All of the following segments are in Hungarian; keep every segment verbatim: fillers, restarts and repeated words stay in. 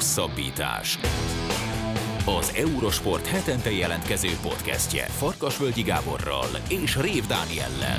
Hosszabbítás. Az Eurosport hetente jelentkező podcastje Farkasvölgyi Gáborral és Rév Dániellel.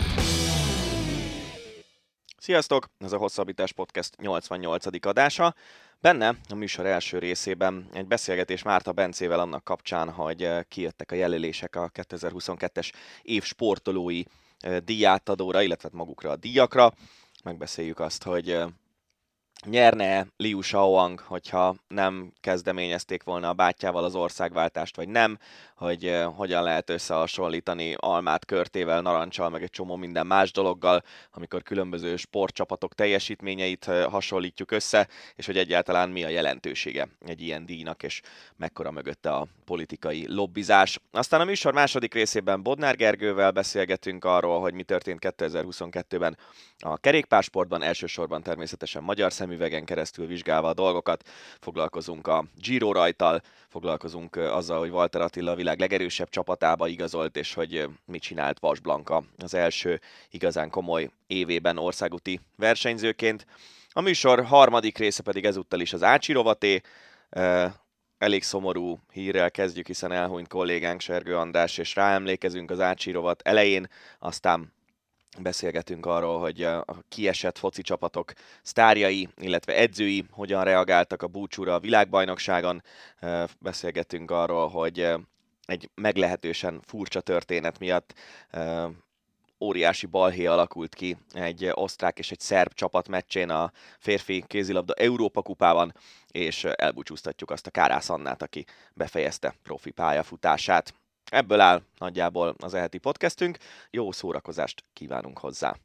Sziasztok! Ez a Hosszabbítás podcast nyolcvannyolcadik adása. Benne a műsor első részében egy beszélgetés Márta Bencével annak kapcsán, hogy kijöttek a jelölések a kétezer-huszonkettes év sportolói díjátadóra, illetve magukra a díjakra. Megbeszéljük azt, hogy nyerne Liu Shaoang, hogyha nem kezdeményezték volna a bátyjával az országváltást, vagy nem, hogy uh, hogyan lehet összehasonlítani almát körtével, narancsal, meg egy csomó minden más dologgal, amikor különböző sportcsapatok teljesítményeit uh, hasonlítjuk össze, és hogy egyáltalán mi a jelentősége egy ilyen díjnak, és mekkora mögötte a politikai lobbizás. Aztán a műsor második részében Bodnár Gergővel beszélgetünk arról, hogy mi történt kétezer-huszonkettőben a kerékpársportban, elsősorban természetesen magyar szemüvegen keresztül vizsgálva a dolgokat. Foglalkozunk a Giro rajttal, foglalkozunk azzal, hogy Walter Attila a világ legerősebb csapatába igazolt, és hogy mit csinált Vas Blanka az első igazán komoly évében országúti versenyzőként. A műsor harmadik része pedig ezúttal is az Ácsi rovaté. Elég szomorú hírrel kezdjük, hiszen elhunyt kollégánk Sergő András, és ráemlékezünk az Ácsi rovat elején, aztán beszélgetünk arról, hogy a kiesett foci csapatok sztárjai, illetve edzői hogyan reagáltak a búcsúra a világbajnokságon. Beszélgetünk arról, hogy egy meglehetősen furcsa történet miatt óriási balhé alakult ki egy osztrák és egy szerb csapat meccsén a férfi kézilabda Európa kupában, és elbúcsúztatjuk azt a Kárász Annát, aki befejezte profi pályafutását. Ebből áll nagyjából az eheti podcastünk. Jó szórakozást kívánunk hozzá!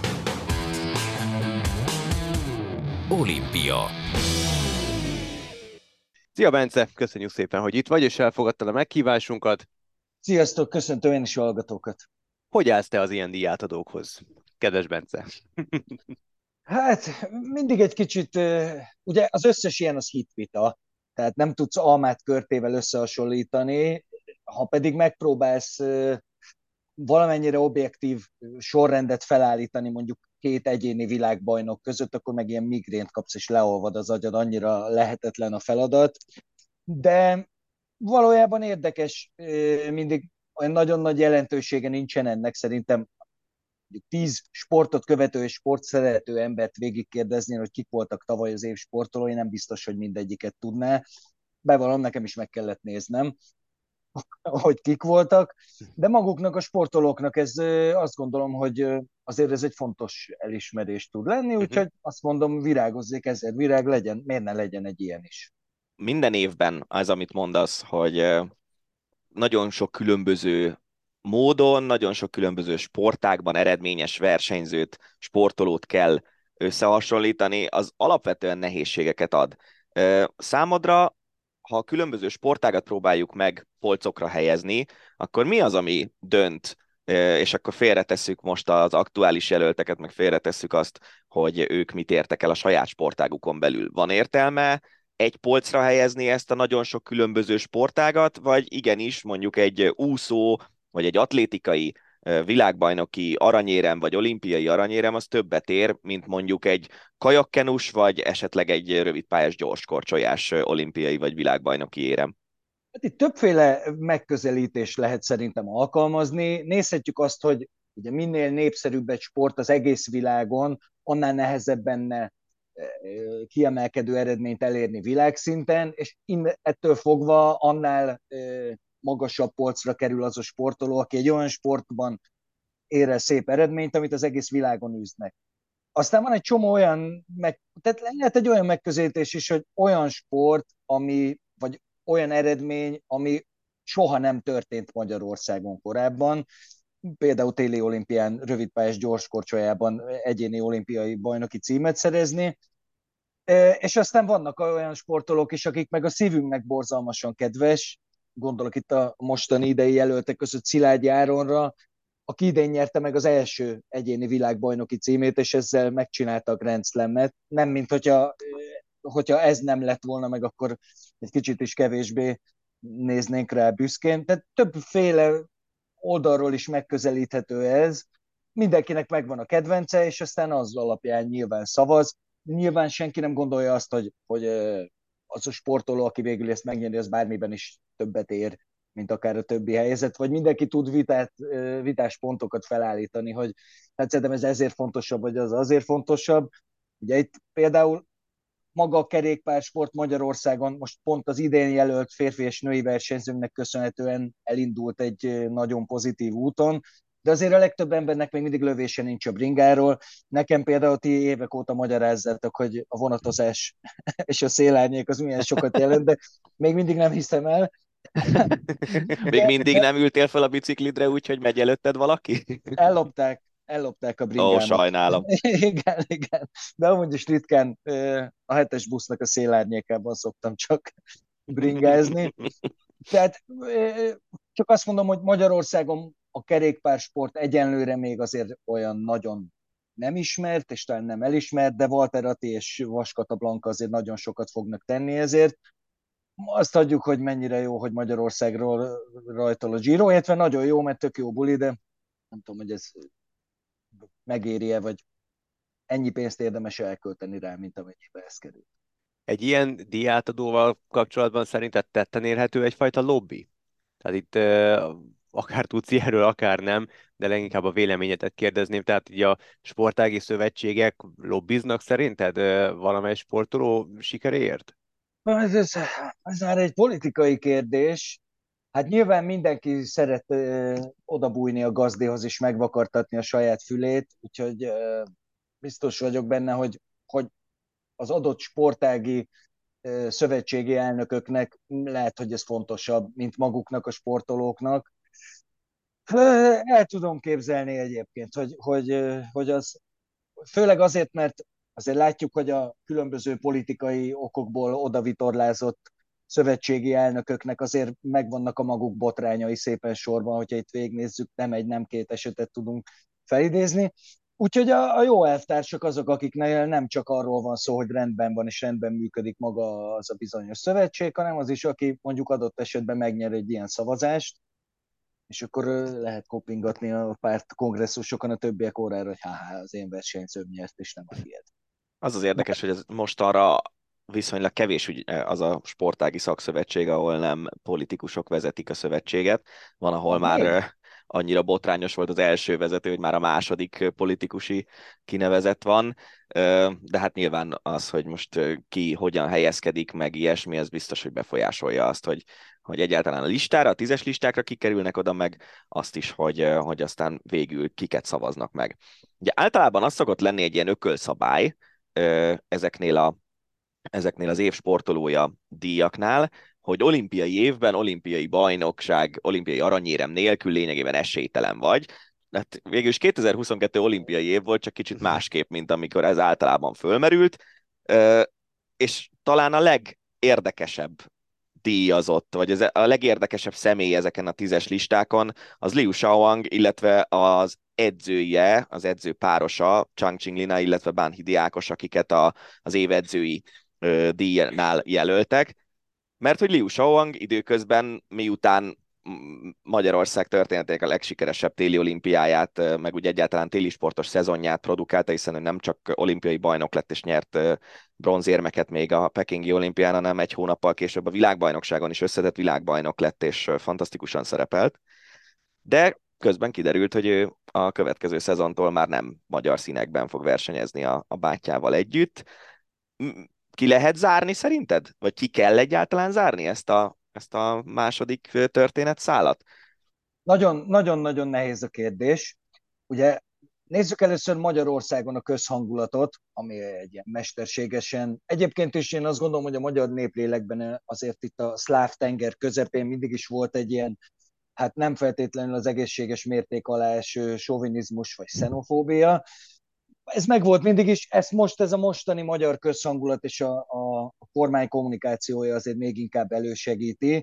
Olimpia. Szia Bence, köszönjük szépen, hogy itt vagy, és elfogadtad a meghívásunkat. Sziasztok, köszöntöm én is a hallgatókat. Hogy állsz te az ilyen díjátadókhoz, kedves Bence? Hát mindig egy kicsit, ugye az összes ilyen az hitvita, tehát nem tudsz almát körtével összehasonlítani, ha pedig megpróbálsz valamennyire objektív sorrendet felállítani mondjuk két egyéni világbajnok között, akkor meg ilyen migrént kapsz és leolvad az agyad, annyira lehetetlen a feladat. De valójában érdekes, mindig olyan nagyon nagy jelentősége nincsen ennek, szerintem tíz sportot követő és sportszerető embert végigkérdezni, hogy kik voltak tavaly az év sportolói, nem biztos, hogy mindegyiket tudná. Bevallom, nekem is meg kellett néznem, hogy kik voltak, de maguknak a sportolóknak ez azt gondolom, hogy azért ez egy fontos elismerés tud lenni, úgyhogy azt mondom, virágozzék ezer virág, legyen, miért ne legyen egy ilyen is. Minden évben az, amit mondasz, hogy nagyon sok különböző módon, nagyon sok különböző sportágban eredményes versenyzőt, sportolót kell összehasonlítani, az alapvetően nehézségeket ad. Számodra, ha a különböző sportágat próbáljuk meg polcokra helyezni, akkor mi az, ami dönt, és akkor félretesszük most az aktuális jelölteket, meg félretesszük azt, hogy ők mit értek el a saját sportágukon belül. Van értelme egy polcra helyezni ezt a nagyon sok különböző sportágat, vagy igenis mondjuk egy úszó, vagy egy atlétikai világbajnoki aranyérem, vagy olimpiai aranyérem, az többet ér, mint mondjuk egy kajakkenus, vagy esetleg egy rövidpályás gyorskorcsolyás olimpiai, vagy világbajnoki érem. Hát itt többféle megközelítés lehet szerintem alkalmazni. Nézhetjük azt, hogy ugye minél népszerűbb egy sport az egész világon, annál nehezebb benne kiemelkedő eredményt elérni világszinten, és ettől fogva annál magasabb polcra kerül az a sportoló, aki egy olyan sportban ér el szép eredményt, amit az egész világon űznek. Aztán van egy csomó olyan, meg, tehát lehet egy olyan megközelítés is, hogy olyan sport, ami, vagy olyan eredmény, ami soha nem történt Magyarországon korábban, például téli olimpián, rövidpályás gyorskorcsolyában egyéni olimpiai bajnoki címet szerezni, és aztán vannak olyan sportolók is, akik meg a szívünknek borzalmasan kedves, gondolok itt a mostani idei jelöltek között Szilágyi Áronra, aki idén nyerte meg az első egyéni világbajnoki címét, és ezzel megcsinálta a Grand Slam-et. Nem, mint hogyha, hogyha ez nem lett volna meg, akkor egy kicsit is kevésbé néznénk rá büszkén. Tehát többféle oldalról is megközelíthető ez. Mindenkinek megvan a kedvence, és aztán az alapján nyilván szavaz. Nyilván senki nem gondolja azt, hogy, hogy az a sportoló, aki végül ezt megnyeri, az bármiben is többet ér, mint akár a többi helyzet, vagy mindenki tud vitát, vitás pontokat felállítani, hogy hát szerintem ez ezért fontosabb, vagy az azért fontosabb. Ugye itt például maga a kerékpársport Magyarországon most pont az idén jelölt férfi és női versenyzőnknek köszönhetően elindult egy nagyon pozitív úton, de azért a legtöbb embernek még mindig lövése nincs a bringáról. Nekem például ti évek óta magyarázzátok, hogy a vonatozás és a szélárnyék az milyen sokat jelent, de még mindig nem hiszem el. Még De, mindig de nem ültél fel a biciklidre úgy, hogy megy előtted valaki? ellopták, ellopták a Ó, bringámat. sajnálom. Igen, igen. De amúgy is ritkán a hetes busznak a szélárnyékában szoktam csak bringázni. Tehát csak azt mondom, hogy Magyarországon a kerékpársport egyenlőre még azért olyan nagyon nem ismert, és talán nem elismert, de Walter Atti és Vaskata Blanka azért nagyon sokat fognak tenni ezért. Azt adjuk, hogy mennyire jó, hogy Magyarországról rajtol a Giro, illetve nagyon jó, mert tök jó buli, de nem tudom, hogy ez megéri-e, vagy ennyi pénzt érdemes elkölteni rá, mint amennyibe ez kerül. Egy ilyen díjátadóval kapcsolatban szerinted tetten érhető egyfajta lobby? Tehát itt uh, akár tudsz ilyenről, akár nem, de leginkább a véleményetet kérdezném. Tehát így a sportági szövetségek lobbiznak szerinted uh, valamely sportoló sikeréért? Ez, ez, ez már egy politikai kérdés. Hát nyilván mindenki szeret ö, odabújni a gazdéhoz és megvakartatni a saját fülét, úgyhogy ö, biztos vagyok benne, hogy, hogy az adott sportági ö, szövetségi elnököknek lehet, hogy ez fontosabb, mint maguknak a sportolóknak. Ö, El tudom képzelni egyébként, hogy, hogy, ö, hogy az főleg azért, mert azért látjuk, hogy a különböző politikai okokból odavitorlázott szövetségi elnököknek azért megvannak a maguk botrányai szépen sorban, hogyha itt végignézzük, nem egy, nem két esetet tudunk felidézni. Úgyhogy a, a jó elvtársak azok, akiknél nem csak arról van szó, hogy rendben van és rendben működik maga az a bizonyos szövetség, hanem az is, aki mondjuk adott esetben megnyer egy ilyen szavazást, és akkor lehet kopingatni a párt kongresszusokon a többiek órára, hogy há, az én versenyzőm nyert, és nem a tiéd. Az az érdekes, hogy ez mostanra viszonylag kevés ugye, az a sportági szakszövetség, ahol nem politikusok vezetik a szövetséget. Van, ahol Van már még? ö, annyira botrányos volt az első vezető, hogy már a második ö, politikusi kinevezett van. Ö, De hát nyilván az, hogy most ö, ki hogyan helyezkedik, meg ilyesmi, ez biztos, hogy befolyásolja azt, hogy, hogy egyáltalán a listára, a tízes listákra kikerülnek oda, meg azt is, hogy, ö, hogy aztán végül kiket szavaznak meg. Ugye általában az szokott lenni egy ilyen ökölszabály, ö, ezeknél, a, ezeknél az év sportolója díjaknál, hogy olimpiai évben, olimpiai bajnokság, olimpiai aranyérem nélkül lényegében esélytelen vagy. Hát végül is kétezer-huszonkettő olimpiai év volt, csak kicsit másképp, mint amikor ez általában fölmerült, ö, és talán a legérdekesebb díjazott, vagy az, a legérdekesebb személy ezeken a tízes listákon, az Liu Shaoang, illetve az edzője, az edző párosa, Chang Qinglina, illetve Ban Hidi Ákos, akiket a, az év edzői ö, díjnál jelöltek. Mert hogy Liu Shaoang időközben, miután mm, Magyarország történetének a legsikeresebb téli olimpiáját, ö, meg úgy egyáltalán téli sportos szezonját produkálta, hiszen ő nem csak olimpiai bajnok lett és nyert ö, bronzérmeket még a pekingi olimpián, hanem egy hónappal később a világbajnokságon is összetett világbajnok lett, és ö, fantasztikusan szerepelt. De közben kiderült, hogy ő a következő szezontól már nem magyar színekben fog versenyezni a, a bátyjával együtt. M- Ki lehet zárni szerinted? Vagy ki kell egyáltalán zárni ezt a, ezt a második ö, történetszálat? Nagyon, nagyon-nagyon nehéz a kérdés. Ugye nézzük először Magyarországon a közhangulatot, ami egy ilyen mesterségesen. Egyébként is én azt gondolom, hogy a magyar néplélekben azért itt a szláv tenger közepén mindig is volt egy ilyen, hát nem feltétlenül az egészséges mérték alá eső sovinizmus vagy xenofóbia. Ez megvolt mindig is, ezt most ez a mostani magyar közhangulat és a, a, a kormány kommunikációja azért még inkább elősegíti.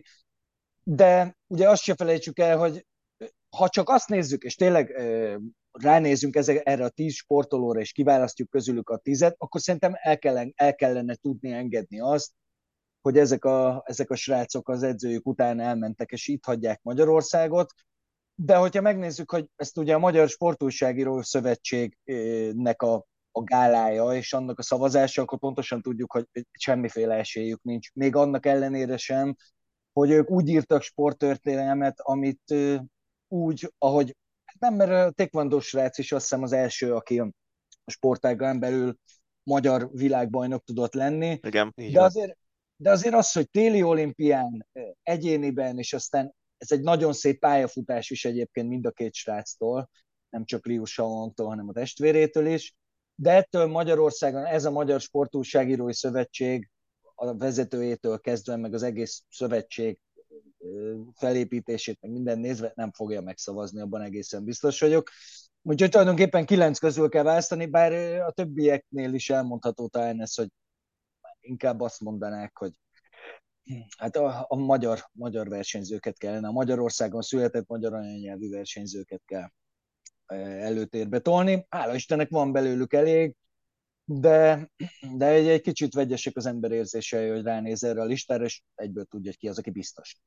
De ugye azt se felejtsük el, hogy ha csak azt nézzük, és tényleg ránézünk ezek, erre a tíz sportolóra, és kiválasztjuk közülük a tízet, akkor szerintem el kellene, el kellene tudni engedni azt, hogy ezek a, ezek a srácok az edzőjük után elmentek, és itt hagyják Magyarországot. De hogyha megnézzük, hogy ezt ugye a Magyar Sportújságíró Szövetségnek a, a gálája és annak a szavazása, akkor pontosan tudjuk, hogy semmiféle esélyük nincs. Még annak ellenére sem, hogy ők úgy írtak sporttörténelmet, amit úgy, ahogy hát nem, mert a taekwondo srác is azt hiszem az első, aki a sportágán belül magyar világbajnok tudott lenni, Igen. de azért, de azért az, hogy téli olimpián, egyéniben, és aztán ez egy nagyon szép pályafutás is egyébként mind a két sráctól, nem csak Liu Shaontól, hanem a testvérétől is, de ettől Magyarországon ez a Magyar Sportújságírói Szövetség a vezetőjétől kezdve, meg az egész szövetség felépítését, meg minden nézve nem fogja megszavazni, abban egészen biztos vagyok. Úgyhogy tulajdonképpen kilenc közül kell választani, bár a többieknél is elmondható talán ez, hogy inkább azt mondanák, hogy hát a, a magyar, magyar versenyzőket kellene, a Magyarországon született magyar anyanyelvű versenyzőket kell előtérbe tolni. Hála Istennek van belőlük elég, de, de egy, egy kicsit vegyesek az ember érzései, hogy ránéz erre a listára, és egyből tudja, hogy ki az, aki biztos.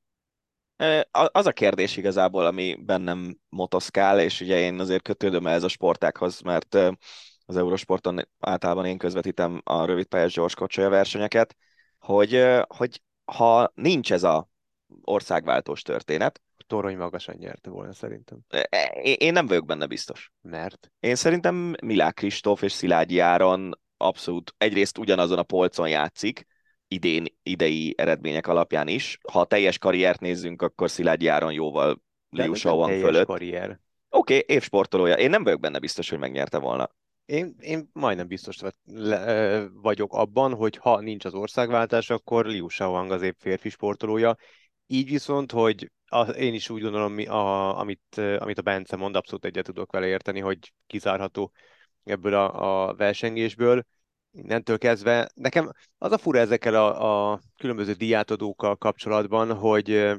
Az a kérdés igazából, ami bennem motoszkál, és ugye én azért kötődöm ez a sportákhoz, mert az Eurosporton általában én közvetítem a rövidpályás gyorskocsolya versenyeket, hogy, hogy ha nincs ez a országváltós történet, Torony magasan nyerte volna szerintem. Én nem vagyok benne biztos. Mert? Én szerintem Milák Kristóf és Szilágyi Áron abszolút egyrészt ugyanazon a polcon játszik, idén, idei eredmények alapján is. Ha a teljes karriert nézzünk, akkor Szilágyi Áron jóval Liu Shaoan fölött. Karrier. Oké, okay, évsportolója. Én nem vagyok benne biztos, hogy megnyerte volna. Én, én majdnem biztos le, vagyok abban, hogy ha nincs az országváltás, akkor Liu Shaoan az év férfi sportolója. Így viszont, hogy a, én is úgy gondolom, a, amit, amit a Bence mond, abszolút egyet tudok vele érteni, hogy kizárható ebből a, a versengésből. Innentől kezdve, nekem az a fura ezekkel a, a különböző díjátadókkal kapcsolatban, hogy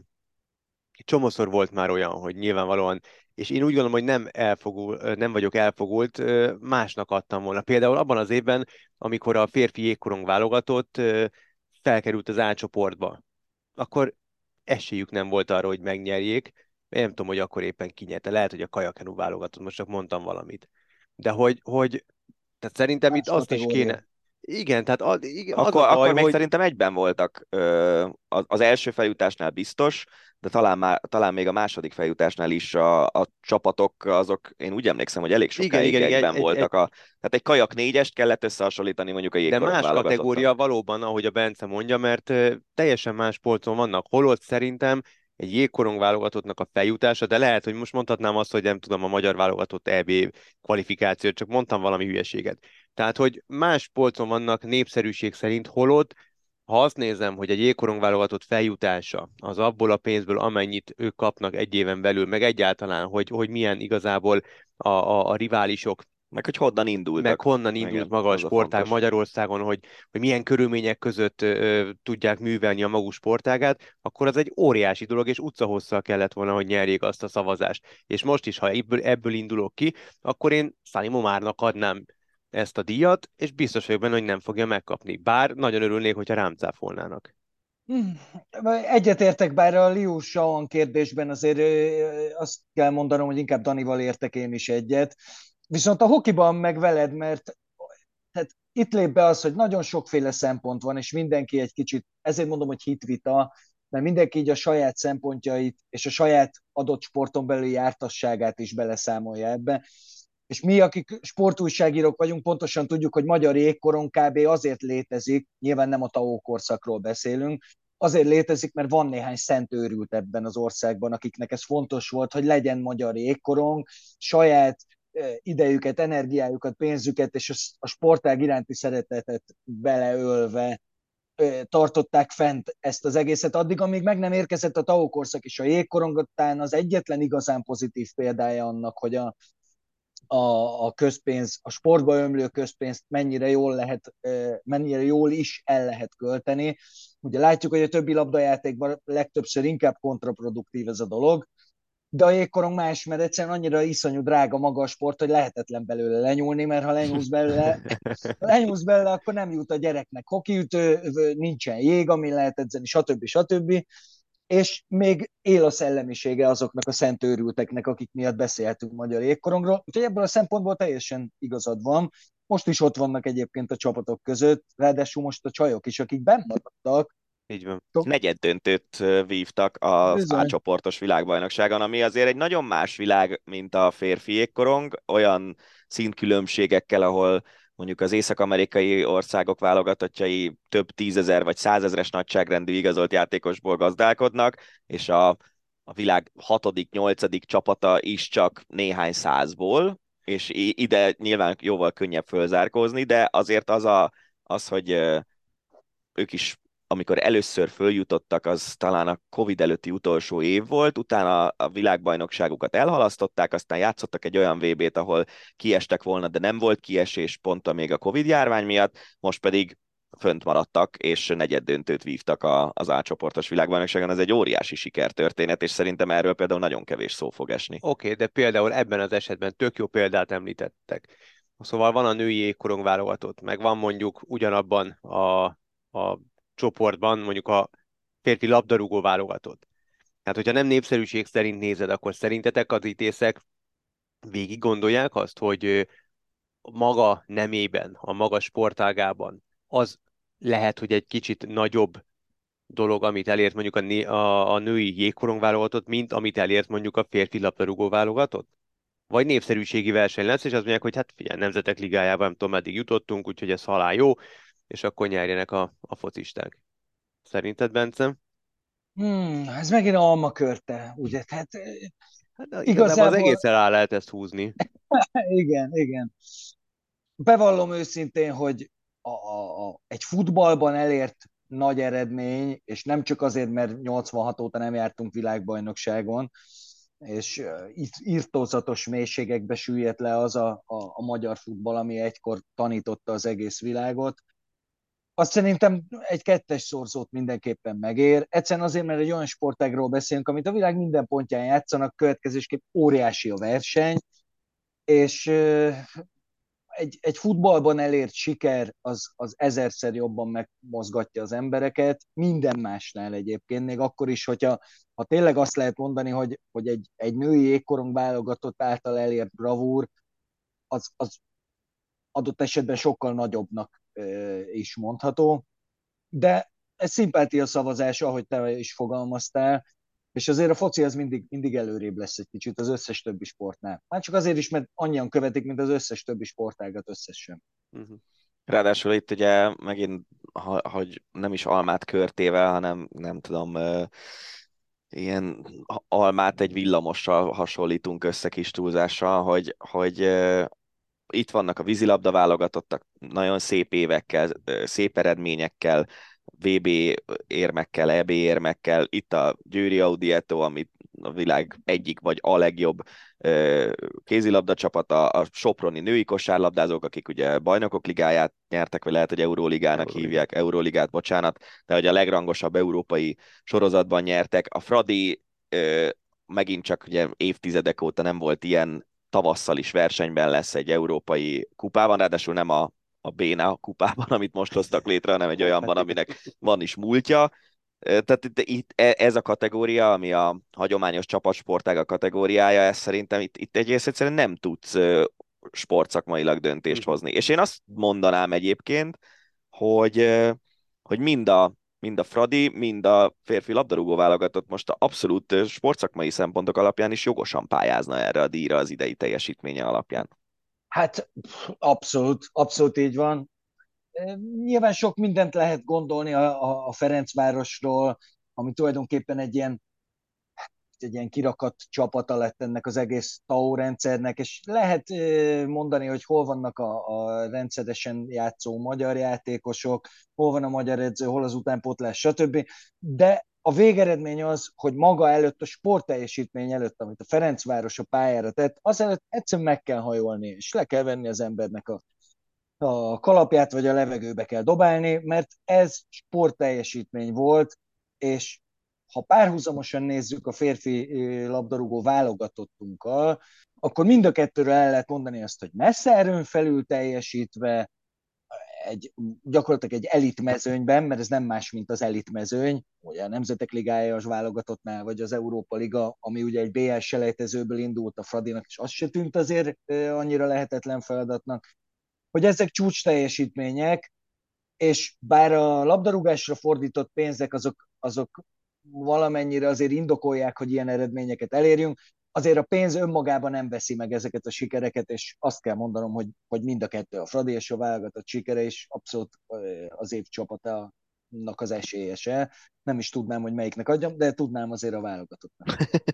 csomószor volt már olyan, hogy nyilvánvalóan, és én úgy gondolom, hogy nem, elfogul, nem vagyok elfogult, másnak adtam volna. Például abban az évben, amikor a férfi jégkorong válogatott felkerült az A csoportba, akkor esélyük nem volt arra, hogy megnyerjék. Én nem tudom, hogy akkor éppen kinyerte. Lehet, hogy a kajakenu válogatott, most csak mondtam valamit. De hogy, hogy tehát szerintem Más itt azt is kategória. kéne... Igen, tehát az, igen, az Akkor, a baj, akkor még hogy... szerintem egyben voltak ö, az, az első feljutásnál biztos, de talán, már, talán még a második feljutásnál is a, a csapatok, azok, én úgy emlékszem, hogy elég sokáig Igen, igen, egyben egy, voltak. egy, A, tehát egy kajak négyest kellett összehasonlítani mondjuk a de jégkorong más válogatottal. kategória valóban, ahogy a Bence mondja, mert ö, teljesen más polcon vannak. Holott szerintem egy jégkorong válogatottnak a feljutása, de lehet, hogy most mondhatnám azt, hogy nem tudom, a magyar válogatott E B kvalifikációt, csak mondtam valami hülyeséget. Tehát, hogy más polcon vannak népszerűség szerint, holott, ha azt nézem, hogy egy jégkorong válogatott feljutása az abból a pénzből, amennyit ők kapnak egy éven belül, meg egyáltalán, hogy, hogy milyen igazából a, a, a riválisok, Meg hogy honnan indultak. meg honnan indult Igen, maga a az a sportág fontos. Magyarországon, hogy, hogy milyen körülmények között ö, tudják művelni a maguk sportágát, akkor az egy óriási dolog, és utcahosszal kellett volna, hogy nyerjék azt a szavazást. És most is, ha ebből, ebből indulok ki, akkor én Szani Momárnak adnám ezt a díjat, és biztos vagyok benne, hogy nem fogja megkapni. Bár nagyon örülnék, hogyha rám cáfolnának. Hmm. Egyetértek, bár a Liu Shaoan kérdésben azért ö, azt kell mondanom, hogy inkább Danival értek én is egyet. Viszont a hokiban meg veled, mert tehát itt lép be az, hogy nagyon sokféle szempont van, és mindenki egy kicsit, ezért mondom, hogy hitvita, mert mindenki így a saját szempontjait és a saját adott sporton belüli jártasságát is beleszámolja ebbe. És mi, akik sportújságírók vagyunk, pontosan tudjuk, hogy magyar jégkorong kb. Azért létezik, nyilván nem a tao korszakról beszélünk, azért létezik, mert van néhány szent őrült ebben az országban, akiknek ez fontos volt, hogy legyen magyar jégkorong, saját idejüket, energiájukat, pénzüket és a sportág iránti szeretetet beleölve tartották fent ezt az egészet addig, amíg meg nem érkezett a tao korszak, és a jégkorongotán az egyetlen igazán pozitív példája annak, hogy a, a, a közpénz, a sportba ömlő közpénzt mennyire jól lehet, mennyire jól is el lehet költeni. Ugye látjuk, hogy a többi labdajátékban legtöbbször inkább kontraproduktív ez a dolog, de a jégkorong más, mert egyszerűen annyira iszonyú drága maga a sport, hogy lehetetlen belőle lenyúlni, mert ha lenyúlsz belőle, ha lenyúlsz belőle, akkor nem jut a gyereknek hokiütő, nincsen jég, ami lehet edzeni, stb. stb. És még él a szellemisége azoknak a szent őrülteknek, akik miatt beszélhetünk magyar jégkorongról. Úgyhogy ebből a szempontból teljesen igazad van. Most is ott vannak egyébként a csapatok között, ráadásul most a csajok is, akik benn maradtak. Így van. Negyed döntőt vívtak az Bizony. A-csoportos világbajnokságon, ami azért egy nagyon más világ, mint a férfi jégkorong, olyan szintkülönbségekkel, ahol mondjuk az észak-amerikai országok válogatottjai több tízezer vagy százezres nagyságrendű igazolt játékosból gazdálkodnak, és a, a világ hatodik, nyolcadik csapata is csak néhány százból, és ide nyilván jóval könnyebb fölzárkózni, de azért az, a, az hogy ők is, amikor először följutottak, az talán a Covid előtti utolsó év volt, utána a világbajnokságukat elhalasztották, aztán játszottak egy olyan vé bét, ahol kiestek volna, de nem volt kiesés pont még a Covid járvány miatt, most pedig fönt maradtak, és negyeddöntőt vívtak a, az A-csoportos világbajnokságon. Ez egy óriási sikertörténet, és szerintem erről például nagyon kevés szó fog esni. Oké, okay, de például ebben az esetben tök jó példát említettek. Szóval van a női jégkorong válogatott, meg van mondjuk ugyanabban a, a csoportban mondjuk a férfi labdarúgó válogatott. Hát, hogyha nem népszerűség szerint nézed, akkor szerintetek az ítészek végig gondolják azt, hogy maga nemében, a maga sportágában az lehet, hogy egy kicsit nagyobb dolog, amit elért mondjuk a, né- a, a női jégkorong válogatott, mint amit elért mondjuk a férfi labdarúgó válogatott? Vagy népszerűségi verseny lesz, és azt mondják, hogy hát figyelj, Nemzetek Ligájában nem tudom, meddig jutottunk, úgyhogy ez halál jó, és akkor nyerjenek a, a focisták. Szerinted, Bence? Hmm, ez megint almakörte, ugye? Tehát eh, Hát de igazából az igazából, egészen rá lehet ezt húzni. igen, igen. Bevallom őszintén, hogy a, a, a, egy futballban elért nagy eredmény, és nem csak azért, mert nyolcvanhat óta nem jártunk világbajnokságon, és eh, itt írtózatos mélységekbe süllyedt le az a, a, a magyar futball, ami egykor tanította az egész világot. Azt szerintem egy kettes szorzót mindenképpen megér. Egyszerűen azért, mert egy olyan sportágról beszélünk, amit a világ minden pontján játszanak, következésképp óriási a verseny, és egy, egy futballban elért siker az, az ezerszer jobban megmozgatja az embereket, minden másnál egyébként, még akkor is, hogyha ha tényleg azt lehet mondani, hogy, hogy egy, egy női jégkorong válogatott által elért bravúr, az, az adott esetben sokkal nagyobbnak is mondható, de ez szimpátia szavazás, ahogy te is fogalmaztál, és azért a foci az mindig, mindig előrébb lesz egy kicsit az összes többi sportnál. Már csak azért is, mert annyian követik, mint az összes többi sportágat összesen. Uh-huh. Ráadásul itt ugye megint, ha, hogy nem is almát körtével, hanem nem tudom, ilyen almát egy villamossal hasonlítunk össze kis túlzással, hogy, hogy itt vannak a vízilabda válogatottak, nagyon szép évekkel, szép eredményekkel, vé bé érmekkel, é bé érmekkel, itt a Győri Audietto, amit a világ egyik vagy a legjobb kézilabda csapata, a soproni női kosárlabdázók, akik ugye bajnokok ligáját nyertek, vagy lehet, hogy Euróligának Euróligát. hívják, Euróligát, bocsánat, de hogy a legrangosabb európai sorozatban nyertek. A Fradi megint csak ugye évtizedek óta nem volt ilyen, tavasszal is versenyben lesz egy európai kupában, ráadásul nem a, a Béna kupában, amit most hoztak létre, hanem egy olyanban, aminek van is múltja. Tehát itt, itt ez a kategória, ami a hagyományos csapatsportága kategóriája, ez szerintem itt, itt egész egyszerűen nem tudsz sportszakmailag döntést hozni. És én azt mondanám egyébként, hogy, hogy mind a mind a Fradi, mind a férfi labdarúgó válogatott most a abszolút sportszakmai szempontok alapján is jogosan pályázna erre a díjra az idei teljesítménye alapján. Hát abszolút, abszolút így van. Nyilván sok mindent lehet gondolni a, a Ferencvárosról, ami tulajdonképpen egy ilyen, egy ilyen kirakat csapata lett ennek az egész té á o rendszernek, és lehet mondani, hogy hol vannak a, a rendszeresen játszó magyar játékosok, hol van a magyar edző, hol az utánpótlás, stb. De a végeredmény az, hogy maga előtt, a sportteljesítmény előtt, amit a Ferencváros a pályára tett, az előtt egyszerűen meg kell hajolni, és le kell venni az embernek a a kalapját, vagy a levegőbe kell dobálni, mert ez sportteljesítmény volt, és ha párhuzamosan nézzük a férfi labdarúgó válogatottunkkal, akkor mind a kettőről el lehet mondani azt, hogy messze erőn felül teljesítve, egy, gyakorlatilag egy elitmezőnyben, mert ez nem más, mint az elitmezőny, ugye a Nemzetek Ligája az válogatottnál, vagy az Európa Liga, ami ugye egy bé el selejtezőből indult a Fradinak, és az se tűnt azért annyira lehetetlen feladatnak, hogy ezek csúcs teljesítmények, és bár a labdarúgásra fordított pénzek azok, azok valamennyire azért indokolják, hogy ilyen eredményeket elérjünk, azért a pénz önmagában nem veszi meg ezeket a sikereket, és azt kell mondanom, hogy, hogy mind a kettő, a Fradi és a válogatott sikere is abszolút az év csapatának az esélyese. Nem is tudnám, hogy melyiknek adjam, de tudnám azért a válogatottnak.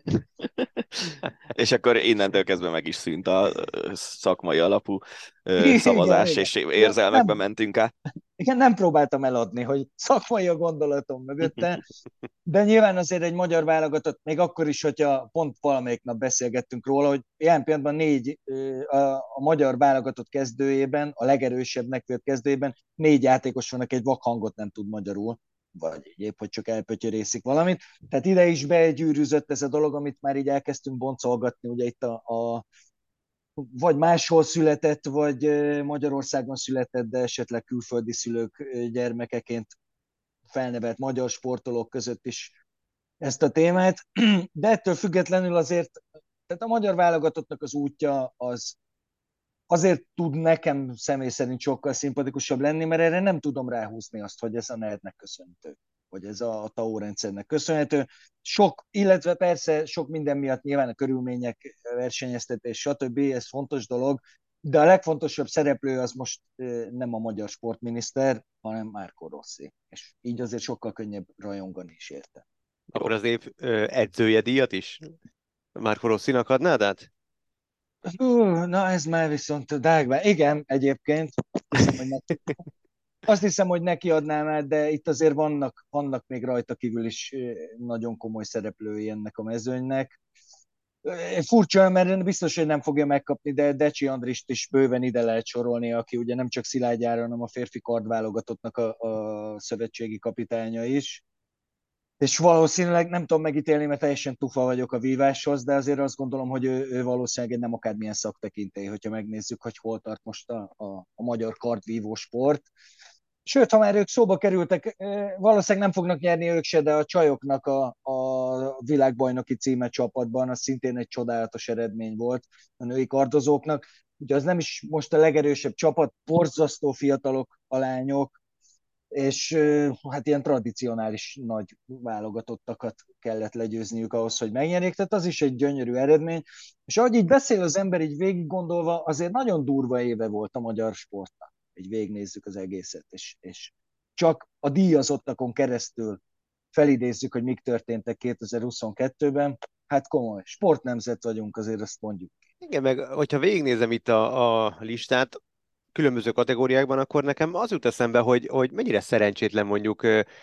És akkor innentől kezdve meg is szűnt a szakmai alapú Igen, szavazás, igen. és érzelmekbe Nem, mentünk át. igen, nem próbáltam eladni, hogy szakmai a gondolatom mögötte, de nyilván azért egy magyar válogatott, még akkor is, hogyha pont valamelyik nap beszélgettünk róla, hogy ilyen pillanatban négy, a, a magyar válogatott kezdőjében, a legerősebbnek vett kezdőjében négy játékos van, aki egy vakhangot nem tud magyarul, vagy épp, hogy csak elpötyörészik valamit. Tehát ide is begyűrűzött ez a dolog, amit már így elkezdtünk boncolgatni, ugye itt a, a vagy máshol született, vagy Magyarországon született, de esetleg külföldi szülők gyermekeként felnevelt magyar sportolók között is ezt a témát. De ettől függetlenül azért, tehát a magyar válogatottnak az útja az azért tud nekem személy szerint sokkal szimpatikusabb lenni, mert erre nem tudom ráhúzni azt, hogy ez a NERD-nek köszönhető, hogy ez a TAO rendszernek köszönhető. Sok, illetve persze sok minden miatt nyilván a körülmények, versenyeztetés, stb. Ez fontos dolog, de a legfontosabb szereplő az most nem a magyar sportminiszter, hanem Marco Rossi. És így azért sokkal könnyebb rajongani is érte. Akkor az év ö, edzője díjat is Marco Rossinak adnád át? Hú, na ez már viszont Dágván. Igen, egyébként. Hiszem, hogy neki, azt hiszem, hogy neki adnám át, de itt azért vannak, vannak még rajta kívül is nagyon komoly szereplői ennek a mezőnynek. Furcsa, mert biztos, hogy nem fogja megkapni, de Decsi Andrist is bőven ide lehet sorolni, aki ugye nem csak Szilágy Áron, hanem a férfi kardválogatottnak a, a szövetségi kapitánya is. És valószínűleg nem tudom megítélni, mert teljesen tufa vagyok a víváshoz, de azért azt gondolom, hogy ő, ő valószínűleg nem akármilyen szaktekintély, hogyha megnézzük, hogy hol tart most a, a, a magyar kardvívó sport. Sőt, ha már ők szóba kerültek, valószínűleg nem fognak nyerni ők se, de a csajoknak a, a világbajnoki címe csapatban az szintén egy csodálatos eredmény volt a női kardozóknak. Ugye az nem is most a legerősebb csapat, borzasztó fiatalok a lányok, és hát ilyen tradicionális nagy válogatottakat kellett legyőzniük ahhoz, hogy megnyerjék, tehát az is egy gyönyörű eredmény. És ahogy így beszél az ember, így végig gondolva, azért nagyon durva éve volt a magyar sportnak, így végignézzük az egészet, és, és csak a díjazottakon keresztül felidézzük, hogy mik történtek kétezer-huszonkettőben, hát komoly, sportnemzet vagyunk, azért azt mondjuk. Igen, meg hogyha végignézem itt a, a listát, különböző kategóriákban, akkor nekem az jut eszembe, hogy, hogy mennyire szerencsétlen mondjuk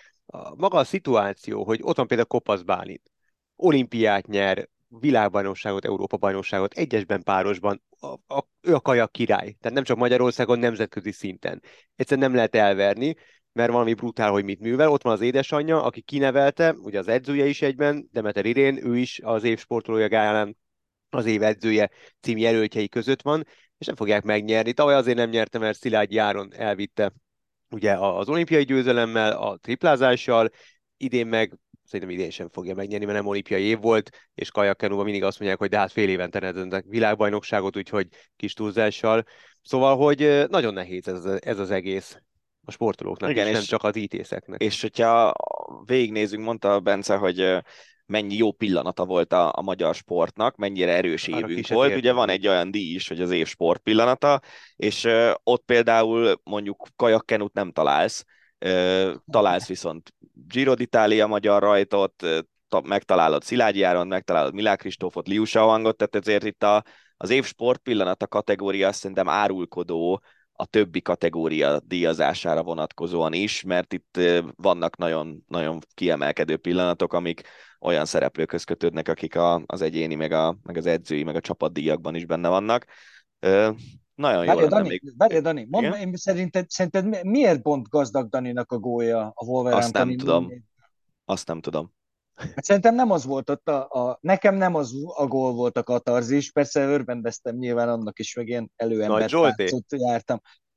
a, maga a szituáció, hogy ott van például Kopasz Bálint, olimpiát nyer, világbajnokságot, Európa-bajnokságot, egyesben, párosban, a, a, ő a kajak király. Tehát nem csak Magyarországon, nemzetközi szinten. Egyszerűen nem lehet elverni, mert valami brutál, hogy mit művel. Ott van az édesanyja, aki kinevelte, ugye az edzője is egyben, Demeter Irén, ő is az év sportolója gálán az év edzője cím jelöltjei között van, és nem fogják megnyerni. Tavaly azért nem nyerte, mert Szilágyi Áron elvitte ugye az olimpiai győzelemmel, a triplázással, idén meg szerintem idén sem fogja megnyerni, mert nem olimpiai év volt, és kajakkenúban mindig azt mondják, hogy de hát fél évente rendezik világbajnokságot, úgyhogy kis túlzással. Szóval, hogy nagyon nehéz ez, ez az egész a sportolóknak, Igen, és, és nem és, csak az ítészeknek. és hogyha végignézünk, mondta Bence, hogy mennyi jó pillanata volt a, a magyar sportnak, mennyire erős Arra évünk ki se volt. Ugye tértünk van még. egy olyan díj is, hogy az év sport pillanata, és uh, ott például mondjuk kajakkenut nem találsz, uh, találsz viszont Giro d'Italia magyar rajtot, uh, ta- megtalálod Szilágyi Áron, megtalálod Milák Kristófot, Liu Shaoangot, tehát ezért itt a, az év sport pillanata kategória azt szerintem árulkodó a többi kategória díjazására vonatkozóan is, mert itt vannak nagyon, nagyon kiemelkedő pillanatok, amik olyan szereplőkhöz kötődnek, akik a, az egyéni, meg, a, meg az edzői, meg a csapatdíjakban is benne vannak. Ö, nagyon jó Várja, lenne Dani, még. várja, Dani, mondd Igen? meg, én szerinted, szerinted mi- miért pont gazdag Daninak a gólya a Azt nem Wolverhamptoni? tudom. Azt nem tudom. Hát szerintem nem az volt ott a, a, nekem nem az a gól volt a katarzis, persze örvendeztem nyilván annak is, meg ilyen Nagy előember Zsolté? táncot jártam.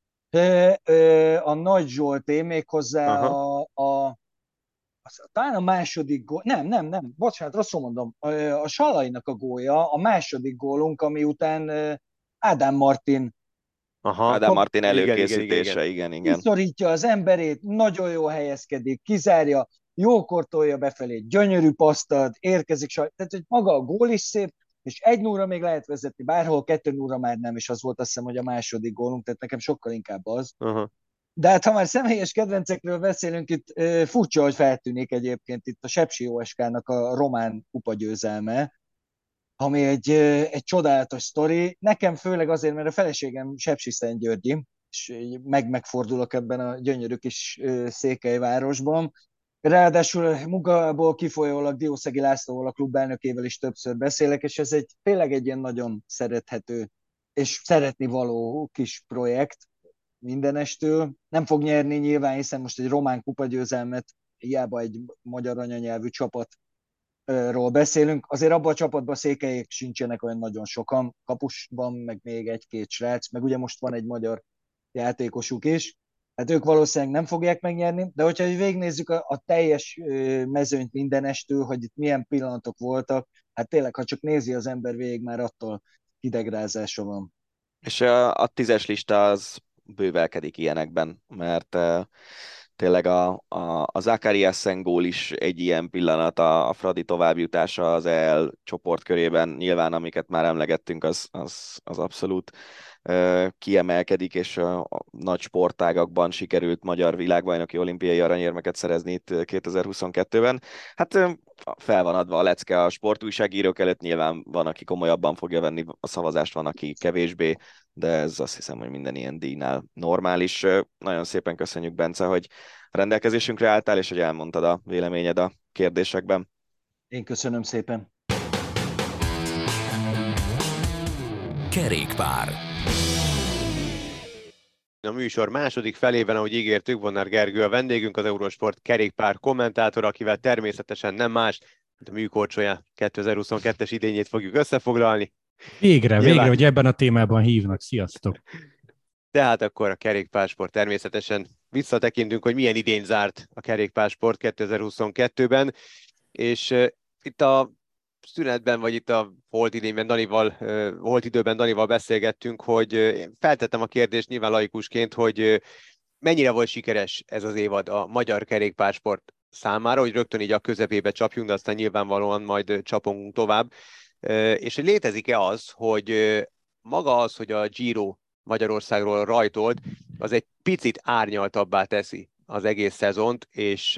Ö, ö, A Nagy Zsolté méghozzá Aha. a, a az, talán a második gól, nem, nem, nem, bocsánat, rosszul mondom, a, a Salainak a gólja, a második gólunk, ami után ö, Ádám Martin Aha. Adam Martin Igen, igen, igen, előkészítése, igen. igen, igen. Kiszorítja az emberét, nagyon jó helyezkedik, kizárja, jókor tolja befelé, gyönyörű pasztad, érkezik, saj... tehát hogy maga a gól is szép, és egy nulla még lehet vezetni, bárhol kettő nulla már nem, és az volt azt hiszem, hogy a második gólunk, tehát nekem sokkal inkább az. Aha. De hát ha már személyes kedvencekről beszélünk, itt e, furcsa, hogy feltűnik egyébként itt a Sepsi o es ká-nak a román kupagyőzelme, ami egy, egy csodálatos sztori. Nekem főleg azért, mert a feleségem Sepsiszentgyörgyi, és meg megfordulok ebben a gyönyörű kis székelyvárosban. Ráadásul munkából kifolyólag Diószegi Lászlóval, a klubelnökével is többször beszélek, és ez egy tényleg egy ilyen nagyon szerethető és szeretni való kis projekt mindenestől. Nem fog nyerni nyilván, hiszen most egy román kupagyőzelmet, hiába egy magyar anyanyelvű csapat ról beszélünk, azért abban a csapatban székelyek sincsenek olyan nagyon sokan, kapusban meg még egy-két srác, meg ugye most van egy magyar játékosuk is, hát ők valószínűleg nem fogják megnyerni, de hogyha végignézzük a, a teljes mezőnyt mindenestől, hogy itt milyen pillanatok voltak, hát tényleg, ha csak nézi az ember végig, már attól hidegrázása van. És a, a tízes lista az bővelkedik ilyenekben, mert uh, tényleg a, a, a Zakariasen gól is egy ilyen pillanat, a, a Fradi továbbjutása az E L csoportkörében, nyilván amiket már emlegettünk, az, az, az abszolút uh, kiemelkedik, és uh, a nagy sportágakban sikerült magyar világbajnoki olimpiai aranyérmeket szerezni itt kétezer-huszonkettőben. Hát uh, fel van adva a lecke a sportújságírók előtt, nyilván van, aki komolyabban fogja venni a szavazást, van, aki kevésbé, de ez azt hiszem, hogy minden ilyen díjnál normális. Nagyon szépen köszönjük, Bence, hogy a rendelkezésünkre álltál, és hogy elmondtad a véleményed a kérdésekben. Én köszönöm szépen. Kerékpár. A műsor második felében, ahogy ígértük, Vonár Gergő a vendégünk, az Eurosport kerékpár kommentátor, akivel természetesen nem más, mint a műkorcsolya kétezer-huszonkettes idényét fogjuk összefoglalni. Végre, Nyilván. végre, hogy ebben a témában hívnak. Sziasztok! Tehát akkor a kerékpársport természetesen visszatekintünk, hogy milyen idény zárt a kerékpársport kétezer-huszonkettőben, és uh, itt a szünetben, vagy itt a holt idényben Danival, uh, holt időben Danival beszélgettünk, hogy uh, feltettem a kérdést nyilván laikusként, hogy uh, mennyire volt sikeres ez az évad a magyar kerékpársport számára, hogy rögtön így a közepébe csapjunk, de aztán nyilvánvalóan majd uh, csapunk tovább. Uh, és hogy létezik-e az, hogy uh, maga az, hogy a Giro Magyarországról rajtolt, az egy picit árnyaltabbá teszi az egész szezont, és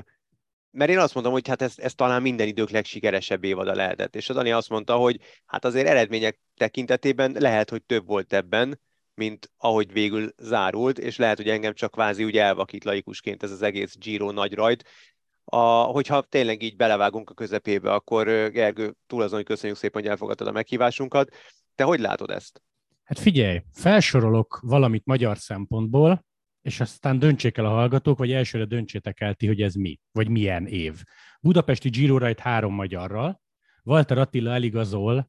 mert én azt mondom, hogy hát ez, ez talán minden idők legsikeresebb évada lehetett. És a Dani azt mondta, hogy hát azért eredmények tekintetében lehet, hogy több volt ebben, mint ahogy végül zárult, és lehet, hogy engem csak kvázi úgy elvakít laikusként ez az egész Giro nagy rajt. A, hogyha tényleg így belevágunk a közepébe, akkor Gergő, túl azon, hogy köszönjük szépen, hogy elfogadtad a meghívásunkat. Te hogy látod ezt? Hát figyelj, felsorolok valamit magyar szempontból, és aztán döntsék el a hallgatók, vagy elsőre döntsétek el ti, hogy ez mi, vagy milyen év. Budapesti Giro rajt három magyarral, Walter Attila eligazol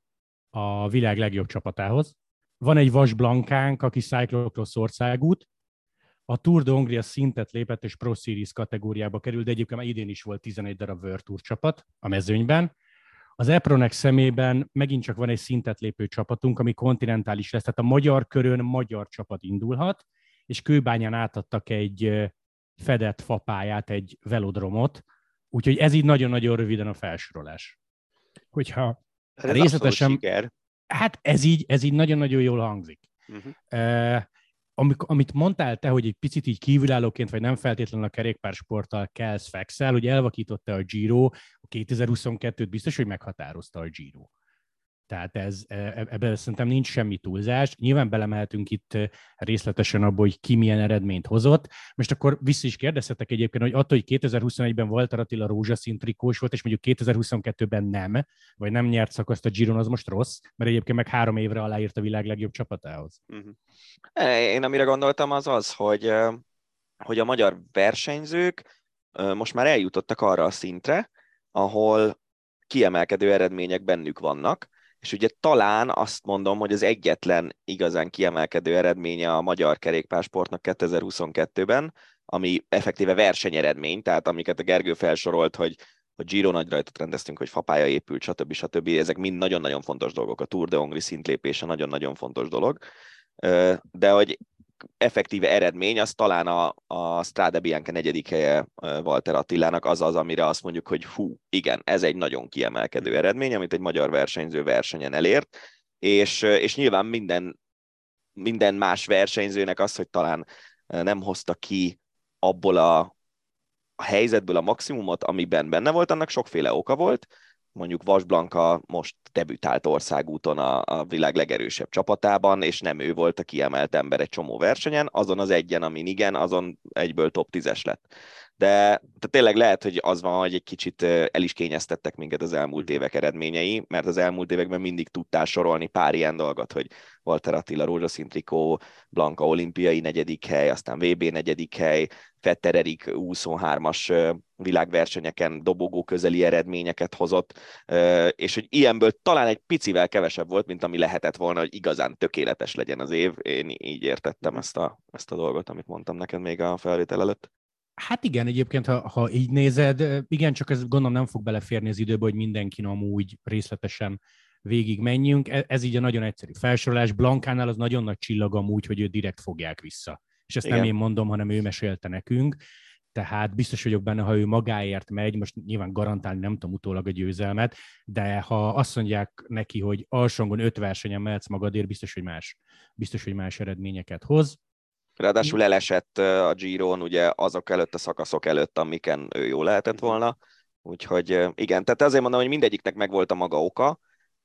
a világ legjobb csapatához, van egy Vas Blankánk, aki Cyclocross országút, a Tour de Hongria szintet lépett, és Pro Series kategóriába került, de egyébként már idén is volt tizenegy darab World Tour csapat a mezőnyben. Az Epronek szemében megint csak van egy szintet lépő csapatunk, ami kontinentális lesz, tehát a magyar körön magyar csapat indulhat, és Kőbányán átadtak egy fedett fapályát, egy velodromot, úgyhogy ez így nagyon-nagyon röviden a felsorolás. Hogyha ez részletesen... Hát ez így, ez így nagyon-nagyon jól hangzik. Uh-huh. Uh, amik, amit mondtál te, hogy egy picit így kívülállóként, vagy nem feltétlenül a kerékpársporttal kelsz, fekszel, hogy elvakította a Giro, a kétezer-huszonkettőt biztos, hogy meghatározta a Giro. Tehát ez, ebben szerintem nincs semmi túlzás. Nyilván belemehetünk itt részletesen abba, hogy ki milyen eredményt hozott. Most akkor vissza is kérdezhetek egyébként, hogy attól, hogy kétezer-huszonegyben Walter Attila rózsaszín trikós volt, és mondjuk kétezer-huszonkettőben nem, vagy nem nyert szakaszt a Giron, az most rossz, mert egyébként meg három évre aláírt a világ legjobb csapatához. Uh-huh. Én amire gondoltam az az, hogy, hogy a magyar versenyzők most már eljutottak arra a szintre, ahol kiemelkedő eredmények bennük vannak, és ugye talán azt mondom, hogy az egyetlen igazán kiemelkedő eredménye a magyar kerékpársportnak kétezer-huszonkettőben, ami effektíve versenyeredmény, tehát amiket a Gergő felsorolt, hogy a Giro nagy rajtot rendeztünk, hogy fapálya épült, stb. stb. Ezek mind nagyon-nagyon fontos dolgok. A Tour de Hongrie szintlépése nagyon-nagyon fontos dolog. de hogy effektíve eredmény, az talán a, a Strade Bianche negyedik helye Walter Attilának az az, amire azt mondjuk, hogy hú, igen, ez egy nagyon kiemelkedő eredmény, amit egy magyar versenyző versenyen elért, és, és nyilván minden, minden más versenyzőnek az, hogy talán nem hozta ki abból a, a helyzetből a maximumot, amiben benne volt, annak sokféle oka volt. Mondjuk Vas Blanka most debütált országúton a, a világ legerősebb csapatában, és nem ő volt a kiemelt ember egy csomó versenyen, azon az egyen, amin igen, azon egyből top tízes lett. De, de tényleg lehet, hogy az van, hogy egy kicsit el is kényeztettek minket az elmúlt évek eredményei, mert az elmúlt években mindig tudtál sorolni pár ilyen dolgot, hogy Walter Attila rózsaszín trikó, Blanka olimpiai negyedik hely, aztán vé bé negyedik hely, Vetter Erik U huszonhármas világversenyeken dobogó közeli eredményeket hozott, és hogy ilyenből talán egy picivel kevesebb volt, mint ami lehetett volna, hogy igazán tökéletes legyen az év. Én így értettem ezt a, ezt a dolgot, amit mondtam neked még a felvétel előtt. Hát igen, egyébként, ha, ha így nézed, igen, csak ez gondolom nem fog beleférni az időbe, hogy mindenkin amúgy részletesen végig menjünk. Ez, ez így a nagyon egyszerű felsorolás. Blankánál az nagyon nagy csillag amúgy, hogy őt direkt fogják vissza. És ezt igen. Nem én mondom, hanem ő mesélte nekünk. Tehát biztos vagyok benne, ha ő magáért megy, most nyilván garantálni nem tudom utólag a győzelmet, de ha azt mondják neki, hogy alsóhangon öt versenyen mehetsz magadért, biztos, hogy más, biztos, hogy más eredményeket hoz. Ráadásul elesett a Giron ugye azok előtt, a szakaszok előtt, amiken ő jó lehetett volna. Úgyhogy igen, tehát azért mondom, hogy mindegyiknek megvolt a maga oka,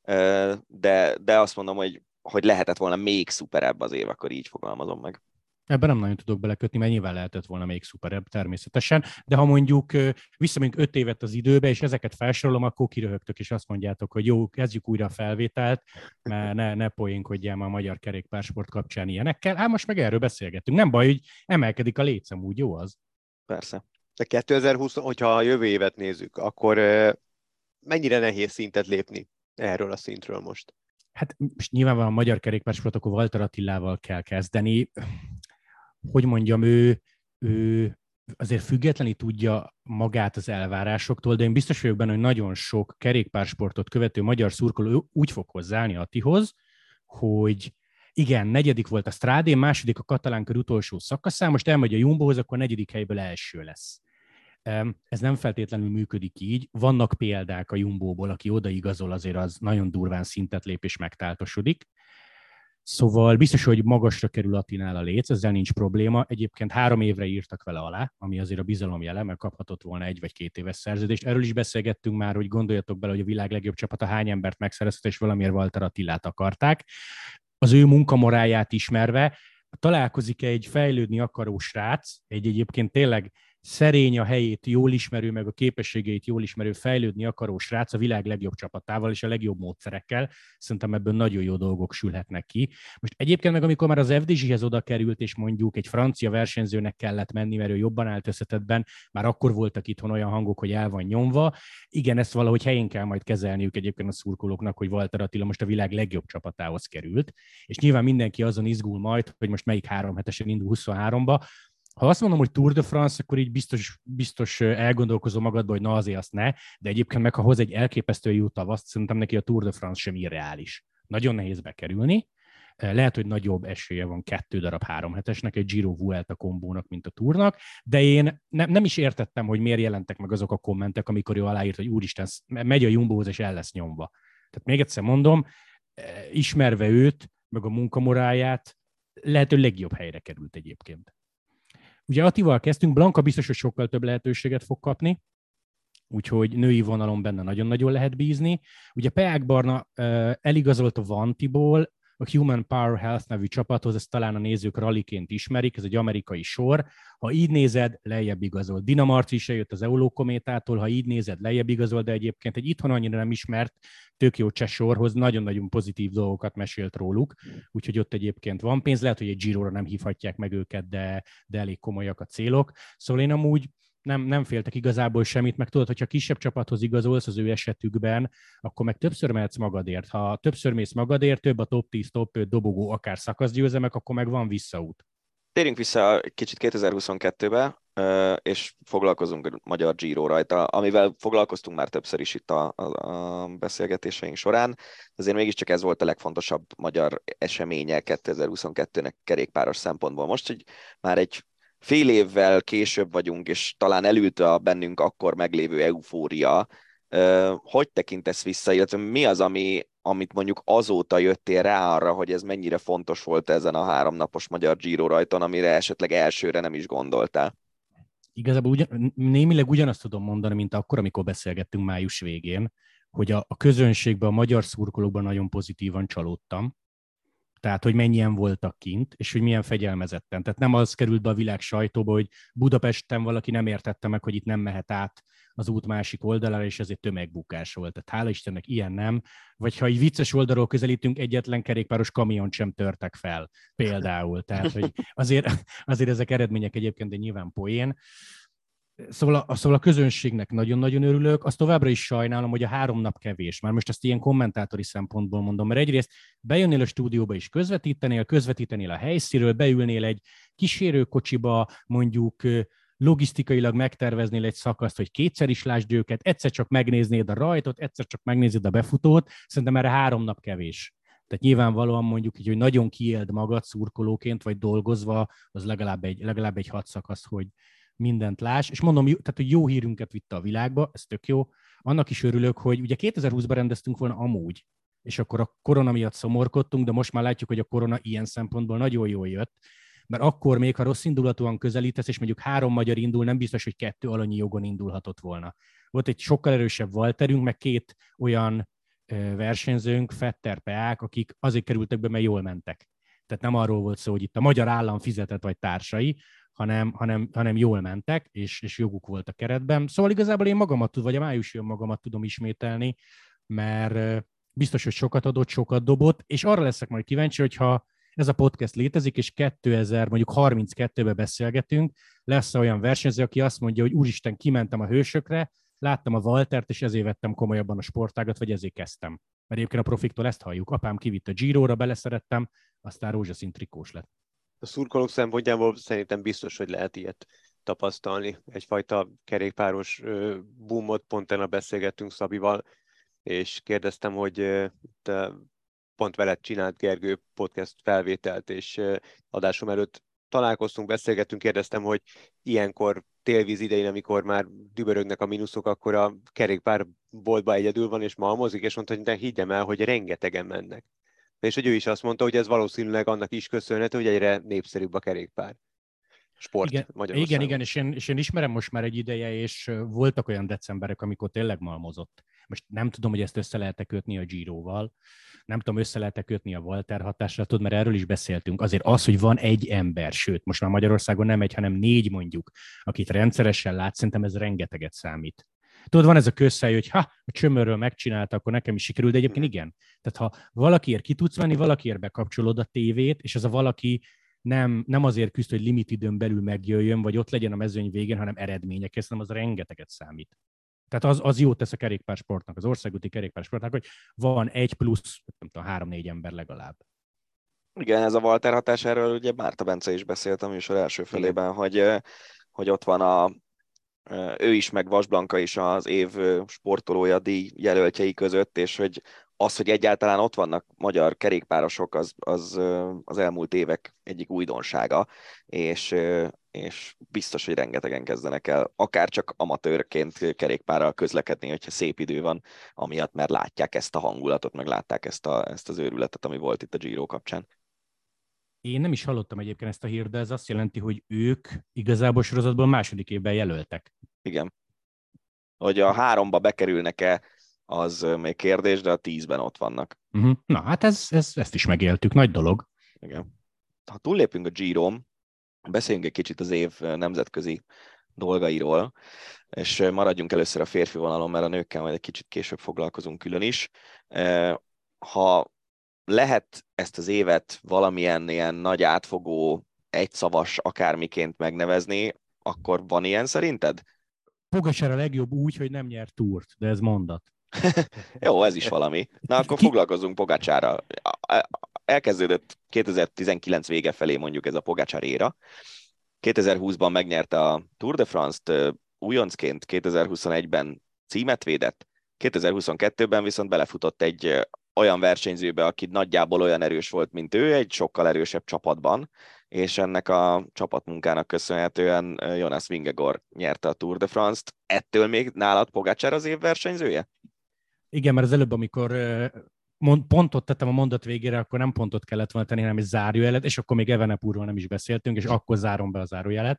de, de azt mondom, hogy, hogy lehetett volna még szuperebb az év, akkor így fogalmazom meg. Ebben nem nagyon tudok belekötni, mert nyilván lehetett volna még szuperebb természetesen, de ha mondjuk visszamegyünk öt évet az időbe, és ezeket felsorolom, akkor kiröhögtök, és azt mondjátok, hogy jó, kezdjük újra a felvételt, mert ne, ne poénkodjál már a magyar kerékpársport kapcsán ilyenekkel. Hát most meg erről beszélgetünk. Nem baj, hogy emelkedik a létszám, úgy jó az? Persze. De kétezer-húsz, hogyha a jövő évet nézzük, akkor mennyire nehéz szintet lépni erről a szintről most? Hát most nyilvánvalóan a magyar kerékpársport, akkor Walter Attilával kell kezdeni. Hogy mondjam, ő, ő azért függetlenül tudja magát az elvárásoktól, de én biztos vagyok benne, hogy nagyon sok kerékpársportot követő magyar szurkoló úgy fog hozzáállni Attihoz, hogy igen, negyedik volt a Strádén, második a Katalán kör utolsó szakaszán, most elmegy a Jumbohoz, akkor a negyedik helyből első lesz. Ez nem feltétlenül működik így. Vannak példák a Jumbóból, aki odaigazol, azért az nagyon durván szintet lép és megtáltosodik. Szóval biztos, hogy magasra kerül Attinál a léc, ezzel nincs probléma. Egyébként három évre írtak vele alá, ami azért a bizalom jele, mert kaphatott volna egy vagy két éves szerződést. Erről is beszélgettünk már, hogy gondoljatok bele, hogy a világ legjobb csapata hány embert megszerezhet, és valamiért Walter Attilát akarták. Az ő munkamoráját ismerve találkozik egy fejlődni akaró srác, egy egyébként tényleg szerény a helyét jól ismerő, meg a képességeit jól ismerő, fejlődni akaró srác a világ legjobb csapatával és a legjobb módszerekkel. Szerintem ebből nagyon jó dolgok sülhetnek ki. Most egyébként meg amikor már az ef dé gé-hez oda került, és mondjuk egy francia versenyzőnek kellett menni, mert ő jobban állt összetettben, már akkor voltak itthon olyan hangok, hogy el van nyomva. Igen, ezt valahogy helyén kell majd kezelniük egyébként a szurkolóknak, hogy Walter Attila most a világ legjobb csapatához került. És nyilván mindenki azon izgul majd, hogy most melyik három hetesen indul huszonháromba. Ha azt mondom, hogy Tour de France, akkor így biztos, biztos elgondolkozom magadba, hogy na azért azt ne, de egyébként meg ha hoz egy elképesztő jó tavaszt, szerintem neki a Tour de France sem irreális. Nagyon nehéz bekerülni, lehet, hogy nagyobb esélye van kettő darab három hetesnek, egy Giro Vuelta kombónak, mint a Tournak, de én ne, nem is értettem, hogy miért jelentek meg azok a kommentek, amikor ő aláírt, hogy úristen, megy a Jumbohoz és el lesz nyomva. Tehát még egyszer mondom, ismerve őt, meg a munkamoráját, lehető legjobb helyre került egyébként. Ugye Attival kezdtünk, Blanka biztos, hogy sokkal több lehetőséget fog kapni, úgyhogy női vonalon benne nagyon-nagyon lehet bízni. Ugye Peák Barna uh, eligazolt a Vantiból, a Human Power Health nevű csapathoz, ezt talán a nézők ralliként ismerik, ez egy amerikai sor. Ha így nézed, lejjebb igazol. Dina Marci is eljött az Euló Kométától, ha így nézed, lejjebb igazol, de egyébként egy itthon annyira nem ismert, tök jó cseh sorhoz, nagyon-nagyon pozitív dolgokat mesélt róluk, úgyhogy ott egyébként van pénz, lehet, hogy egy Giróra nem hívhatják meg őket, de, de elég komolyak a célok. Szóval én amúgy nem, nem féltek igazából semmit, meg tudod, hogyha kisebb csapathoz igazolsz az ő esetükben, akkor meg többször mehetsz magadért. Ha többször mész magadért, több a top tíz, top öt dobogó, akár szakaszgyőzelmek, akkor meg van visszaút. Térjünk vissza kicsit kétezer-huszonkettőbe. és foglalkozunk a magyar Giro rajta, amivel foglalkoztunk már többször is itt a, a, a beszélgetéseink során. Azért mégiscsak ez volt a legfontosabb magyar eseménye kétezer-huszonkettőnek kerékpáros szempontból. Most, hogy már egy fél évvel később vagyunk, és talán elült a bennünk akkor meglévő eufória, hogy tekintesz vissza, illetve mi az, ami, amit mondjuk azóta jöttél rá arra, hogy ez mennyire fontos volt ezen a háromnapos magyar Giro rajton, amire esetleg elsőre nem is gondoltál? Igazából ugyan, némileg ugyanazt tudom mondani, mint akkor, amikor beszélgettünk május végén, hogy a, a közönségben, a magyar szurkolókban nagyon pozitívan csalódtam. Tehát, hogy mennyien voltak kint, és hogy milyen fegyelmezetten. Tehát nem az került be a világ sajtóba, hogy Budapesten valaki nem értette meg, hogy itt nem mehet át az út másik oldalára, és ezért tömegbukás volt. Tehát hála Istennek ilyen nem. Vagy ha egy vicces oldalról közelítünk, egyetlen kerékpáros kamiont sem törtek fel. Például. Tehát, hogy azért, azért ezek eredmények egyébként, de nyilván poén. Szóval a, szóval a közönségnek nagyon-nagyon örülök, azt továbbra is sajnálom, hogy a három nap kevés. Már most ezt ilyen kommentátori szempontból mondom, mert egyrészt bejönnél a stúdióba is közvetítenél, közvetítenél a helyszínről, beülnél egy kísérőkocsiba, mondjuk logisztikailag megterveznél egy szakaszt, hogy kétszer is lásd őket, egyszer csak megnéznéd a rajtot, egyszer csak megnézed a befutót, szerintem erre három nap kevés. Tehát nyilvánvalóan mondjuk így, hogy nagyon kiéld magad szurkolóként, vagy dolgozva, az legalább egy, legalább egy hat szakasz, hogy mindent láss, és mondom, tehát, hogy jó hírünket vitte a világba, ez tök jó. Annak is örülök, hogy ugye kétezer-húszban rendeztünk volna amúgy, és akkor a korona miatt szomorkodtunk, de most már látjuk, hogy a korona ilyen szempontból nagyon jól jött, mert akkor még, ha rossz indulatúan közelítesz, és mondjuk három magyar indul, nem biztos, hogy kettő alanyi jogon indulhatott volna. Volt egy sokkal erősebb Walterünk, meg két olyan versenyzőnk, Fetter, Peák, akik azért kerültek be, mert jól mentek. Tehát nem arról volt szó, hogy itt a magyar állam fizetett, vagy társai, hanem, hanem, hanem jól mentek, és, és joguk volt a keretben. Szóval igazából én magamat tudom, vagy a májusi magamat tudom ismételni, mert biztos, hogy sokat adott, sokat dobott, és arra leszek majd kíváncsi, hogyha ez a podcast létezik, és kétezer, mondjuk harminckettőben beszélgetünk, lesz olyan versenyző, aki azt mondja, hogy úristen, kimentem a hősökre, láttam a Waltert, és ezért vettem komolyabban a sportágat, vagy ezért kezdtem. Mert egyébként a profiktól ezt halljuk. Apám kivitt a Giróra, beleszerettem, aztán rózsaszín trikós lett. A szurkolók szempontjából szerintem biztos, hogy lehet ilyet tapasztalni. Egyfajta kerékpáros boomot, pont tegnap beszélgettünk Szabival, és kérdeztem, hogy te pont veled csinált Gergő podcast felvételt, és adásom előtt találkoztunk, beszélgettünk, kérdeztem, hogy ilyenkor télvíz idején, amikor már dübörögnek a mínuszok, akkor a kerékpár boltba egyedül van, és malmozik, és mondta, hogy de higgyem el, hogy rengetegen mennek. És hogy ő is azt mondta, hogy ez valószínűleg annak is köszönhető, hogy egyre népszerűbb a kerékpár sport igen, Magyarországon. Igen, igen, és én, és én ismerem most már egy ideje, és voltak olyan decemberek, amikor tényleg malmozott. Most nem tudom, hogy ezt össze lehet kötni a Giroval, nem tudom, össze lehet kötni a Walter hatással, tudod, mert erről is beszéltünk. Azért az, hogy van egy ember, sőt, most már Magyarországon nem egy, hanem négy mondjuk, akit rendszeresen lát, szerintem ez rengeteget számít. Tudod, van ez a közhely, hogy ha, a csömörről megcsinálta, akkor nekem is sikerül, de egyébként igen. Tehát ha valakiért ki tudsz menni, valakiért bekapcsolod a tévét, és ez a valaki nem, nem azért küzd, hogy limit időn belül megjöjjön, vagy ott legyen a mezőny végén, hanem eredményekhez, hanem az rengeteget számít. Tehát az, az jót tesz a kerékpársportnak, az országúti kerékpársportnak, hogy van egy plusz, nem tudom, három-négy ember legalább. Igen, ez a Walter hatás, erről ugye Márta Bence is beszélt a műsor első felében, hogy, hogy ott van a ő is, meg Vas Blanka is az év sportolója díj jelöltjei között, és hogy az, hogy egyáltalán ott vannak magyar kerékpárosok, az, az, az elmúlt évek egyik újdonsága, és, és biztos, hogy rengetegen kezdenek el, akár csak amatőrként kerékpárral közlekedni, hogyha szép idő van, amiatt, mert látják ezt a hangulatot, meg látták ezt, a, ezt az őrületet, ami volt itt a Giro kapcsán. Én nem is hallottam egyébként ezt a hírt, de ez azt jelenti, hogy ők igazából sorozatból második évben jelöltek. Igen. Hogy a háromba bekerülnek-e, az még kérdés, de a tízben ott vannak. Uh-huh. Na, hát ez, ez, ezt is megéltük, nagy dolog. Igen. Ha túllépünk a Giron, beszéljünk egy kicsit az év nemzetközi dolgairól, és maradjunk először a férfi vonalon, mert a nőkkel majd egy kicsit később foglalkozunk külön is. Ha lehet ezt az évet valamilyen ilyen nagy átfogó, egyszavas akármiként megnevezni, akkor van ilyen szerinted? Pogačar a legjobb úgy, hogy nem nyert túrt, de ez mondat. Jó, ez is valami. Na, akkor Ki... foglalkozunk Pogačarral. Elkezdődött kétezer-tizenkilenc vége felé mondjuk ez a Pogačar éra, kétezer-húszban megnyerte a Tour de France-t, újoncként kétezer-huszonegyben címet védett, kétezer-huszonkettőben viszont belefutott egy olyan versenyzőbe, aki nagyjából olyan erős volt, mint ő, egy sokkal erősebb csapatban, és ennek a csapatmunkának köszönhetően Jonas Vingegaard nyerte a Tour de France-t. Ettől még nálad Pogačar az év versenyzője? Igen, mert az előbb, amikor mond, pontot tettem a mondat végére, akkor nem pontot kellett volna tenni, hanem egy zárójelet, és akkor még Evenepoelről nem is beszéltünk, és akkor zárom be a zárójelet.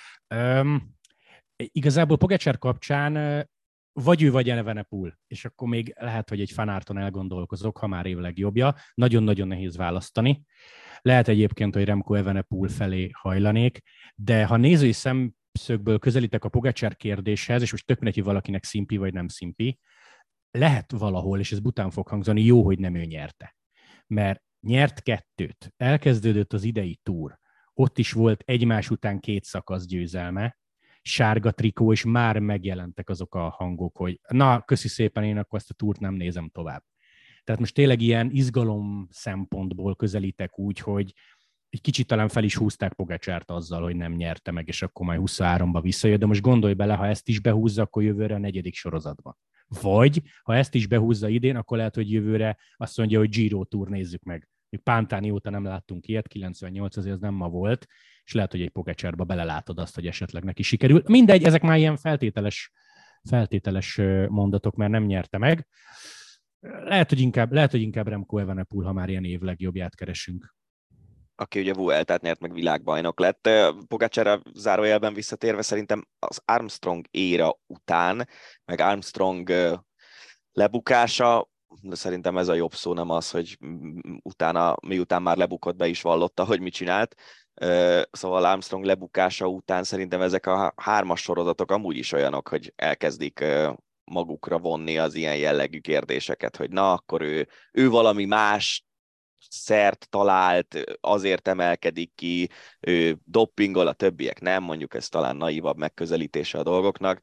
Um, igazából Pogačar kapcsán vagy ő, vagy Evenepoel, és akkor még lehet, hogy egy Fanárton elgondolkozok, ha már év legjobbja. Nagyon-nagyon nehéz választani. Lehet egyébként, hogy Remco Evenepoel felé hajlanék, de ha nézői szemszögből közelítek a Pogačar kérdéshez, és most tök mindegy, hogy valakinek szimpi vagy nem szimpi, lehet valahol, és ez bután fog hangzani, jó, hogy nem ő nyerte. Mert nyert kettőt, elkezdődött az idei túr, ott is volt egymás után két szakasz győzelme, sárga trikó, és már megjelentek azok a hangok, hogy na, köszi szépen, én akkor ezt a túrt nem nézem tovább. Tehát most tényleg ilyen izgalom szempontból közelítek úgy, hogy egy kicsit talán fel is húzták Pogačart azzal, hogy nem nyerte meg, és akkor majd huszonháromba visszajött, de most gondolj bele, ha ezt is behúzza, akkor jövőre a negyedik sorozatban. Vagy, ha ezt is behúzza idén, akkor lehet, hogy jövőre azt mondja, hogy Giro Tour nézzük meg. Még Pantani óta nem láttunk ilyet, kilencvennyolc azért ez nem ma volt, és lehet, hogy egy Pogačarba belelátod azt, hogy esetleg neki sikerül. Mindegy, ezek már ilyen feltételes, feltételes mondatok, mert nem nyerte meg. Lehet, hogy inkább, lehet, hogy inkább Remco Evenepoel, ha már ilyen év legjobbját keresünk. Aki ugye Vueltát nyert, meg világbajnok lett. Pogačar zárójelben visszatérve szerintem az Armstrong éra után, meg Armstrong lebukása, de szerintem ez a jobb szó, nem az, hogy utána, miután már lebukott, be is vallotta, hogy mit csinált. Szóval Armstrong lebukása után szerintem ezek a hármas sorozatok amúgy is olyanok, hogy elkezdik magukra vonni az ilyen jellegű kérdéseket, hogy na, akkor ő, ő valami más szert talált, azért emelkedik ki, ő doppingol, a többiek nem, mondjuk ez talán naívabb megközelítése a dolgoknak.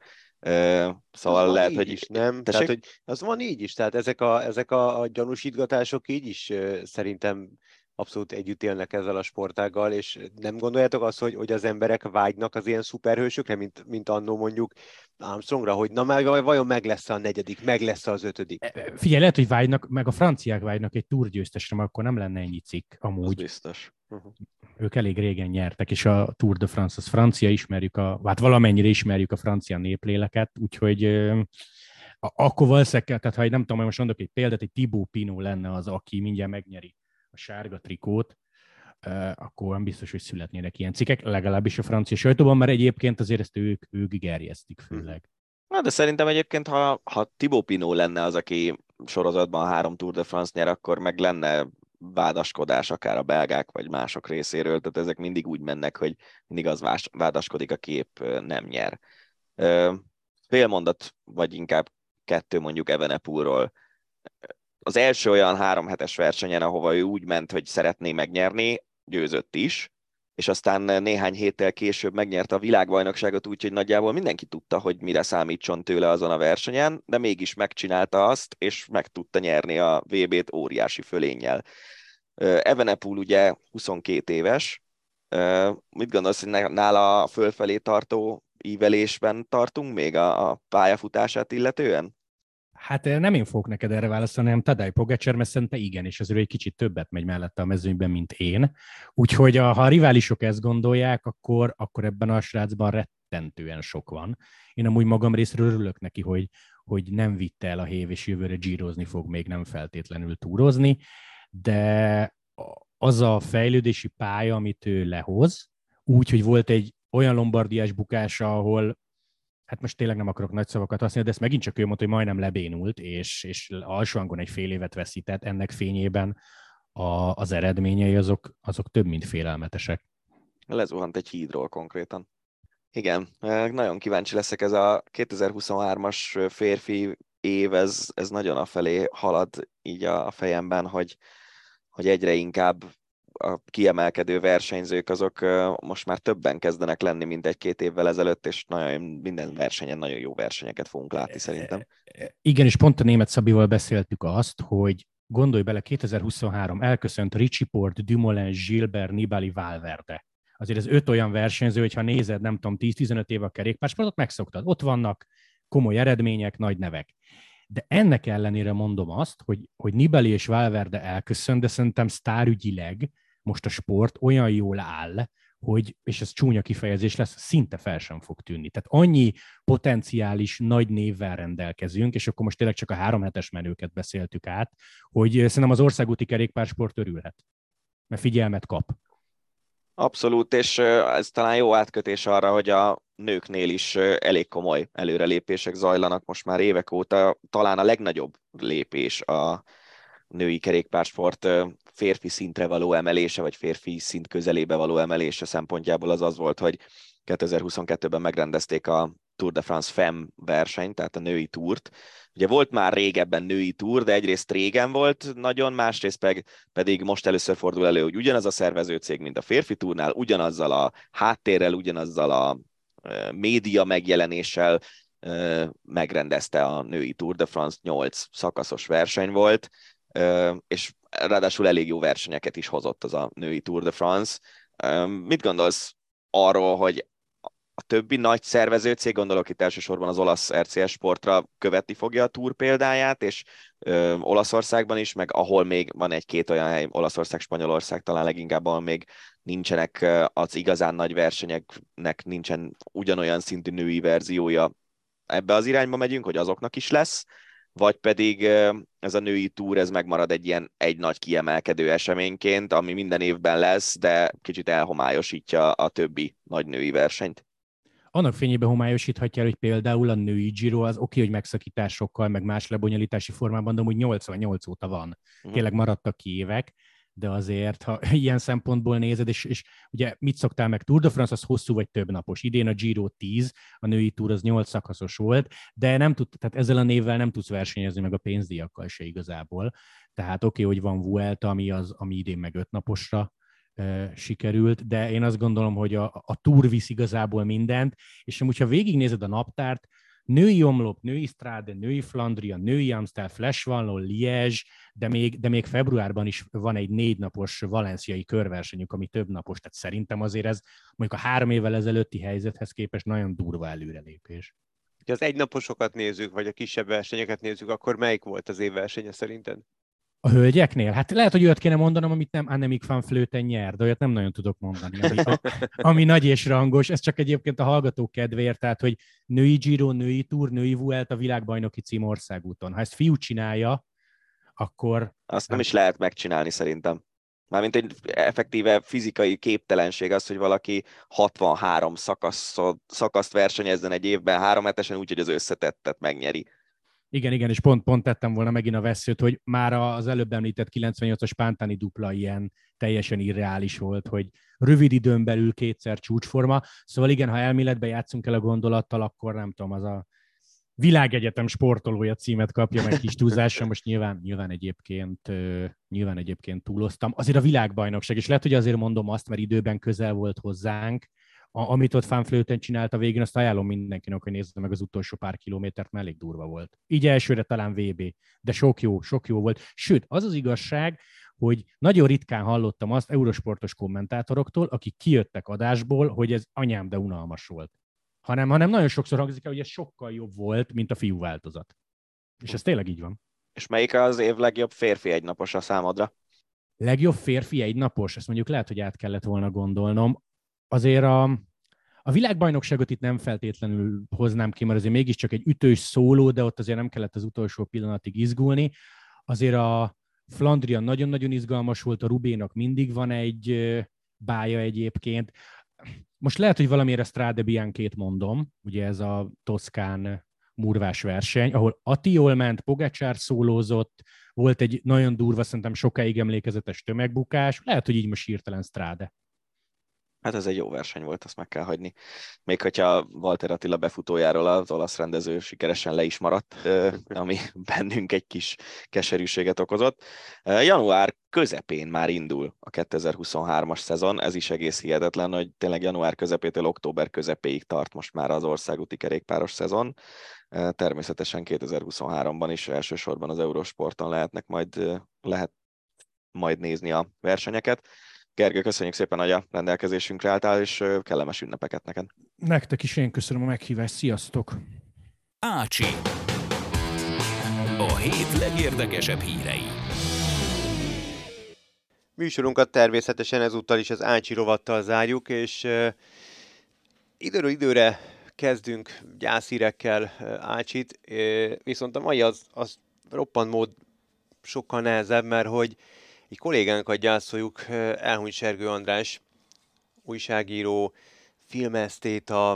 Szóval az lehet, így hogy... is, nem? Tehát, hogy az van így is, tehát ezek a, ezek a, a gyanúsítgatások így is uh, szerintem abszolút együtt élnek ezzel a sportággal, és nem gondoljátok azt, hogy, hogy az emberek vágynak az ilyen szuperhősökre, mint, mint annó mondjuk Armstrongra, hogy na már vajon meg lesz a negyedik, meg lesz az ötödik? Figyelj, lehet, hogy vágynak, meg a franciák vágynak egy túrgyőztesre, mert akkor nem lenne ennyi cikk amúgy. Az biztos. Uh-huh. Ők elég régen nyertek, és a Tour de France, az francia, ismerjük, a, hát valamennyire ismerjük a francia népléleket, úgyhogy euh, akkor valószínűleg, tehát ha nem tudom, most mondok egy példát, egy Thibaut Pinot lenne az, aki mindjárt megnyeri a sárga trikót, uh, akkor nem biztos, hogy születnének ilyen cikkek, legalábbis a francia sajtóban, mert egyébként azért ezt ők, ők gerjesztik főleg. Na, de szerintem egyébként, ha, ha Thibaut Pinot lenne az, aki sorozatban három Tour de France nyer, akkor meg lenne vádaskodás akár a belgák vagy mások részéről, tehát ezek mindig úgy mennek, hogy mindig az vádaskodik, aki épp nem nyer. Fél mondat, vagy inkább kettő mondjuk Evenepoelról. Az első olyan három hetes versenyen, ahova ő úgy ment, hogy szeretné megnyerni, győzött is, és aztán néhány héttel később megnyerte a világbajnokságot, úgyhogy nagyjából mindenki tudta, hogy mire számítson tőle azon a versenyen, de mégis megcsinálta azt, és meg tudta nyerni a vé bét óriási fölénnyel. Evenepoel ugye huszonkét éves, mit gondolsz, hogy nála a fölfelé tartó ívelésben tartunk még a, a pályafutását illetően? Hát nem én fogok neked erre válaszolni, hanem Tadej Pogačar, mert szerintem igen, és azért egy kicsit többet megy mellette a mezőnyben, mint én. Úgyhogy a, ha a riválisok ezt gondolják, akkor, akkor ebben a srácban rettentően sok van. Én amúgy magam részéről örülök neki, hogy, hogy nem vitte el a hév, és jövőre gyírozni fog, még nem feltétlenül túrozni, de az a fejlődési pálya, amit ő lehoz, úgy, hogy volt egy olyan lombardiás bukása, ahol hát most tényleg nem akarok nagy szavakat használni, de ezt megint csak ő mondta, hogy majdnem lebénult, és, és alsóhangon egy fél évet veszített, ennek fényében a, az eredményei azok, azok több, mint félelmetesek. Lezuhant egy hídról konkrétan. Igen, nagyon kíváncsi leszek, ez a kétezer-huszonhármas férfi év, ez, ez nagyon afelé halad így a fejemben, hogy, hogy egyre inkább a kiemelkedő versenyzők azok most már többen kezdenek lenni, mint egy-két évvel ezelőtt, és nagyon, minden versenyen nagyon jó versenyeket fogunk látni szerintem. Igen, és pont a német Szabival beszéltük azt, hogy gondolj bele, kétezer-huszonhárom elköszönt Richie Porte, Dumoulin, Gilbert, Nibali, Valverde. azért ez öt olyan versenyző, hogyha nézed, nem tudom, tíz-tizenöt év a kerékpársportot, megszoktad. Ott vannak komoly eredmények, nagy nevek. De ennek ellenére mondom azt, hogy, hogy Nibali és Valverde elköszön, de szerintem sztárügyileg most a sport olyan jól áll, hogy, és ez csúnya kifejezés lesz, szinte fel sem fog tűnni. Tehát annyi potenciális nagy névvel rendelkezünk, és akkor most tényleg csak a három hetes menőket beszéltük át, hogy szerintem az országúti kerékpársport örülhet, mert figyelmet kap. Abszolút, és ez talán jó átkötés arra, hogy a nőknél is elég komoly előrelépések zajlanak most már évek óta. Talán a legnagyobb lépés a női kerékpársport férfi szintre való emelése, vagy férfi szint közelébe való emelése szempontjából az az volt, hogy kétezer-huszonkettőben megrendezték a Tour de France Femme versenyt, tehát a női túrt. Ugye volt már régebben női túr, de egyrészt régen volt nagyon, másrészt pedig, pedig most először fordul elő, hogy ugyanaz a szervezőcég, mint a férfi túrnál, ugyanazzal a háttérrel, ugyanazzal a média megjelenéssel megrendezte a női Tour de France, nyolc szakaszos verseny volt, és ráadásul elég jó versenyeket is hozott az a női Tour de France. Mit gondolsz arról, hogy a többi nagy szervezőcég, gondolok itt elsősorban az olasz er cé es Sportra, követni fogja a Tour példáját, és ö, Olaszországban is, meg ahol még van egy-két olyan hely, Olaszország, Spanyolország talán leginkább, ahol még nincsenek az igazán nagy versenyeknek, nincsen ugyanolyan szintű női verziója. Ebbe az irányba megyünk, hogy azoknak is lesz, vagy pedig ez a női túr, ez megmarad egy ilyen egy nagy kiemelkedő eseményként, ami minden évben lesz, de kicsit elhomályosítja a többi nagy női versenyt. Annak fényében homályosíthatja el, hogy például a női Giro az oké, hogy megszakításokkal, meg más lebonyolítási formában, de amúgy nyolcvannyolc óta van. Tényleg maradtak ki évek, de azért, ha ilyen szempontból nézed, és, és ugye mit szoktál meg? Tour de France az hosszú vagy több napos. Idén a Giro tíz, a női Tour az nyolc szakaszos volt, de nem tud, tehát ezzel a névvel nem tudsz versenyezni, meg a pénzdíjakkal se igazából. Tehát oké, hogy van Vuelta, ami, az, ami idén meg öt naposra e, sikerült, de én azt gondolom, hogy a, a Tour visz igazából mindent, és amúgy, ha végignézed a naptárt, női omlop, női Strade, női Flandria, női Amstel, Flash Wallon, Liège, de még, de még februárban is van egy négy napos valenciai körversenyük, ami több napos, tehát szerintem azért ez mondjuk a három évvel ezelőtti helyzethez képest nagyon durva előrelépés. Ha az egynaposokat nézzük, vagy a kisebb versenyeket nézzük, akkor melyik volt az év versenye szerinted? A hölgyeknél? Hát lehet, hogy olyat kéne mondanom, amit nem Annemiek van Vleuten nyer, de olyat nem nagyon tudok mondani, ami, a, ami nagy és rangos. Ez csak egyébként a hallgatók kedvéért, tehát, hogy női Giro, női Tour, női Vuelta, világbajnoki cím országúton. Ha ezt fiú csinálja, akkor... Azt nem is lehet megcsinálni szerintem. Mármint egy effektíve fizikai képtelenség az, hogy valaki hatvanhárom szakasz, szakaszt versenyezzen egy évben három hetesen, úgyhogy az összetettet megnyeri. Igen, igen, és pont, pont tettem volna megint a veszőt, hogy már az előbb említett kilencvennyolcas Pantani dupla ilyen teljesen irreális volt, hogy rövid időn belül kétszer csúcsforma. Szóval igen, ha elméletben játszunk el a gondolattal, akkor nem tudom, az a világegyetem sportolója címet kapja meg kis túlzással. Most nyilván, nyilván, egyébként, nyilván egyébként túloztam. Azért a világbajnokság, és lehet, hogy azért mondom azt, mert időben közel volt hozzánk, A, amit ott Van Vleuten csinált a végén, azt ajánlom mindenkinek, hogy nézze meg az utolsó pár kilométert, mert elég durva volt. Így elsőre talán vé bé, de sok jó, sok jó volt. Sőt, az az igazság, hogy nagyon ritkán hallottam azt eurosportos kommentátoroktól, akik kijöttek adásból, hogy ez anyám, de unalmas volt. Hanem, hanem nagyon sokszor hangzik el, hogy ez sokkal jobb volt, mint a fiú változat. És ez tényleg így van. És melyik az év legjobb férfi egynapos a számodra? Legjobb férfi egynapos? Ezt mondjuk lehet, hogy át kellett volna gondolnom. Azért a, a világbajnokságot itt nem feltétlenül hoznám ki, mert azért mégiscsak egy ütős szóló, de ott azért nem kellett az utolsó pillanatig izgulni. Azért a Flandria nagyon-nagyon izgalmas volt, a Rubénak mindig van egy bája egyébként. Most lehet, hogy valamiért a Strade Bianchét mondom, ugye ez a toszkán murvás verseny, ahol Atti jól ment, Pogačar szólózott, volt egy nagyon durva, szerintem sokáig emlékezetes tömegbukás, lehet, hogy így most hirtelen Strade. Hát ez egy jó verseny volt, azt meg kell hagyni. Még hogyha Walter Attila befutójáról az olasz rendező sikeresen le is maradt, ami bennünk egy kis keserűséget okozott. Január közepén már indul a kétezer-huszonhármas szezon, ez is egész hihetetlen, hogy tényleg január közepétől október közepéig tart most már az országúti kerékpáros szezon. Természetesen kétezer-huszonháromban is elsősorban az Eurosporton lehetnek majd, lehet majd nézni a versenyeket. Gergő, köszönjük szépen, hogy a rendelkezésünkre álltál, és kellemes ünnepeket neked. Nektek is én köszönöm a meghívást, sziasztok! Ácsi. A hét legérdekesebb hírei. Műsorunkat természetesen ezúttal is az Ácsi rovattal zárjuk, és uh, időről időre kezdünk gyászhírekkel uh, Ácsit, uh, viszont a mai az, az roppant mód sokkal nehezebb, mert hogy egy kollégánkat gyászoljuk, uh, elhunyt Sergő András, újságíró, filmesztéta,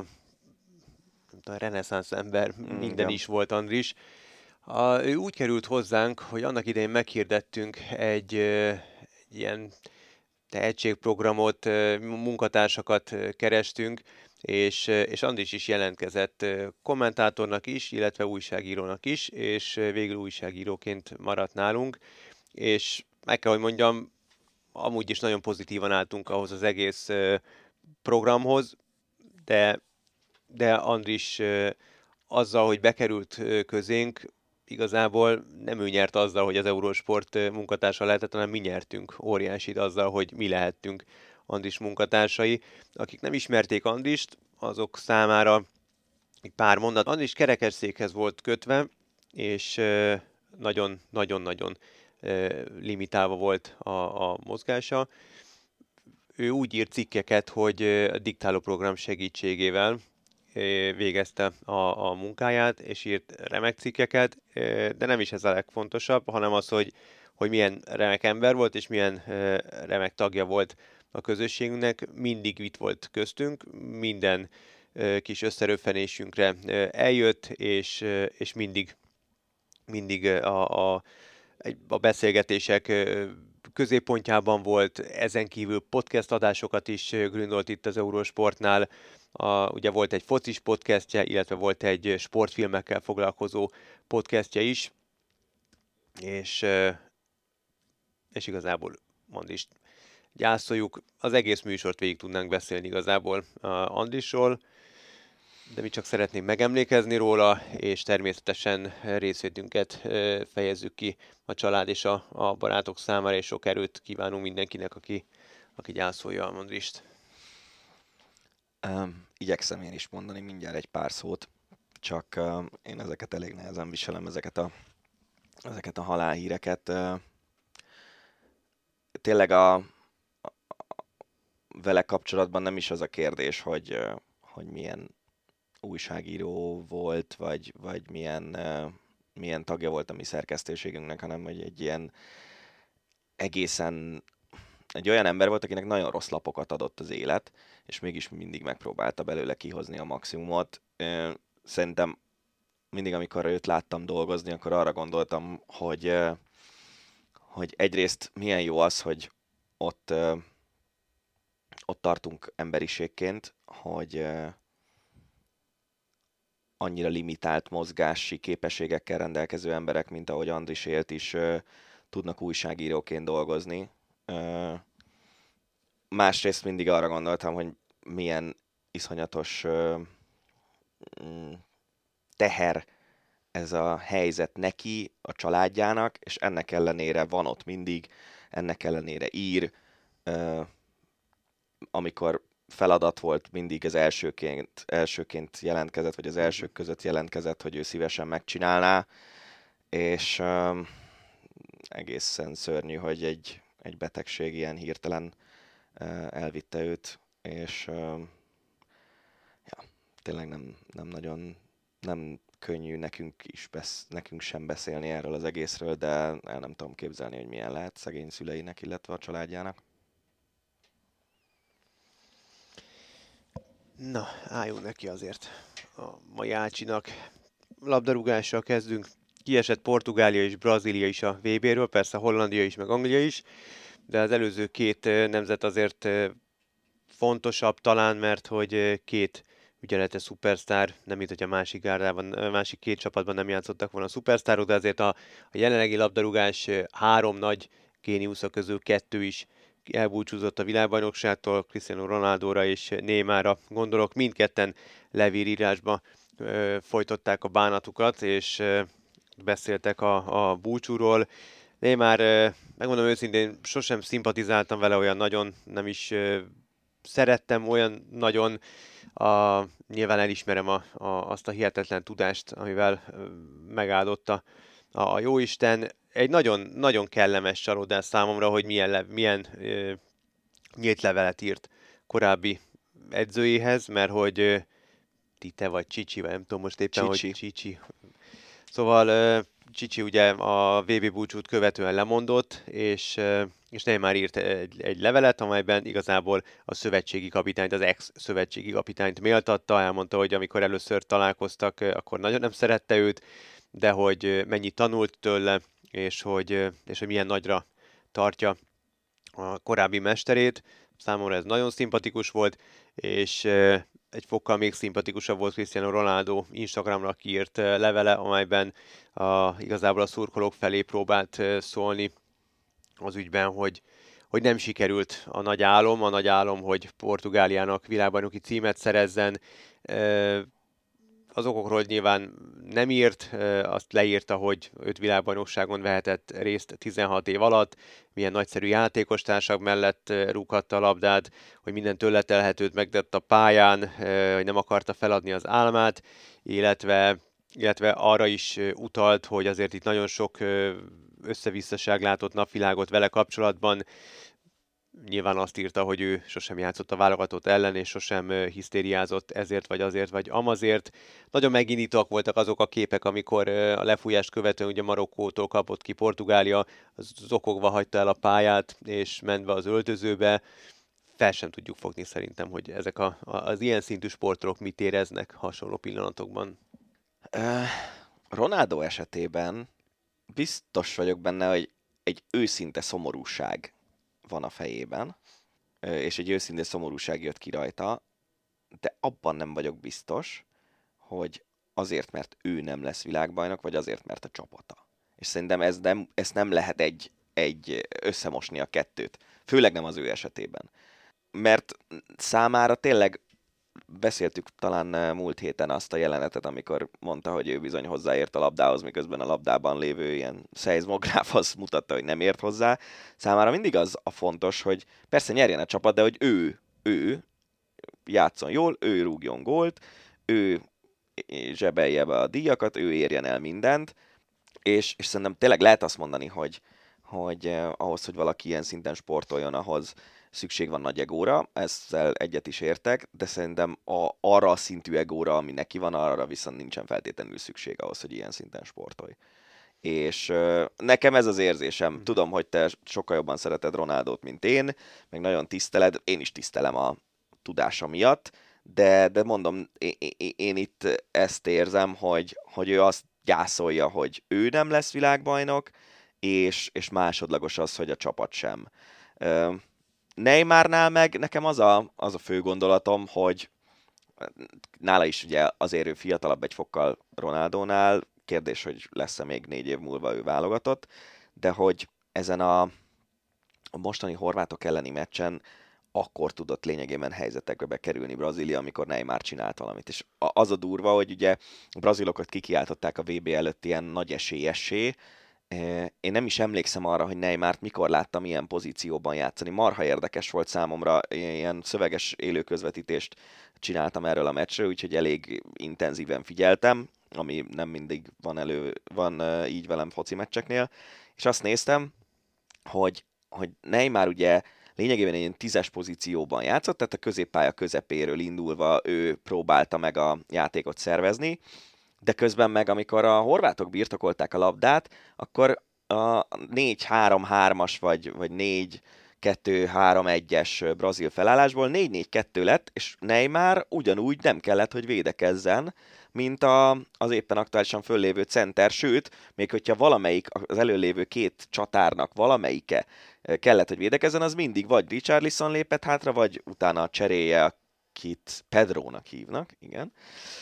a reneszánsz ember, minden Igen. is volt Andris. A, ő úgy került hozzánk, hogy annak idején meghirdettünk egy, egy ilyen tehetségprogramot, munkatársakat kerestünk, és, és Andris is jelentkezett kommentátornak is, illetve újságírónak is, és végül újságíróként maradt nálunk, és meg kell, hogy mondjam, amúgy is nagyon pozitívan álltunk ahhoz az egész programhoz, de, de Andris azzal, hogy bekerült közénk, igazából nem ő nyert azzal, hogy az Eurosport munkatársa lehetett, hanem mi nyertünk óriásit azzal, hogy mi lehettünk Andris munkatársai. Akik nem ismerték Andrist, azok számára egy pár mondat. Andris kerekesszékhez volt kötve, és nagyon-nagyon-nagyon limitálva volt a, a mozgása. Ő úgy írt cikkeket, hogy a diktálóprogram segítségével végezte a, a munkáját, és írt remek cikkeket, de nem is ez a legfontosabb, hanem az, hogy, hogy milyen remek ember volt, és milyen remek tagja volt a közösségünknek. Mindig itt volt köztünk, minden kis összeröffenésünkre eljött, és, és mindig, mindig a, a, a beszélgetések középpontjában volt, ezen kívül podcast adásokat is gründolt itt az Eurosportnál. A, ugye volt egy focis podcastje, illetve volt egy sportfilmekkel foglalkozó podcastje is, és, és igazából Andrist gyászoljuk. Az egész műsort végig tudnánk beszélni igazából Andrisról, de mi csak szeretnénk megemlékezni róla, és természetesen részvétünket fejezzük ki a család és a, a barátok számára, és sok erőt kívánunk mindenkinek, aki, aki gyászolja Andrist. Um, igyekszem én is mondani mindjárt egy pár szót, csak uh, én ezeket elég nehezen viselem, ezeket a, ezeket a halálhíreket. Uh, tényleg a, a, a vele kapcsolatban nem is az a kérdés, hogy, uh, hogy milyen újságíró volt, vagy, vagy milyen, uh, milyen tagja volt a mi szerkesztőségünknek, hanem hogy egy ilyen egészen egy olyan ember volt, akinek nagyon rossz lapokat adott az élet, és mégis mindig megpróbálta belőle kihozni a maximumot. Szerintem mindig, amikor őt láttam dolgozni, akkor arra gondoltam, hogy, hogy egyrészt milyen jó az, hogy ott, ott tartunk emberiségként, hogy annyira limitált mozgási képességekkel rendelkező emberek, mint ahogy Andris élt is, tudnak újságíróként dolgozni. Uh, másrészt mindig arra gondoltam, hogy milyen iszonyatos uh, teher ez a helyzet neki, a családjának, és ennek ellenére van ott mindig, ennek ellenére ír. Uh, amikor feladat volt, mindig az elsőként, elsőként jelentkezett, vagy az elsők között jelentkezett, hogy ő szívesen megcsinálná, és uh, egészen szörnyű, hogy egy egy betegség ilyen hirtelen uh, elvitte őt, és uh, ja, tényleg nem, nem nagyon, nem könnyű nekünk, is besz, nekünk sem beszélni erről az egészről, de el nem tudom képzelni, hogy milyen lehet szegény szüleinek, illetve a családjának. Na, álljunk neki azért a mai Ácsinak. Labdarúgással kezdünk. Kiesett Portugália és Brazília is a vé béről, persze Hollandia is, meg Anglia is, de az előző két nemzet azért fontosabb talán, mert hogy két ügyelete szupersztár, nem mint hogy a másik gárdában, másik két csapatban nem játszottak volna a szupersztárok, de azért a, a jelenlegi labdarúgás három nagy géniusza közül kettő is elbúcsúzott a világbajnokságtól, Cristiano Ronaldóra és Neymarra gondolok, mindketten levírírásba folytották a bánatukat, és beszéltek a, a búcsúról. Neymar, ö, megmondom őszintén, sosem szimpatizáltam vele olyan nagyon, nem is ö, szerettem olyan nagyon. A, nyilván elismerem a, a, azt a hihetetlen tudást, amivel ö, megáldotta a, a jóisten. Egy nagyon, nagyon kellemes csalódás számomra, hogy milyen, le, milyen ö, nyílt levelet írt korábbi edzőjéhez, mert hogy ö, Tite vagy Csicsi, vagy nem tudom most éppen, Csicsi. hogy Csicsi. Szóval ö, Csicsi ugye a vé bé búcsút követően lemondott, és, ö, és Neymar írt egy, egy levelet, amelyben igazából a szövetségi kapitányt, az ex-szövetségi kapitányt méltatta, elmondta, hogy amikor először találkoztak, ö, akkor nagyon nem szerette őt, de hogy ö, mennyit tanult tőle, és hogy, ö, és hogy milyen nagyra tartja a korábbi mesterét. Számomra ez nagyon szimpatikus volt, és ö, egy fokkal még szimpatikusabb volt Cristiano Ronaldo Instagramra kiírt ö, levele, amelyben a, igazából a szurkolók felé próbált ö, szólni az ügyben, hogy, hogy nem sikerült a nagy álom, a nagy álom, hogy Portugáliának világbajnoki címet szerezzen. Ö, Az okokról nyilván nem írt, ö, azt leírta, hogy öt világbajnokságon vehetett részt tizenhat év alatt, milyen nagyszerű játékostársak mellett ö, rúghatta a labdát, hogy minden tőle telhetőt megtett a pályán, ö, hogy nem akarta feladni az álmát, illetve, illetve arra is ö, utalt, hogy azért itt nagyon sok ö, összevisszaság látott napvilágot vele kapcsolatban. Nyilván azt írta, hogy ő sosem játszott a válogatott ellen, és sosem ö, hisztériázott ezért, vagy azért, vagy amazért. Nagyon megindítóak voltak azok a képek, amikor ö, a lefújást követően ugye Marokkótól kapott ki Portugália, az zokogva hagyta el a pályát, és mentve az öltözőbe. Fel sem tudjuk fogni szerintem, hogy ezek a, a, az ilyen szintű sportolók mit éreznek hasonló pillanatokban. Uh, Ronaldo esetében biztos vagyok benne, hogy egy őszinte szomorúság van a fejében, és egy őszinte szomorúság jött ki rajta, de abban nem vagyok biztos, hogy azért, mert ő nem lesz világbajnok, vagy azért, mert a csapata. És szerintem ez nem, ezt nem lehet egy, egy összemosni a kettőt. Főleg nem az ő esetében. Mert számára tényleg beszéltük talán múlt héten azt a jelenetet, amikor mondta, hogy ő bizony hozzáért a labdához, miközben a labdában lévő ilyen szeizmográf azt mutatta, hogy nem ért hozzá. Számára mindig az a fontos, hogy persze nyerjen a csapat, de hogy ő, ő játszon jól, ő rúgjon gólt, ő zsebelje be a díjakat, ő érjen el mindent, és, és szerintem tényleg lehet azt mondani, hogy, hogy eh, ahhoz, hogy valaki ilyen szinten sportoljon, ahhoz szükség van nagy egóra, ezzel egyet is értek, de szerintem a, arra a szintű egóra, ami neki van, arra viszont nincsen feltétlenül szükség ahhoz, hogy ilyen szinten sportolj. És uh, nekem ez az érzésem. Tudom, hogy te sokkal jobban szereted Ronaldót, mint én, meg nagyon tiszteled, én is tisztelem a tudása miatt, de, de mondom, én, én, én itt ezt érzem, hogy, hogy ő azt gyászolja, hogy ő nem lesz világbajnok, és, és másodlagos az, hogy a csapat sem. Uh, Neymarnál meg nekem az a, az a fő gondolatom, hogy nála is ugye azért ő fiatalabb egy fokkal Ronaldónál, kérdés, hogy lesz-e még négy év múlva ő válogatott, de hogy ezen a, a mostani horvátok elleni meccsen akkor tudott lényegében helyzetekbe bekerülni Brazília, amikor Neymar csinált valamit. És az a durva, hogy ugye a brazilokat kikiáltották a vé bé előtt ilyen nagy esélyessé. Én nem is emlékszem arra, hogy Neymart mikor láttam ilyen pozícióban játszani. Marha érdekes volt számomra, ilyen szöveges élőközvetítést csináltam erről a meccsről, úgyhogy elég intenzíven figyeltem, ami nem mindig van elő, van így velem foci meccseknél, és azt néztem, hogy, hogy Neymar ugye lényegében egy ilyen tízes pozícióban játszott, tehát a középpálya közepéről indulva ő próbálta meg a játékot szervezni, de közben meg, amikor a horvátok birtokolták a labdát, akkor a négy három hármas vagy, vagy négy kettő három egyes brazil felállásból négy négy kettő lett, és Neymar ugyanúgy nem kellett, hogy védekezzen, mint a, az éppen aktuálisan föllévő center, sőt, még hogyha valamelyik, az előlévő két csatárnak valamelyike kellett, hogy védekezzen, az mindig vagy Richarlison lépett hátra, vagy utána a cseréje, akit Pedrónak hívnak, igen.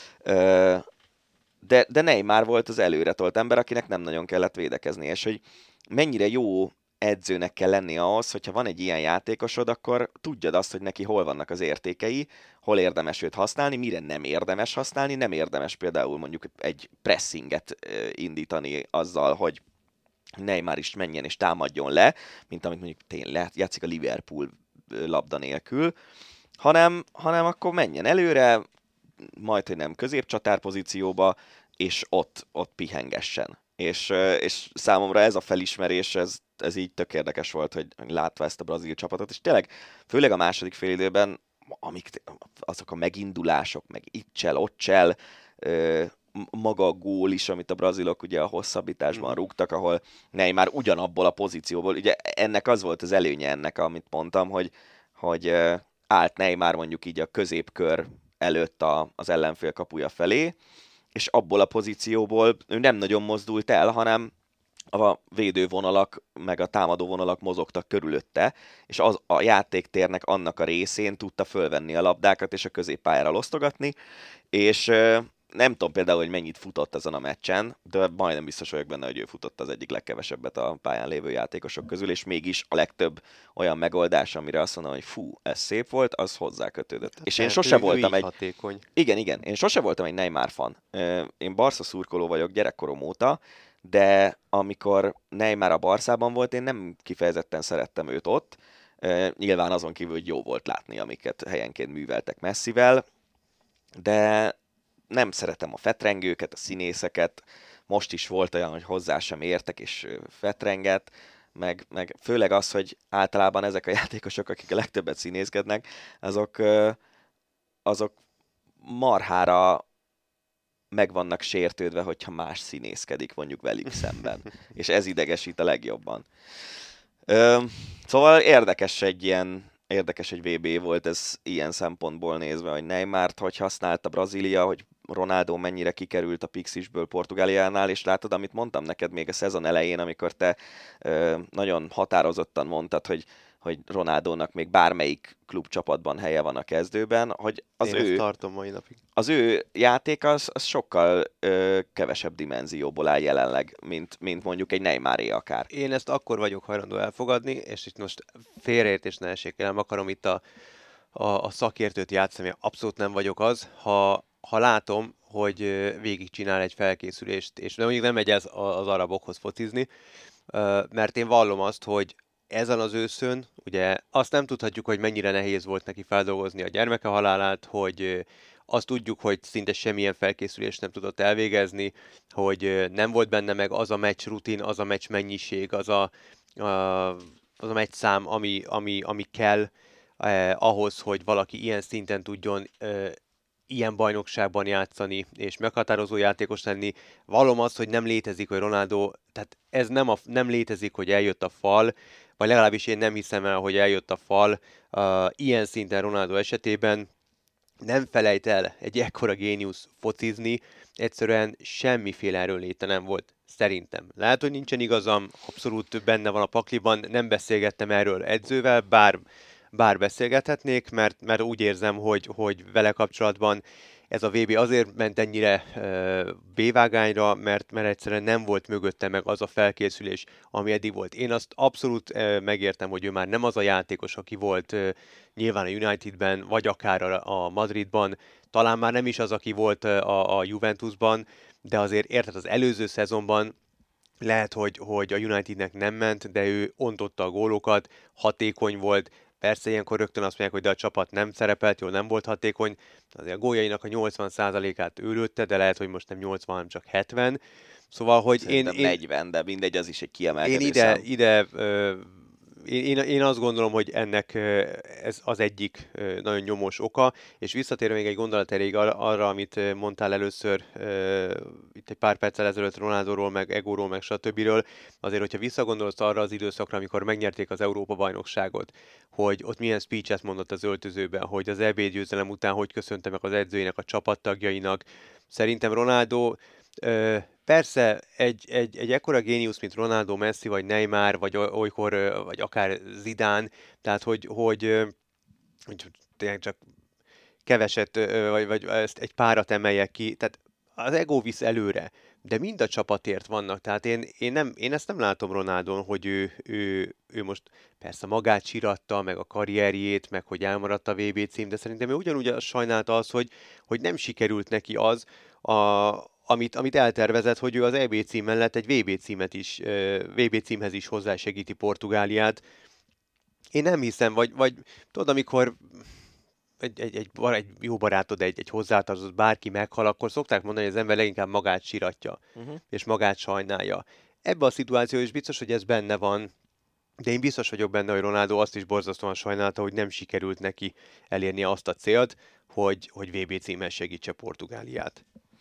De, de Neymar volt az előretolt ember, akinek nem nagyon kellett védekezni, és hogy mennyire jó edzőnek kell lenni ahhoz, hogyha van egy ilyen játékosod, akkor tudjad azt, hogy neki hol vannak az értékei, hol érdemes őt használni, mire nem érdemes használni, nem érdemes például mondjuk egy pressinget indítani azzal, hogy Neymar is menjen és támadjon le, mint amit mondjuk tényleg játszik a Liverpool labda nélkül, hanem, hanem akkor menjen előre, majd, hogy nem középcsatár pozícióba, és ott, ott pihengessen. És, és számomra ez a felismerés, ez, ez így tök érdekes volt, hogy látva ezt a brazil csapatot, és tényleg, főleg a második fél időben, amik, azok a megindulások, meg itt-csel, ott-csel, maga a gól is, amit a brazilok ugye a hosszabbításban rúgtak, ahol Neymar ugyanabból a pozícióból, ugye ennek az volt az előnye ennek, amit mondtam, hogy, hogy állt Neymar mondjuk így a középkör előtt a, az ellenfél kapuja felé, és abból a pozícióból ő nem nagyon mozdult el, hanem a védővonalak, meg a támadóvonalak mozogtak körülötte, és az a játéktérnek annak a részén tudta fölvenni a labdákat, és a középpályára osztogatni, és nem tudom például, hogy mennyit futott ezen a meccsen, de majdnem biztos vagyok benne, hogy ő futott az egyik legkevesebbet a pályán lévő játékosok közül, és mégis a legtöbb olyan megoldás, amire azt mondom, hogy fú, ez szép volt, az hozzákötődött. Tehát és én sose ő, voltam ő egy... hatékony. Igen, igen, én sose voltam egy Neymar fan. Én Barca szurkoló vagyok gyerekkorom óta, de amikor Neymar a Barszában volt, én nem kifejezetten szerettem őt ott. Nyilván azon kívül, hogy jó volt látni, amiket helyenként műveltek Messivel, de nem szeretem a fetrengőket, a színészeket, most is volt olyan, hogy hozzá sem értek, és fetrenget, meg, meg főleg az, hogy általában ezek a játékosok, akik a legtöbbet színészkednek, azok, azok marhára meg vannak sértődve, hogyha más színészkedik mondjuk velük szemben. És ez idegesít a legjobban. Ö, szóval érdekes egy ilyen Érdekes egy vé bé volt ez ilyen szempontból nézve, hogy Neymart hogy használta Brazília, hogy Ronaldo mennyire kikerült a Pixisből Portugáliánál, és látod, amit mondtam neked még a szezon elején, amikor te ö, nagyon határozottan mondtad, hogy, hogy Ronaldónak még bármelyik klubcsapatban helye van a kezdőben, hogy az Én ő, ezt tartom mai napig. az ő játék az, az sokkal ö, kevesebb dimenzióból áll jelenleg, mint, mint mondjuk egy Neymaré akár. Én ezt akkor vagyok hajlandó elfogadni, és itt most félreértés ne essék el, nem akarom itt a, a, a szakértőt játszani, abszolút nem vagyok az, ha, ha látom, hogy végigcsinál egy felkészülést, és mondjuk nem megy ez az arabokhoz focizni, mert én vallom azt, hogy ezen az őszön, ugye azt nem tudhatjuk, hogy mennyire nehéz volt neki feldolgozni a gyermeke halálát, hogy azt tudjuk, hogy szinte semmilyen felkészülést nem tudott elvégezni, hogy nem volt benne meg az a meccs rutin, az a meccs mennyiség, az a, a, az a meccs szám, ami, ami, ami kell eh, ahhoz, hogy valaki ilyen szinten tudjon eh, ilyen bajnokságban játszani, és meghatározó játékos lenni. Vallom azt, hogy nem létezik, hogy Ronaldo, tehát ez nem, a, nem létezik, hogy eljött a fal, vagy legalábbis én nem hiszem el, hogy eljött a fal uh, ilyen szinten Ronaldo esetében. Nem felejt el egy ekkora géniusz focizni, egyszerűen semmiféle erőnléte nem volt, szerintem. Lehet, hogy nincsen igazam, abszolút benne van a pakliban, nem beszélgettem erről edzővel, bár, bár beszélgethetnék, mert, mert úgy érzem, hogy, hogy vele kapcsolatban ez a vé bé azért ment ennyire uh, B-vágányra, mert, mert egyszerűen nem volt mögötte meg az a felkészülés, ami eddig volt. Én azt abszolút uh, megértem, hogy ő már nem az a játékos, aki volt uh, nyilván a Unitedben, vagy akár a, a Madridban, talán már nem is az, aki volt uh, a, a Juventusban, de azért érted, az előző szezonban lehet, hogy, hogy a Unitednek nem ment, de ő ontotta a gólokat, hatékony volt. Persze ilyenkor rögtön azt mondják, hogy de a csapat nem szerepelt, jól nem volt hatékony. Azért a góljainak a nyolcvan százalékát ő lőtte, de lehet, hogy most nem nyolcvan, hanem csak hetven. Szóval, hogy én, én... negyven, de mindegy, az is egy kiemelkedő Én ide, szám. ide ö, én, én, én azt gondolom, hogy ennek ez az egyik nagyon nyomós oka, és visszatérve még egy gondolat elég arra, amit mondtál először itt egy pár perccel ezelőtt Ronaldóról, meg Egóról, meg stb. Azért, hogyha visszagondolsz arra az időszakra, amikor megnyerték az Európa-bajnokságot, hogy ott milyen speechet mondott az öltözőben, hogy az é bé győzelem után hogy köszönte meg az edzőinek, a csapattagjainak. Szerintem Ronaldo Ö, persze, egy, egy, egy ekkora géniusz, mint Ronaldo, Messi, vagy Neymar, vagy olykor, vagy akár Zidane, tehát hogy, hogy, hogy tényleg csak keveset, vagy, vagy ezt egy párat emeljek ki, tehát az ego visz előre, de mind a csapatért vannak, tehát én, én, nem, én ezt nem látom Ronaldon, hogy ő, ő, ő most persze magát síratta, meg a karrierjét, meg hogy elmaradt a vé bé cím, de szerintem ő ugyanúgy sajnálta az, hogy, hogy nem sikerült neki az, a, amit, amit eltervezett, hogy ő az é bé cím mellett egy vé bé címet is, vé bé címhez is hozzásegíti Portugáliát. Én nem hiszem, vagy, vagy tudod, amikor egy, egy, egy, egy jó barátod, egy, egy hozzátartozott bárki meghal, akkor szokták mondani, hogy az ember leginkább magát siratja, uh-huh. és magát sajnálja. Ebben a szituáció is biztos, hogy ez benne van, de én biztos vagyok benne, hogy Ronaldo azt is borzasztóan sajnálta, hogy nem sikerült neki elérni azt a célt, hogy, hogy vé bé címmel segítse Portugáliát.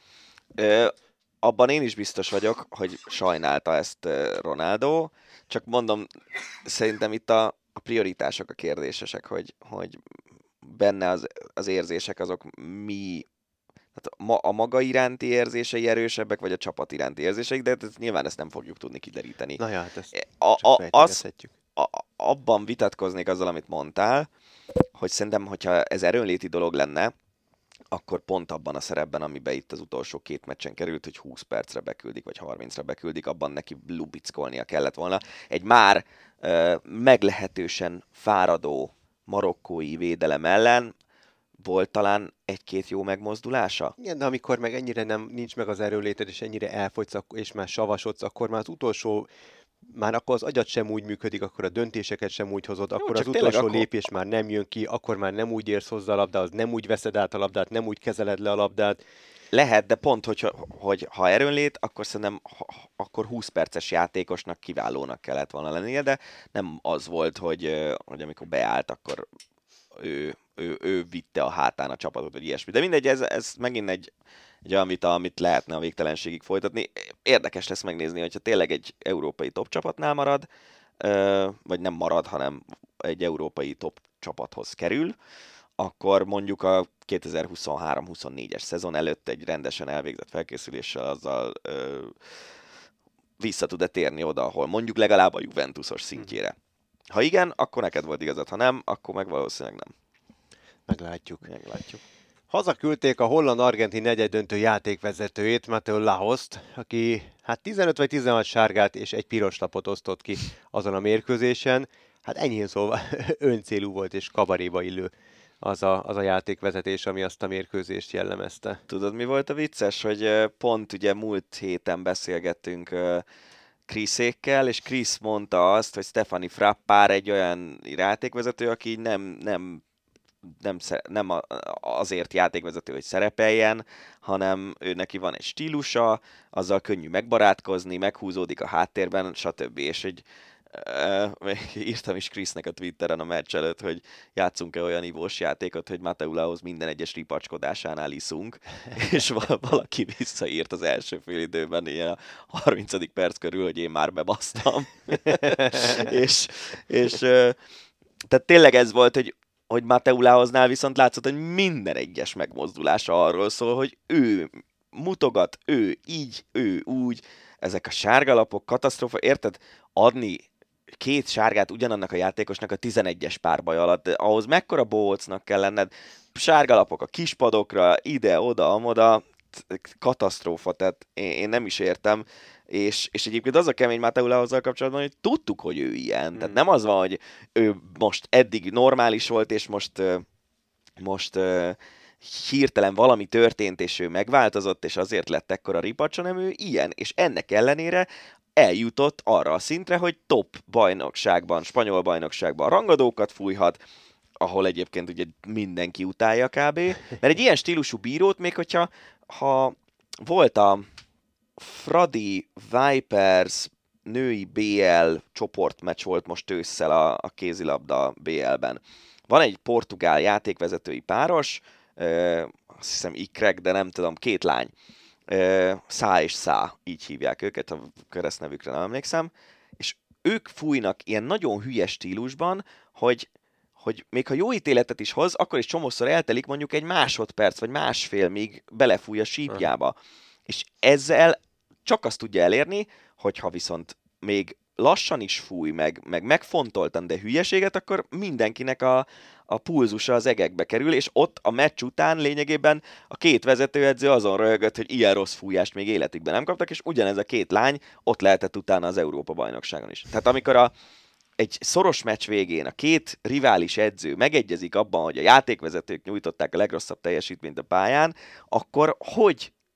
Ö, abban én is biztos vagyok, hogy sajnálta ezt Ronaldo, csak mondom, szerintem itt a, a prioritások a kérdésesek, hogy, hogy benne az, az érzések azok mi, hát ma, a maga iránti érzései erősebbek, vagy a csapat iránti érzéseik, de ez, nyilván ezt nem fogjuk tudni kideríteni. Na ja, hát ezt a, a, az, a, abban vitatkoznék azzal, amit mondtál, hogy szerintem, hogyha ez erőnléti dolog lenne, akkor pont abban a szerepben, amiben itt az utolsó két meccsen került, hogy húsz percre beküldik, vagy harmincra beküldik, abban neki lubickolnia kellett volna. Egy már uh, meglehetősen fáradó marokkói védelem ellen volt talán egy-két jó megmozdulása? Igen, de amikor meg ennyire nem, nincs meg az erőléted, és ennyire elfogysz, és már savasodsz, akkor már az utolsó, már akkor az agyat sem úgy működik, akkor a döntéseket sem úgy hozod, jó, akkor az utolsó akkor... lépés már nem jön ki, akkor már nem úgy érsz hozzá a labdához, nem úgy veszed át a labdát, nem úgy kezeled le a labdát. Lehet, de pont, hogy, hogy ha erőnlét, akkor szerintem ha, akkor húsz perces játékosnak kiválónak kellett volna lennie, de nem az volt, hogy, hogy amikor beállt, akkor ő, ő, ő vitte a hátán a csapatot, vagy ilyesmi. De mindegy, ez, ez megint egy, egy olyan vita, amit lehetne a végtelenségig folytatni. Érdekes lesz megnézni, hogyha tényleg egy európai top csapatnál marad, vagy nem marad, hanem egy európai top csapathoz kerül, akkor mondjuk a kétezer-huszonhárom huszonnégyes szezon előtt egy rendesen elvégzett felkészüléssel azzal ö, vissza tud-e térni oda, ahol mondjuk legalább a Juventusos szintjére. Ha igen, akkor neked volt igazad, ha nem, akkor meg valószínűleg nem. Meglátjuk. Meglátjuk. Hazaküldték a holland-argentin negyeddöntő játékvezetőjét, Mateo Lahost, aki hát tizenöt vagy tizenhat sárgát és egy piros lapot osztott ki azon a mérkőzésen. Hát enyhén szóval öncélú volt és kabaréba illő az a, az a játékvezetés, ami azt a mérkőzést jellemezte. Tudod, mi volt a vicces? Hogy pont ugye múlt héten beszélgettünk Chrisékkel, és Chris mondta azt, hogy Stefani Frappár egy olyan játékvezető, aki nem, nem, nem, nem azért játékvezető, hogy szerepeljen, hanem ő neki van egy stílusa, azzal könnyű megbarátkozni, meghúzódik a háttérben, stb. És hogy Uh, írtam is Krisznek a Twitteren a meccs előtt, hogy játszunk-e olyan ivós játékot, hogy Mateulához minden egyes ripacskodásánál iszunk, és valaki visszaírt az első fél időben, ilyen a harmincadik perc körül, hogy én már bebasztam. és, és uh, tehát tényleg ez volt, hogy, hogy Mateuláhoznál viszont látszott, hogy minden egyes megmozdulása arról szól, hogy ő mutogat, ő így, ő úgy, ezek a sárgalapok, katasztrófa, érted? Adni két sárgát ugyanannak a játékosnak a tizenegyes párbaj alatt, de ahhoz mekkora bohócnak kell lenned, sárgalapok a kispadokra, ide, oda, amoda, katasztrófa, tehát én, én nem is értem, és, és egyébként az a kemény Mateuláhozzal kapcsolatban, hogy tudtuk, hogy ő ilyen, hmm. tehát nem az van, hogy ő most eddig normális volt, és most, most hirtelen valami történt, és ő megváltozott, és azért lett ekkora ripacs, hanem ő ilyen, és ennek ellenére eljutott arra a szintre, hogy top bajnokságban, spanyol bajnokságban rangadókat fújhat, ahol egyébként ugye mindenki utálja kb. Mert egy ilyen stílusú bírót, még hogyha ha volt a Fradi Vipers női bé el csoportmeccs volt most ősszel a, a kézilabda bé el-ben. Van egy portugál játékvezetői páros, ö, azt hiszem ikrek, de nem tudom, két lány. Szá és Szá, így hívják őket, a keresztnevükre nem emlékszem, és ők fújnak ilyen nagyon hülye stílusban, hogy, hogy még ha jó ítéletet is hoz, akkor is csomószor eltelik mondjuk egy másodperc, vagy másfél, míg belefúj a sípjába. Uh-huh. És ezzel csak azt tudja elérni, hogyha viszont még lassan is fúj, meg, meg megfontoltan, de hülyeséget, akkor mindenkinek a, a pulzusa az egekbe kerül, és ott a meccs után lényegében a két vezetőedző azon röhögött, hogy ilyen rossz fújást még életükben nem kaptak, és ugyanez a két lány ott lehetett utána az Európa-bajnokságon is. Tehát amikor a, egy szoros meccs végén a két rivális edző megegyezik abban, hogy a játékvezetők nyújtották a legrosszabb teljesítményt a pályán, akkor hogy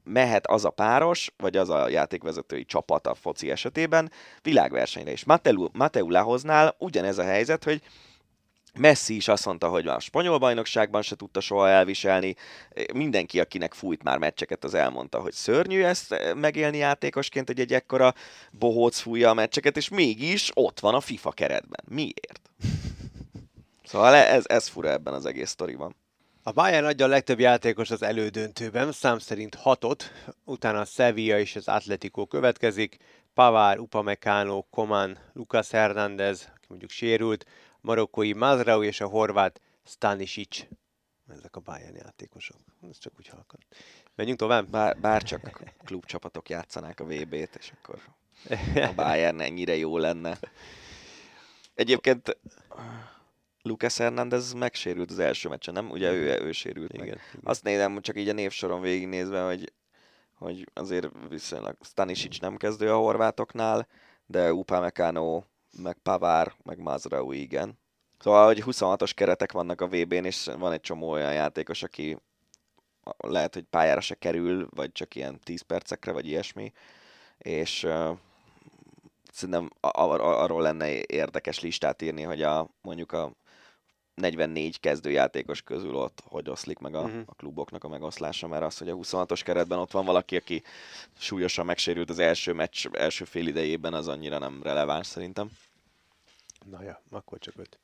mehet az a páros, vagy az a játékvezetői csapat a foci esetében világversenyre is. Mateu, Mateu Lahoznál ugyanez a helyzet, hogy Messi is azt mondta, hogy a spanyol bajnokságban se tudta soha elviselni. Mindenki, akinek fújt már meccseket, az elmondta, hogy szörnyű ezt megélni játékosként, hogy egy ekkora bohóc fújja a meccseket, és mégis ott van a FIFA keretben. Miért? Szóval ez, ez fura ebben az egész sztoriban. A Bayern adja a legtöbb játékos az elődöntőben, szám szerint hatot, utána a Sevilla és az Atletico következik, Pavard, Upamecano, Coman, Lucas Hernández, aki mondjuk sérült, marokkói Mazraoui és a horvát Stanisic. Ezek a Bayern játékosok. Ez csak úgy halkan. Menjünk tovább? Bár, bár csak klubcsapatok játszanák a vé bét, és akkor a Bayern ennyire jó lenne. Egyébként Lucas Hernández megsérült az első meccsen, nem? Ugye ő, ő sérült igen, meg. igen. Azt nézem, csak így a névsoron végignézve, hogy, hogy azért viszonylag Stanisic nem kezdő a horvátoknál, de Upamecano, meg Pavard, meg Mazraoui, igen. Szóval, hogy huszonhatos keretek vannak a vé bén, és van egy csomó olyan játékos, aki lehet, hogy pályára se kerül, vagy csak ilyen tíz percekre, vagy ilyesmi, és uh, szerintem ar- arról lenne érdekes listát írni, hogy a, mondjuk a negyvennégy kezdőjátékos közül ott hogy oszlik meg a, uh-huh. a kluboknak a megoszlása, mert az, hogy a huszonhatos keretben ott van valaki, aki súlyosan megsérült az első meccs első fél idejében, az annyira nem releváns szerintem. Na ja, akkor csak öt.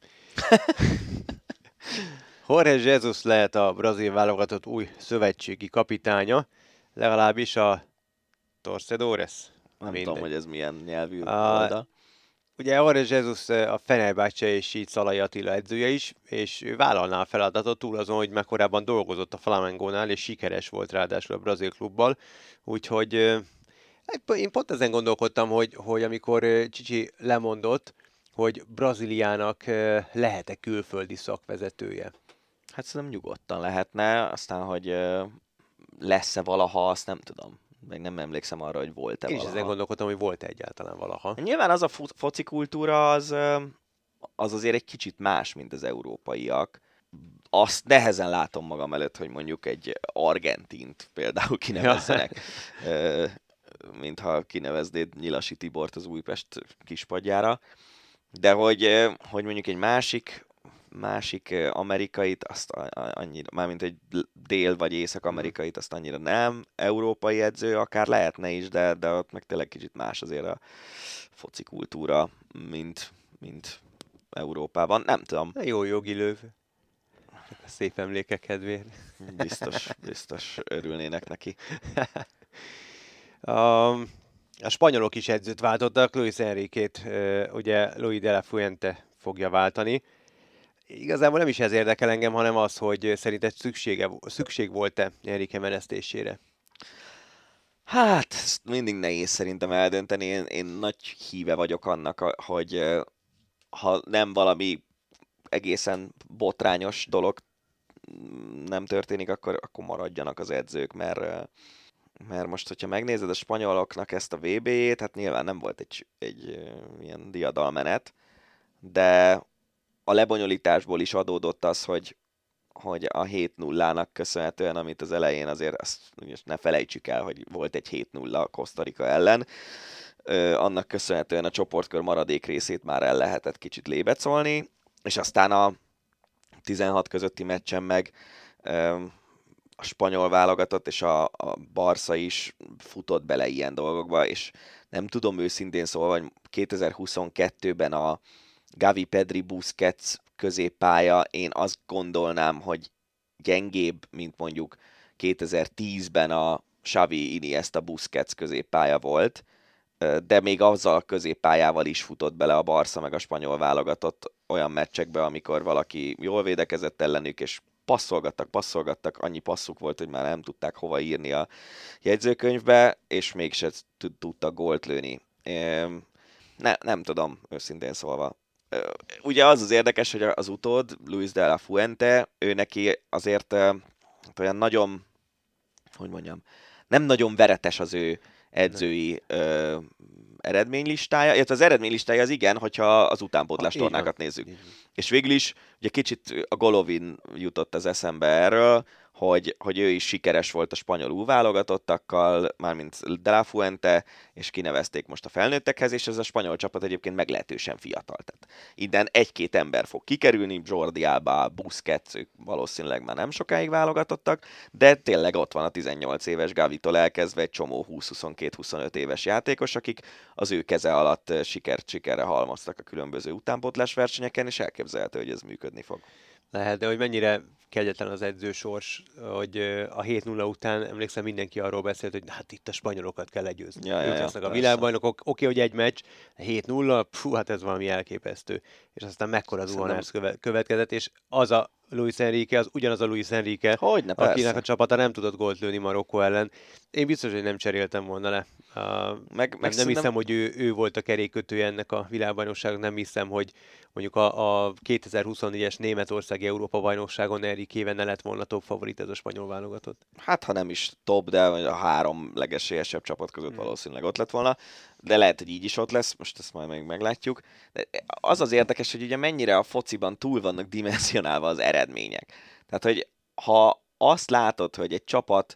Jorge Jesus lehet a brazil válogatott új szövetségi kapitánya, legalábbis a Torcedores. Nem Mindegy. tudom, hogy ez milyen nyelvű A- oldal. Ugye Jorge Jesus a Fenerbahce és így Szalai Attila edzője is, és ő vállalná a feladatot túl azon, hogy már korábban dolgozott a Flamengónál, és sikeres volt ráadásul a brazil klubbal. Úgyhogy eh, én pont ezen gondolkodtam, hogy, hogy amikor eh, Csicsi lemondott, hogy Brazíliának eh, lehet-e külföldi szakvezetője. Hát szerintem nyugodtan lehetne, aztán, hogy ö, lesz-e valaha, azt nem tudom. Meg nem emlékszem arra, hogy volt-e Én is valaha. ezen gondolkodtam, hogy volt egyáltalán valaha. Nyilván az a fo- foci kultúra az, ö, az azért egy kicsit más, mint az európaiak. Azt nehezen látom magam előtt, hogy mondjuk egy argentint például kinevezzenek, ö, mintha kineveznéd Nyilasi Tibort az Újpest kispadjára. De hogy, ö, hogy mondjuk egy másik másik ö, amerikait, azt a- a- annyira, mármint egy dél- vagy észak-amerikait, azt annyira nem. Európai edző akár lehetne is, de, de ott meg tényleg kicsit más azért a foci kultúra, mint, mint Európában. Nem tudom, Jó jogi löv. Csak a szép emlékek kedvéért. biztos, biztos örülnének neki. A, a spanyolok is edzőt váltottak, Luis Enriquét, ö, ugye Luis de la Fuente fogja váltani. Igazából nem is ez érdekel engem, hanem az, hogy szerinted szüksége, szükség volt-e Enrique menesztésére. Hát, ezt mindig nehéz szerintem eldönteni. Én, én nagy híve vagyok annak, a- hogy ö, ha nem valami egészen botrányos dolog mm, nem történik, akkor, akkor maradjanak az edzők, mert, ö, mert most, hogyha megnézed a spanyoloknak ezt a vé bé-jét, hát nyilván nem volt egy, egy ö, ilyen diadalmenet, de a lebonyolításból is adódott az, hogy, hogy a hét nullának köszönhetően, amit az elején azért azt ugye ne felejtsük el, hogy volt egy hét nulla Costa Rica ellen, ö, annak köszönhetően a csoportkör maradék részét már el lehetett kicsit lébecolni, és aztán a tizenhat közötti meccsen meg ö, a spanyol válogatott és a, a Barca is futott bele ilyen dolgokba, és nem tudom őszintén szólva, hogy kétezer-huszonkettőben a Gavi, Pedri, Busquets középpálya, én azt gondolnám, hogy gyengébb, mint mondjuk kétezer-tízben a Xavi, Iniesta, Busquets középpálya volt, de még azzal a középpályával is futott bele a Barca meg a spanyol válogatott olyan meccsekbe, amikor valaki jól védekezett ellenük, és passzolgattak, passzolgattak, annyi passzuk volt, hogy már nem tudták hova írni a jegyzőkönyvbe, és mégse tud- tudtak gólt lőni. Üm, Ne, nem tudom, őszintén szólva. Ö, Ugye az az érdekes, hogy az utód, Luis de la Fuente, ő neki azért ö, hát olyan nagyon, hogy mondjam, nem nagyon veretes az ő edzői ö, eredménylistája, illetve az eredménylistája az igen, hogyha az utánpótlás Így van. tornákat nézzük. Így van. És végül is, ugye kicsit a Golovin jutott az eszembe erről, hogy, hogy ő is sikeres volt a spanyol válogatottakkal, mármint De La Fuente, és kinevezték most a felnőttekhez, és ez a spanyol csapat egyébként meglehetősen fiatal. Tehát innen egy-két ember fog kikerülni, Jordi Alba, Busquets, ők valószínűleg már nem sokáig válogatottak, de tényleg ott van a tizennyolc éves Gavitól elkezdve egy csomó húsz-huszonkettő-huszonöt éves játékos, akik az ő keze alatt sikert sikerre halmoztak a különböző utánpótlás versenyeken, és elképzelhető, hogy ez működni fog. Lehet, de hogy mennyire kegyetlen az edzősors, hogy a hét nulla után, emlékszem, mindenki arról beszélt, hogy hát itt a spanyolokat kell legyőzni. Ja, ja, ők ja, lesznek a persze. világbajnokok, oké, hogy egy meccs, hét nulla, fú, hát ez valami elképesztő. És aztán mekkora zuhanás köve- következett, és az a Luis Enrique, az ugyanaz a Luis Enrique, Hogyne, akinek persze. a csapata nem tudott gólt lőni Marokkó ellen. Én biztos, hogy nem cseréltem volna le. Uh, Meg, nem, meg nem szerintem- hiszem, hogy ő, ő volt a kerékkötője ennek a világbajnokságnak, nem hiszem, hogy mondjuk a, a kétezer-huszonnégyes Németországi Európa-bajnokságon Enrique-vel ne lett volna top favorit ez a spanyol válogatott. Hát, ha nem is top, de a három legesélyesebb csapat között Hmm. valószínűleg ott lett volna. De lehet, hogy így is ott lesz, most ezt majd még meglátjuk. De az az érdekes, hogy ugye mennyire a fociban túl vannak dimenzionálva az eredmények. Tehát, hogy ha azt látod, hogy egy csapat,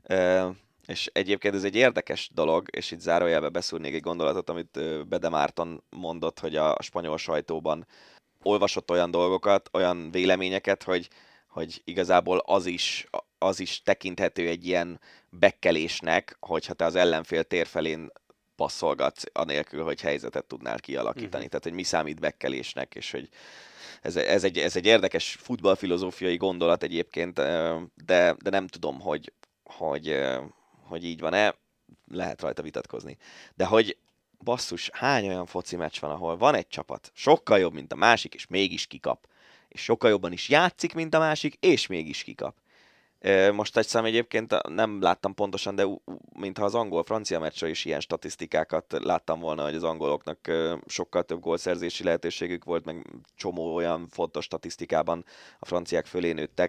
és egyébként ez egy érdekes dolog, és itt zárójelbe beszúrnék egy gondolatot, amit Bede Márton mondott, hogy a spanyol sajtóban olvasott olyan dolgokat, olyan véleményeket, hogy, hogy igazából az is, az is tekinthető egy ilyen bekkelésnek, hogyha te az ellenfél térfelén passzolgatsz, anélkül, hogy helyzetet tudnál kialakítani. Uh-huh. Tehát, hogy mi számít bekkelésnek, és hogy ez, ez, egy, ez egy érdekes futballfilozófiai gondolat egyébként, de, de nem tudom, hogy, hogy, hogy így van-e, lehet rajta vitatkozni. De hogy basszus, hány olyan foci meccs van, ahol van egy csapat, sokkal jobb, mint a másik, és mégis kikap. És sokkal jobban is játszik, mint a másik, és mégis kikap. Most egy szám egyébként nem láttam pontosan, de mintha az angol-francia meccsről is ilyen statisztikákat láttam volna, hogy az angoloknak sokkal több gólszerzési lehetőségük volt, meg csomó olyan fontos statisztikában a franciák fölé nőttek,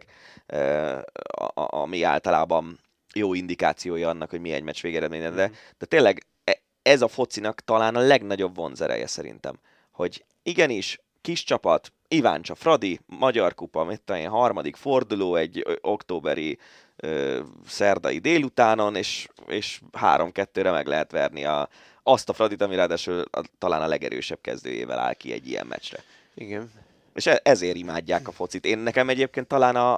ami általában jó indikációja annak, hogy mi egy meccs végeredménye. De, de tényleg ez a focinak talán a legnagyobb vonzereje szerintem, hogy igenis, kis csapat, Iváncsa, Fradi, Magyar Kupa, mit tudom én, harmadik forduló egy ö, októberi ö, szerdai délutánon, és, és három-kettőre meg lehet verni a, azt a Fradit, ami ráadásul a, talán a legerősebb kezdőjével áll ki egy ilyen meccsre. Igen. És e, ezért imádják a focit. Én nekem egyébként talán a,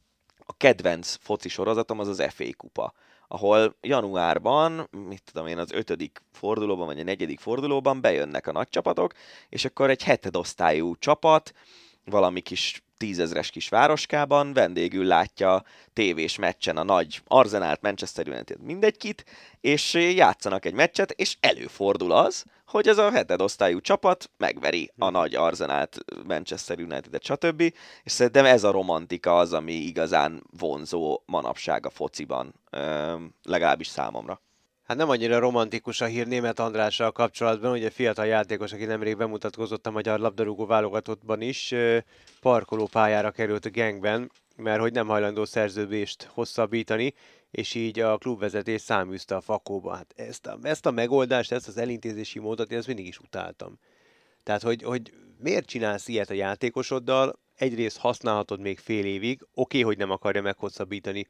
a kedvenc foci sorozatom az az ef á Kupa, ahol januárban, mit tudom én, az ötödik fordulóban, vagy a negyedik fordulóban bejönnek a nagy csapatok, és akkor egy hetedosztályú csapat valami kis tízezres kis városkában vendégül látja tévés meccsen a nagy Arsenált, Manchester United, mindegy kit, és játszanak egy meccset, és előfordul az, hogy ez a hetedosztályú csapat megveri a nagy Arsenált, Manchester United-et, stb. És szerintem ez a romantika az, ami igazán vonzó manapság a fociban, legalábbis számomra. Hát nem annyira romantikus a hír Németh Andrással kapcsolatban, ugye fiatal játékos, aki nemrég bemutatkozott a magyar labdarúgó válogatottban is, parkolópályára került a Genk-ben, mert hogy nem hajlandó szerződést hosszabbítani, és így a klubvezetés száműzte a fakóba. Hát ezt a, ezt a megoldást, ezt az elintézési módot, én ezt mindig is utáltam. Tehát, hogy, hogy miért csinálsz ilyet a játékosoddal, egyrészt használhatod még fél évig, oké, okay, hogy nem akarja meghosszabbítani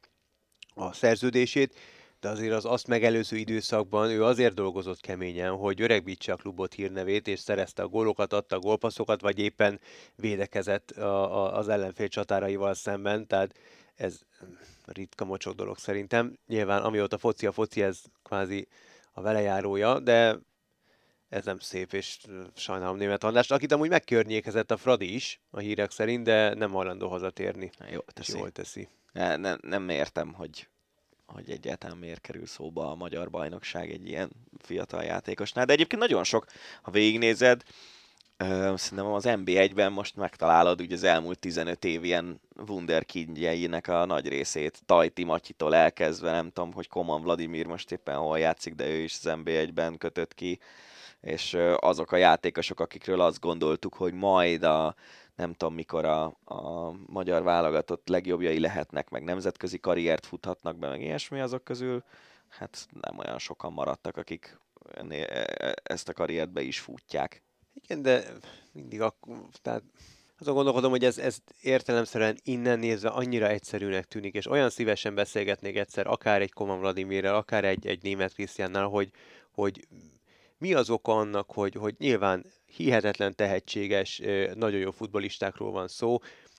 a szerződését, de azért az azt megelőző időszakban ő azért dolgozott keményen, hogy öregbítse a klubot hírnevét, és szerezte a gólokat, adta a gólpasszokat, vagy éppen védekezett a, a, az ellenfél csatáraival szemben, tehát ez ritka mocsok dolog szerintem. Nyilván amióta foci a foci, ez kvázi a velejárója, de ez nem szép, és sajnálom Németh Andrást, akit amúgy megkörnyékezett a Fradi is, a hírek szerint, de nem hajlandó hazatérni. Jól teszi. Jól teszi. Ne, ne, nem értem, hogy hogy egyáltalán miért kerül szóba a magyar bajnokság egy ilyen fiatal játékosnál. De egyébként nagyon sok, ha végignézed, szerintem az en bé egyben most megtalálod ugye az elmúlt tizenöt év ilyen wunderkindjeinek a nagy részét. Tajti Matyitól elkezdve, nem tudom, hogy Koman Vladimir most éppen hol játszik, de ő is az en bé egyben kötött ki. És azok a játékosok, akikről azt gondoltuk, hogy majd a nem tudom mikor a, a magyar válogatott legjobbjai lehetnek, meg nemzetközi karriert futhatnak be, meg ilyesmi, azok közül, hát nem olyan sokan maradtak, akik ezt a karriert be is futják. Igen, de mindig akkor, tehát Azon gondolkodom, hogy ez, ez értelemszerűen innen nézve annyira egyszerűnek tűnik, és olyan szívesen beszélgetnék egyszer, akár egy Koman Vladimirrel, akár egy, egy Németh Krisztiánnal, hogy, hogy mi az oka annak, hogy, hogy nyilván hihetetlen tehetséges, nagyon jó futballistákról van szó,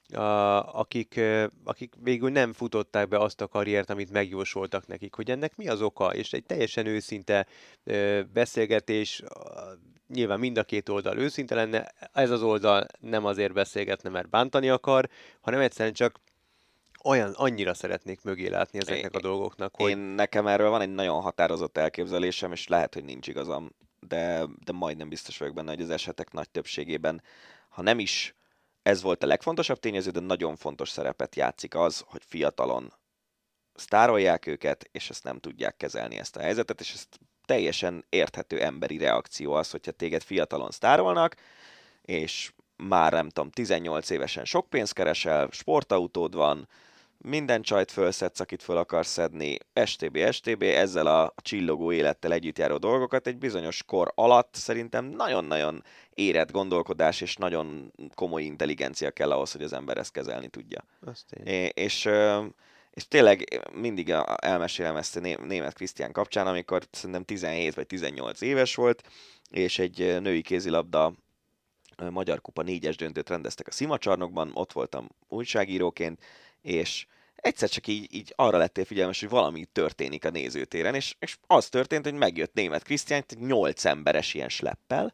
akik, akik végül nem futották be azt a karriert, amit megjósoltak nekik, hogy ennek mi az oka, és egy teljesen őszinte beszélgetés, nyilván mind a két oldal őszinte lenne, ez az oldal nem azért beszélgetne, mert bántani akar, hanem egyszerűen csak olyan, annyira szeretnék mögé látni ezeknek a dolgoknak, hogy... Én nekem erről van egy nagyon határozott elképzelésem, és lehet, hogy nincs igazam, de, de majdnem biztos vagyok benne, hogy az esetek nagy többségében, ha nem is ez volt a legfontosabb tényező, de nagyon fontos szerepet játszik az, hogy fiatalon sztárolják őket, és ezt nem tudják kezelni, ezt a helyzetet, és ezt teljesen érthető emberi reakció az, hogyha téged fiatalon sztárolnak, és már nem tudom, tizennyolc évesen sok pénzt keresel, sportautód van, minden csajt fölszedsz, akit föl akarsz szedni, stb. stb. Ezzel a csillogó élettel együtt járó dolgokat egy bizonyos kor alatt szerintem nagyon-nagyon érett gondolkodás és nagyon komoly intelligencia kell ahhoz, hogy az ember ezt kezelni tudja. É, és, és tényleg mindig elmesélem ezt a Németh Krisztián kapcsán, amikor szerintem tizenhét vagy tizennyolc éves volt, és egy női kézilabda Magyar Kupa négyes döntőt rendeztek a Szimacsarnokban, ott voltam újságíróként, és egyszer csak így, így arra lettél figyelmes, hogy valami történik a nézőtéren, és, és az történt, hogy megjött Németh Krisztián nyolc emberes ilyen sleppel,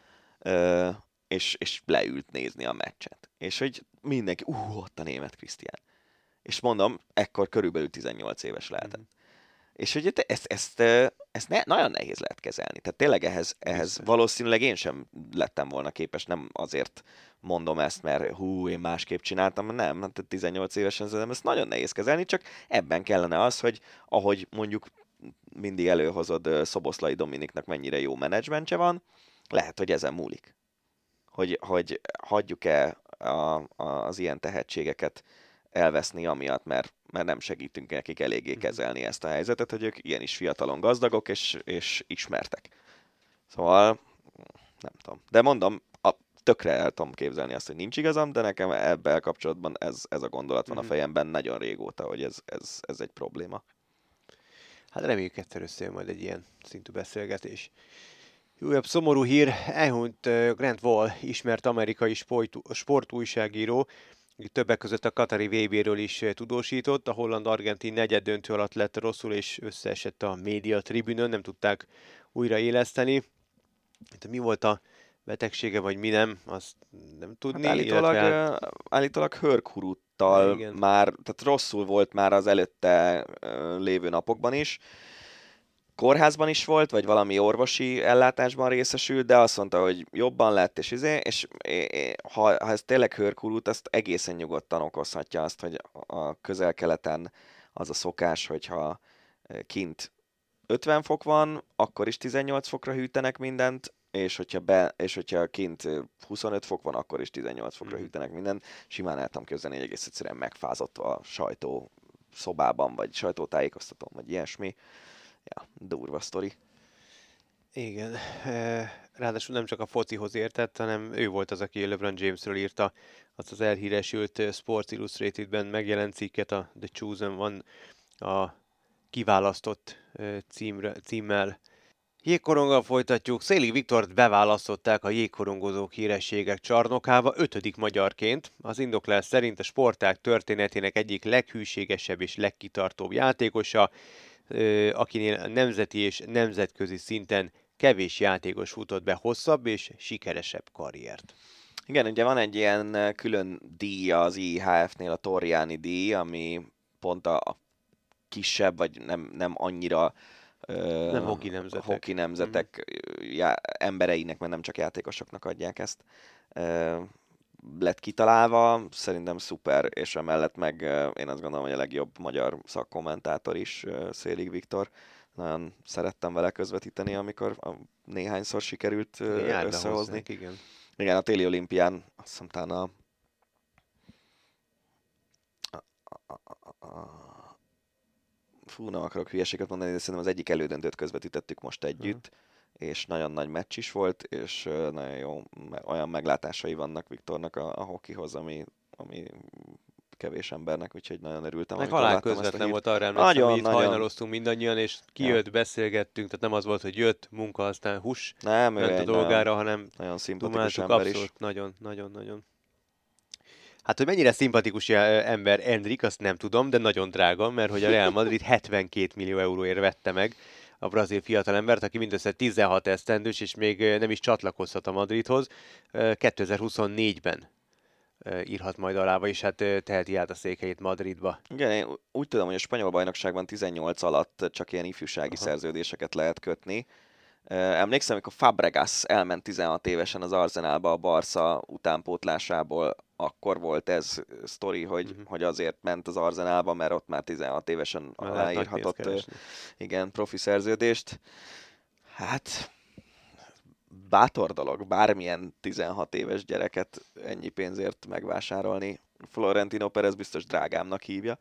ö, és, és leült nézni a meccset. És hogy mindenki, ú, ott a Németh Krisztián. És mondom, ekkor körülbelül tizennyolc éves lehetett. Mm. És hogy ezt, ezt, ezt ne, nagyon nehéz lehet kezelni. Tehát tényleg ehhez, ehhez valószínűleg én sem lettem volna képes, nem azért mondom ezt, mert hú, én másképp csináltam, nem, tehát tizennyolc évesen szerintem ezt nagyon nehéz kezelni, csak ebben kellene az, hogy ahogy mondjuk mindig előhozod Szoboszlai Dominiknak mennyire jó menedzsmentje van, lehet, hogy ezen múlik. Hogy, hogy hagyjuk-e a, a, az ilyen tehetségeket elveszni amiatt, mert, mert nem segítünk nekik eléggé kezelni ezt a helyzetet, hogy ők ilyen is fiatalon gazdagok és, és ismertek. Szóval nem tudom. De mondom, a, tökre el tudom képzelni azt, hogy nincs igazam, de nekem ebben kapcsolatban ez, ez a gondolat van a fejemben nagyon régóta, hogy ez, ez, ez egy probléma. Hát reméljük egyszer összejön majd egy ilyen szintű beszélgetés. Újabb szomorú hír, elhunyt Grant Wall, ismert amerikai sportújságíró, többek között a katari vé béről is tudósított, a holland-argentin negyed döntő alatt lett rosszul, és összeesett a média tribünön, nem tudták újraéleszteni. Mi volt a betegsége, vagy mi nem, azt nem tudni. Hát állítólag, illetve... állítólag hörkuruttal már, tehát rosszul volt már az előtte lévő napokban is. Kórházban is volt, vagy valami orvosi ellátásban részesült, de azt mondta, hogy jobban lett, és izé, és ha, ha ez tényleg hörkurút, azt egészen nyugodtan okozhatja azt, hogy a Közel-Keleten az a szokás, hogyha kint ötven fok van, akkor is tizennyolc fokra hűtenek mindent, és hogyha, be, és hogyha kint huszonöt fok van, akkor is tizennyolc fokra hűtenek mindent. Simán el tudom képzelni, hogy egész egyszerűen megfázott a sajtó szobában, vagy sajtótájékoztatón, vagy ilyesmi. Ja, durva sztori. Igen. Ráadásul nem csak a focihoz értett, hanem ő volt az, aki LeBron Jamesről írta azt az elhíresült Sports Illustratedben megjelent cikket, a The Chosen One, a kiválasztott címre, címmel. Jégkoronggal folytatjuk. Szélig Viktort beválasztották a jégkorongozók hírességek csarnokába ötödik magyarként. Az indoklás szerint a sportág történetének egyik leghűségesebb és legkitartóbb játékosa, akinél nemzeti és nemzetközi szinten kevés játékos futott be hosszabb és sikeresebb karriert. Igen, ugye van egy ilyen külön díj az i há ef-nél, a Torriani díj, ami pont a kisebb, vagy nem, nem annyira nem hoki nemzetek, hoki nemzetek mm. já, embereinek, mert nem csak játékosoknak adják ezt. Lett kitalálva, szerintem szuper, és emellett meg én azt gondolom, hogy a legjobb magyar szakkommentátor is, Szélig Viktor. Nagyon szerettem vele közvetíteni, amikor néhányszor sikerült igen, összehozni. Hozzánk, igen. igen, a téli olimpián, azt hiszem talán a, a, a, a, a fú, nem akarok hülyeséget mondani, de szerintem az egyik elődöntőt közvetítettük most együtt, és nagyon nagy meccs is volt, és nagyon jó olyan meglátásai vannak Viktornak a, a hokihoz, ami, ami kevés embernek, úgyhogy nagyon örültem, Meg amikor halál láttam ezt a közvetlen hírt. volt, arra emlékszem, Nagyon, hogy itt nagyon. hajnaloztunk mindannyian, és kijött, beszélgettünk, tehát nem az volt, hogy jött, munka, aztán hús Nem, ő ment a egy dolgára, nagyon, hanem nagyon szimpatikus dumáltuk, ember abszolút, is. nagyon, nagyon, nagyon. Hát, hogy mennyire szimpatikus ember Endrick, azt nem tudom, de nagyon drága, mert hogy a Real Madrid hetvenkét millió euróért vette meg a brazil fiatalembert, aki mindössze tizenhat esztendős, és még nem is csatlakozhat a Madridhoz. kétezer-huszonnégyben írhat majd alá, és hát teheti át a székhelyét Madridba. Igen, én úgy tudom, hogy a spanyol bajnokságban tizennyolc alatt csak ilyen ifjúsági Aha. szerződéseket lehet kötni. Emlékszem, amikor Fabregas elment tizenhat évesen az Arsenalba a Barca utánpótlásából, akkor volt ez sztori, hogy, uh-huh. hogy azért ment az Arsenalba, mert ott már tizenhat évesen aláírhatott igen, profi szerződést. Hát bátor dolog bármilyen tizenhat éves gyereket ennyi pénzért megvásárolni. Florentino Perez biztos drágámnak hívja.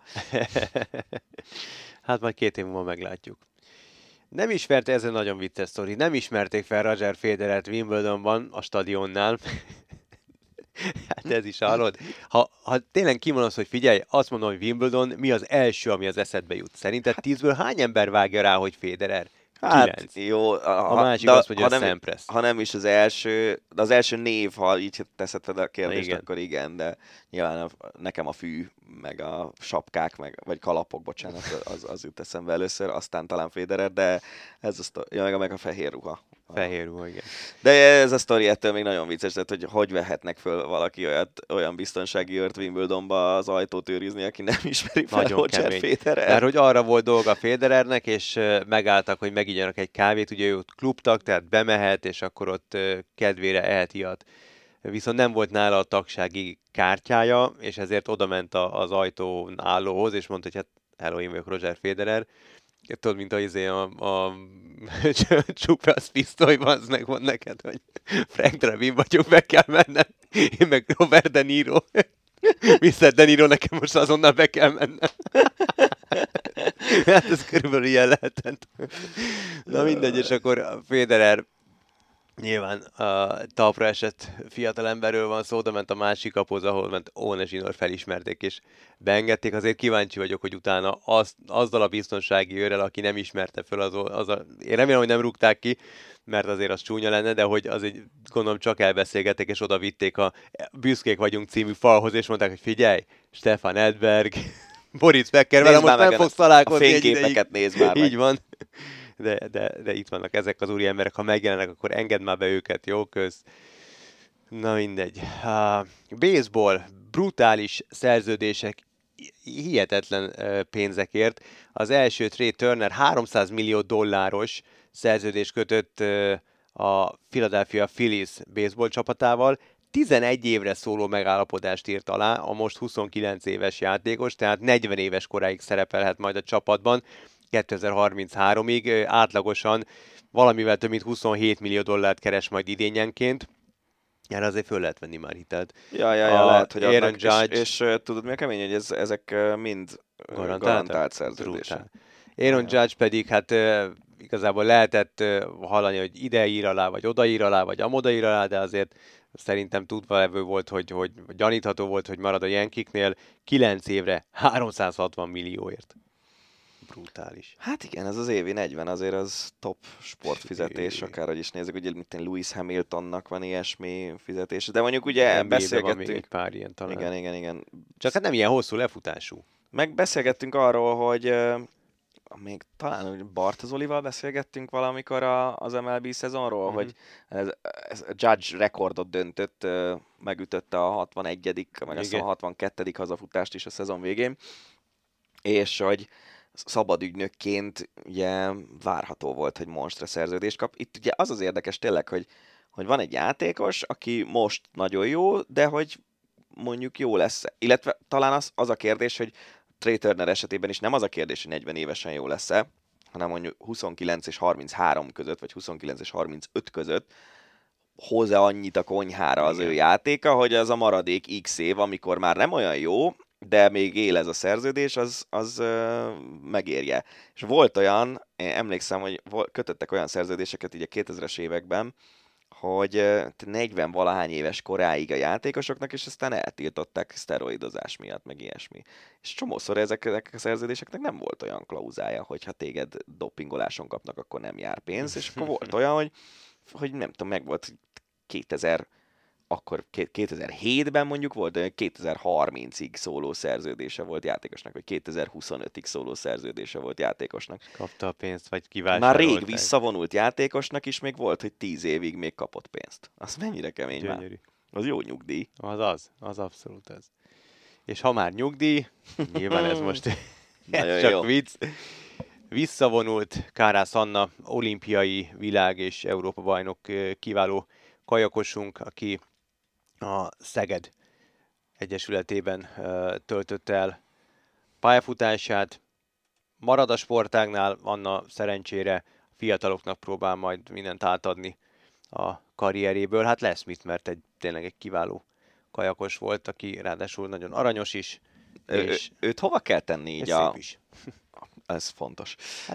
Hát majd két év múlva meglátjuk. Nem ismerte, ez egy nagyon vicces sztori, nem ismerték fel Roger Federert Wimbledonban, a stadionnál. Hát ez is hallod. Ha, ha tényleg kimondasz, hogy figyelj, azt mondom, hogy Wimbledon, mi az első, ami az eszedbe jut? Szerinted tízből hány ember vágja rá, hogy Federer? Hát Kilenc. jó, a, a másik az, hogy a Sampras. Ha nem is az első, de az első név, ha így teszed fel a kérdést, igen. akkor igen, de nyilván a, nekem a fű, meg a sapkák, meg, vagy kalapok, bocsánat, az, az jut eszembe először, aztán talán Federer, de ez a sztori, ja, meg, meg a fehér ruha. Fehér ruha, igen. De ez a sztori ettől még nagyon vicces, tehát hogy hogy vehetnek föl valaki olyat, olyan biztonsági őrt Wimbledonba az ajtót őrizni, aki nem ismeri fel nagyon Roger kemény. Federer. Mert hogy arra volt dolga Federernek, és megálltak, hogy megigyanak egy kávét, ugye ő ott klubtag, tehát bemehet, és akkor ott kedvére ehet ilyet. Viszont nem volt nála a tagsági kártyája, és ezért odament az ajtón állóhoz, és mondta, hogy hát hello, én vagyok Roger Federer. Tudod, mint az a, a csupasz pisztolyban, az megmond neked, hogy Frank Drebin vagyok, meg kell mennem. Én meg Robert De Niro. miszter De Niro, nekem most azonnal be kell mennem. Hát ez körülbelül ilyen lehetett. Na mindegy, és akkor Federer nyilván a talpra esett fiatalemberről van szó, de ment a másik kapuhoz, ahol ment Óne Zsinór, felismerték és beengedték. Azért kíváncsi vagyok, hogy utána az, azzal a biztonsági őrrel, aki nem ismerte föl, az, az a, én remélem, hogy nem rúgták ki, mert azért az csúnya lenne, de hogy az egy, gondolom csak elbeszélgették, és oda vitték a Büszkék vagyunk című falhoz, és mondták, hogy figyelj, Stefan Edberg, Boris Becker, vele most nem fogsz találkozni. A fényképeket nézd már meg. Így van. De, de, de itt vannak ezek az úri emberek, ha megjelennek, akkor engedd már be őket, jó köz. Na mindegy. Uh, baseball, brutális szerződések, hihetetlen uh, pénzekért. Az első Trey Turner háromszáz millió dolláros szerződést kötött uh, a Philadelphia Phillies baseball csapatával. tizenegy évre szóló megállapodást írt alá a most huszonkilenc éves játékos, tehát negyven éves koráig szerepelhet majd a csapatban. kétezer-harminchárom-ig átlagosan valamivel több mint huszonhét millió dollárt keres majd idényenként. Erre azért föl lehet venni már hitelt. Ja, ja, ja, a lehet, hogy Aaron adnak, Judge, és, és tudod mi a kemény, hogy ez, ezek mind garantált szerződések. Aaron Judge pedig hát igazából lehetett hallani, hogy ide ír alá, vagy oda ír alá, vagy amoda ír alá, de azért szerintem tudva levő volt, hogy, hogy gyanítható volt, hogy marad a Yankeeknél kilenc évre háromszázhatvan millióért. Brutális. Hát igen, ez az évi negyven, azért az top sportfizetés, akárhogy is nézzük, ugye mint Lewis Hamiltonnak van ilyesmi fizetés, de mondjuk ugye beszélgettünk... Van még egy pár ilyen talán. Igen, igen, igen. Csak hát nem ilyen hosszú lefutású. Meg beszélgettünk arról, hogy uh, még talán hogy Barta Zolival beszélgettünk valamikor a, az em el bé szezonról, mm-hmm. hogy ez, ez a Judge rekordot döntött, uh, megütötte a hatvanegyedik meg azt a hatvankettedik hazafutást is a szezon végén, és hogy szabadügynökként ugye várható volt, hogy monstre szerződést kap. Itt ugye az az érdekes tényleg, hogy, hogy van egy játékos, aki most nagyon jó, de hogy mondjuk jó lesz. Illetve talán az, az a kérdés, hogy Trey Turner esetében is nem az a kérdés, hogy negyven évesen jó lesz-e, hanem mondjuk huszonkilenc és harminchárom között, vagy huszonkilenc és harmincöt között hoz-e annyit a konyhára az Igen. ő játéka, hogy az a maradék X év, amikor már nem olyan jó, de még él ez a szerződés, az, az ö, megérje. És volt olyan, én emlékszem, hogy vol- kötöttek olyan szerződéseket így a kétezres években, hogy ö, negyven valahány éves koráig a játékosoknak, és aztán eltiltották szteroidozás miatt, meg ilyesmi. És csomószor ezek a szerződéseknek nem volt olyan klauzája, hogy ha téged dopingoláson kapnak, akkor nem jár pénz, és akkor volt olyan, hogy, hogy nem tudom, meg volt kétezer akkor kétezer-hétben mondjuk volt, de kétezer-harmincig szóló szerződése volt játékosnak, vagy kétezer-huszonötig szóló szerződése volt játékosnak. Kapta a pénzt, vagy Már kivásárolták. rég visszavonult játékosnak is még volt, hogy tíz évig még kapott pénzt. Az mennyire kemény már. Gyönyörű. Az jó nyugdíj. Az az, az abszolút az. És ha már nyugdíj, nyilván ez most Nagyon ez csak jó. vicc, visszavonult Kárász Anna, olimpiai, világ és Európa bajnok ö, kiváló kajakosunk, aki a Szeged Egyesületében ö, töltötte el pályafutását. Marad a sportágnál, Anna szerencsére fiataloknak próbál majd mindent átadni a karrieréből. Hát lesz mit, mert egy, tényleg egy kiváló kajakos volt, aki ráadásul nagyon aranyos is, Ő, és, ő, őt hova kell tenni így és a... szép is. Ez fontos.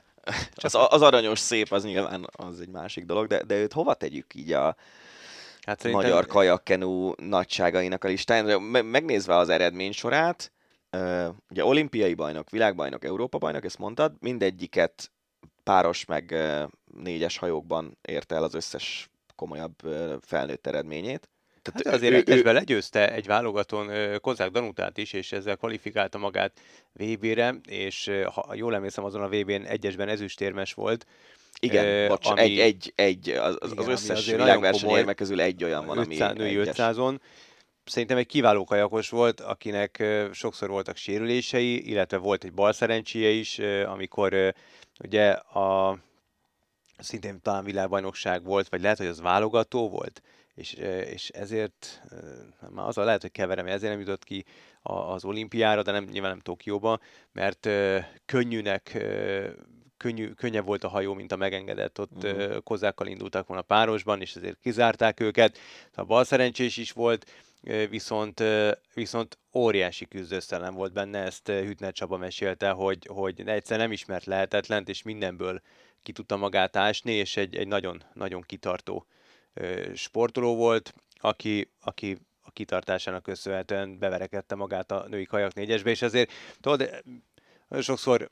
Az, az aranyos szép, az nyilván az egy másik dolog, de, de őt hova tegyük így a Hát magyar kajakkenu nagyságainak a listáján? Me- Megnézve az eredménysorát, ö, ugye olimpiai bajnok, világbajnok, Európa bajnok, ezt mondtad, mindegyiket páros meg ö, négyes hajókban érte el az összes komolyabb ö, felnőtt eredményét. Hát Tehát azért ő- ő- egyesben legyőzte egy válogatón ö, Kozák Danutát is, és ezzel kvalifikálta magát vé bé-re, és ö, ha jól emlékszem, azon a vé bén egyesben ezüstérmes volt. Igen, Ö, bocs, ami- egy, egy, egy, az, az Igen, ami összes azért nagyon világverseny komoly. érme közül egy olyan van, ami ötszáz, női egyes. ötszázon. Szerintem egy kiváló kajakos volt, akinek ö, sokszor voltak sérülései, illetve volt egy balszerencséje is, ö, amikor ö, ugye a szintén talán világbajnokság volt, vagy lehet, hogy az válogató volt, és, ö, és ezért ö, már az a lehet, hogy keverem, ezért nem jutott ki a- az olimpiára, de nem, nyilván nem Tokióba, mert ö, könnyűnek ö, könnyű, könnyebb volt a hajó, mint a megengedett. Ott Mhm. uh-huh. kozákkal indultak volna párosban, és ezért kizárták őket. A balszerencsés is volt, ö, viszont, ö, viszont óriási küzdőszellem volt benne, ezt ö, Hüttner Csaba mesélte, hogy, hogy egyszer nem ismert lehetetlent, és mindenből ki tudta magát ásni, és egy, egy nagyon, nagyon kitartó ö, sportoló volt, aki, aki a kitartásának köszönhetően beverekedte magát a női kajak négyesbe, és azért tudod, nagyon sokszor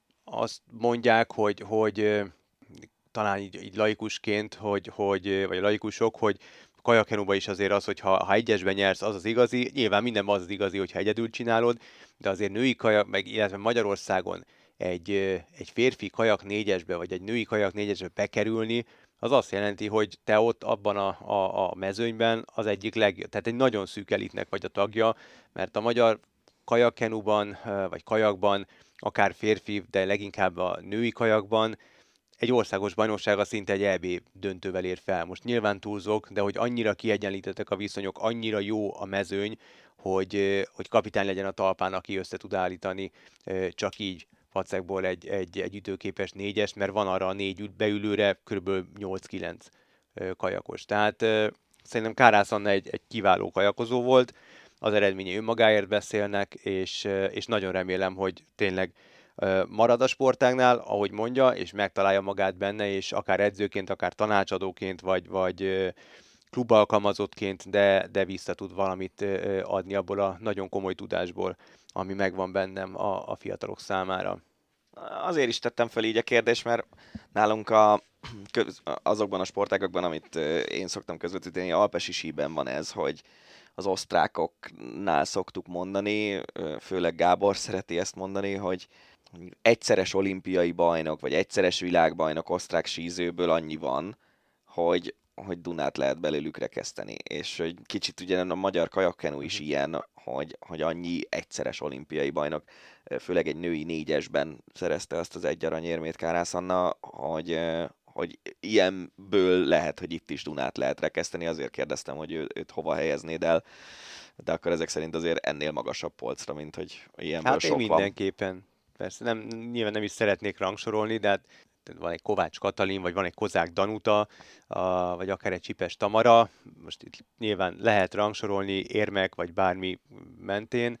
azt mondják, hogy, hogy ö, talán így, így laikusként, hogy, hogy, ö, vagy a laikusok, hogy kajakkenúban is azért az, hogy ha, ha egyesben nyersz, az az igazi. Nyilván minden az az igazi, hogyha egyedül csinálod, de azért női kajak, meg illetve Magyarországon egy, ö, egy férfi kajak négyesbe, vagy egy női kajak négyesbe bekerülni, az azt jelenti, hogy te ott abban a, a, a mezőnyben az egyik legjobb, tehát egy nagyon szűk elitnek vagy a tagja, mert a magyar kajakkenúban, ö, vagy kajakban akár férfi, de leginkább a női kajakban egy országos bajnoksága szinte egy é bé döntővel ér fel. Most nyilván túlzok, de hogy annyira kiegyenlítettek a viszonyok, annyira jó a mezőny, hogy, hogy kapitány legyen a talpán, aki össze tud állítani csak így facekból egy, egy, egy ütőképes négyes, mert van arra a négy beülőre kb. nyolc-kilenc kajakos. Tehát szerintem Kárász Anna egy, egy kiváló kajakozó volt, az eredményei önmagáért beszélnek, és, és nagyon remélem, hogy tényleg marad a sportágnál, ahogy mondja, és megtalálja magát benne, és akár edzőként, akár tanácsadóként, vagy, vagy klubalkalmazottként, de, de vissza tud valamit adni abból a nagyon komoly tudásból, ami megvan bennem a, a fiatalok számára. Azért is tettem fel így a kérdést, mert nálunk a, azokban a sportágokban, amit én szoktam közvetíteni, alpesi síben van ez, hogy az osztrákoknál szoktuk mondani, főleg Gábor szereti ezt mondani, hogy egyszeres olimpiai bajnok, vagy egyszeres világbajnok osztrák sízőből annyi van, hogy, hogy Dunát lehet belőlük rekeszteni. És hogy kicsit ugye a magyar kajakkenu is ilyen, hogy, hogy annyi egyszeres olimpiai bajnok, főleg egy női négyesben szerezte azt az egy aranyérmét Kárász Anna, hogy, hogy ilyenből lehet, hogy itt is Dunát lehet rekeszteni. Azért kérdeztem, hogy ő, őt hova helyeznéd el, de akkor ezek szerint azért ennél magasabb polcra, mint hogy ilyenből hát sok én van. mindenképpen. Persze nem, nyilván nem is szeretnék rangsorolni, de hát van egy Kovács Katalin, vagy van egy Kozák Danuta, a, vagy akár egy Csipes Tamara. Most itt nyilván lehet rangsorolni érmek, vagy bármi mentén.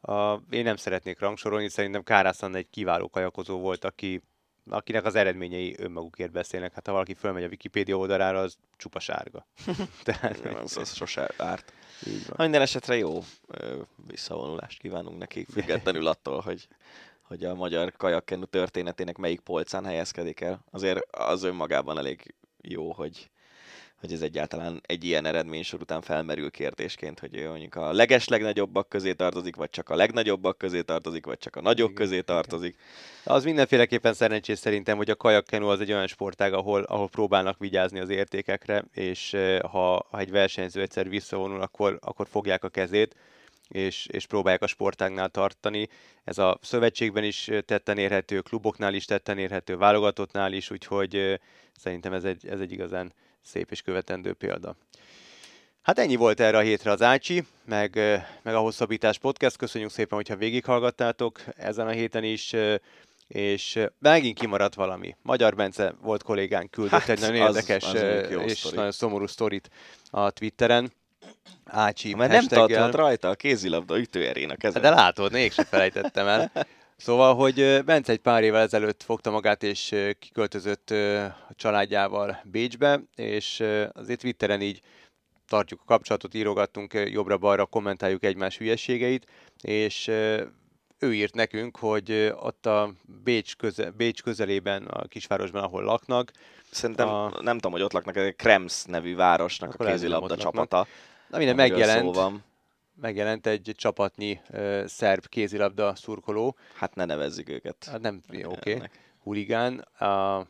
A, én nem szeretnék rangsorolni, szerintem Kárászan egy kiváló kajakozó volt, aki, akinek az eredményei önmagukért beszélnek. Hát ha valaki fölmegy a Wikipédia oldalára, az csupa sárga. Tehát, Igen, az, az sose árt. így van. Ha minden esetre jó ö, visszavonulást kívánunk neki, függetlenül attól, hogy, hogy a magyar kajakkenu történetének melyik polcán helyezkedik el. Azért az önmagában elég jó, hogy, hogy ez egyáltalán egy ilyen eredménysor után felmerül kérdésként, hogy ő mondjuk a legeslegnagyobbak közé tartozik, vagy csak a legnagyobbak közé tartozik, vagy csak a nagyok Igen, közé tartozik. Az mindenféleképpen szerencsés szerintem, hogy a kajakkenu az egy olyan sportág, ahol, ahol próbálnak vigyázni az értékekre, és eh, ha, ha egy versenyző egyszer visszavonul, akkor, akkor fogják a kezét, és, és próbálják a sportágnál tartani. Ez a szövetségben is tetten érhető, kluboknál is tetten érhető, válogatottnál is, úgyhogy eh, szerintem ez egy, ez egy igazán szép és követendő példa. Hát ennyi volt erre a hétre az Ácsi, meg, eh, meg a Hosszabbítás Podcast. Köszönjük szépen, hogyha végighallgattátok ezen a héten is, eh, és eh, megint kimaradt valami. Magyar Bence volt kollégánk, küldött Hát, egy nagyon az- érdekes az eh, mondjuk jó és sztori. nagyon szomorú sztorit a Twitteren. Ácsi Mert nem hashtaggel. tarthat rajta a kézilabda ütőerén a kezed. De látod, mégsem felejtettem el. Szóval, hogy ö, Bence egy pár évvel ezelőtt fogta magát, és ö, kiköltözött ö, a családjával Bécsbe, és ö, azért Twitteren így tartjuk a kapcsolatot, írogattunk ö, jobbra-balra, kommentáljuk egymás hülyeségeit, és ö, ő írt nekünk, hogy ö, ott a Bécs, köze, Bécs közelében, a kisvárosban, ahol laknak, Szerintem, a- nem tudom, hogy ott laknak, egy Krems nevű városnak Akkor a lehet, hogy nem kézilabda ott laknak. csapata. na minden amiről megjelent, szó van. megjelent egy csapatnyi ö, szerb kézilabda szurkoló, Hát ne nevezzük őket. hát nem, oké, okay. Ennek. huligán a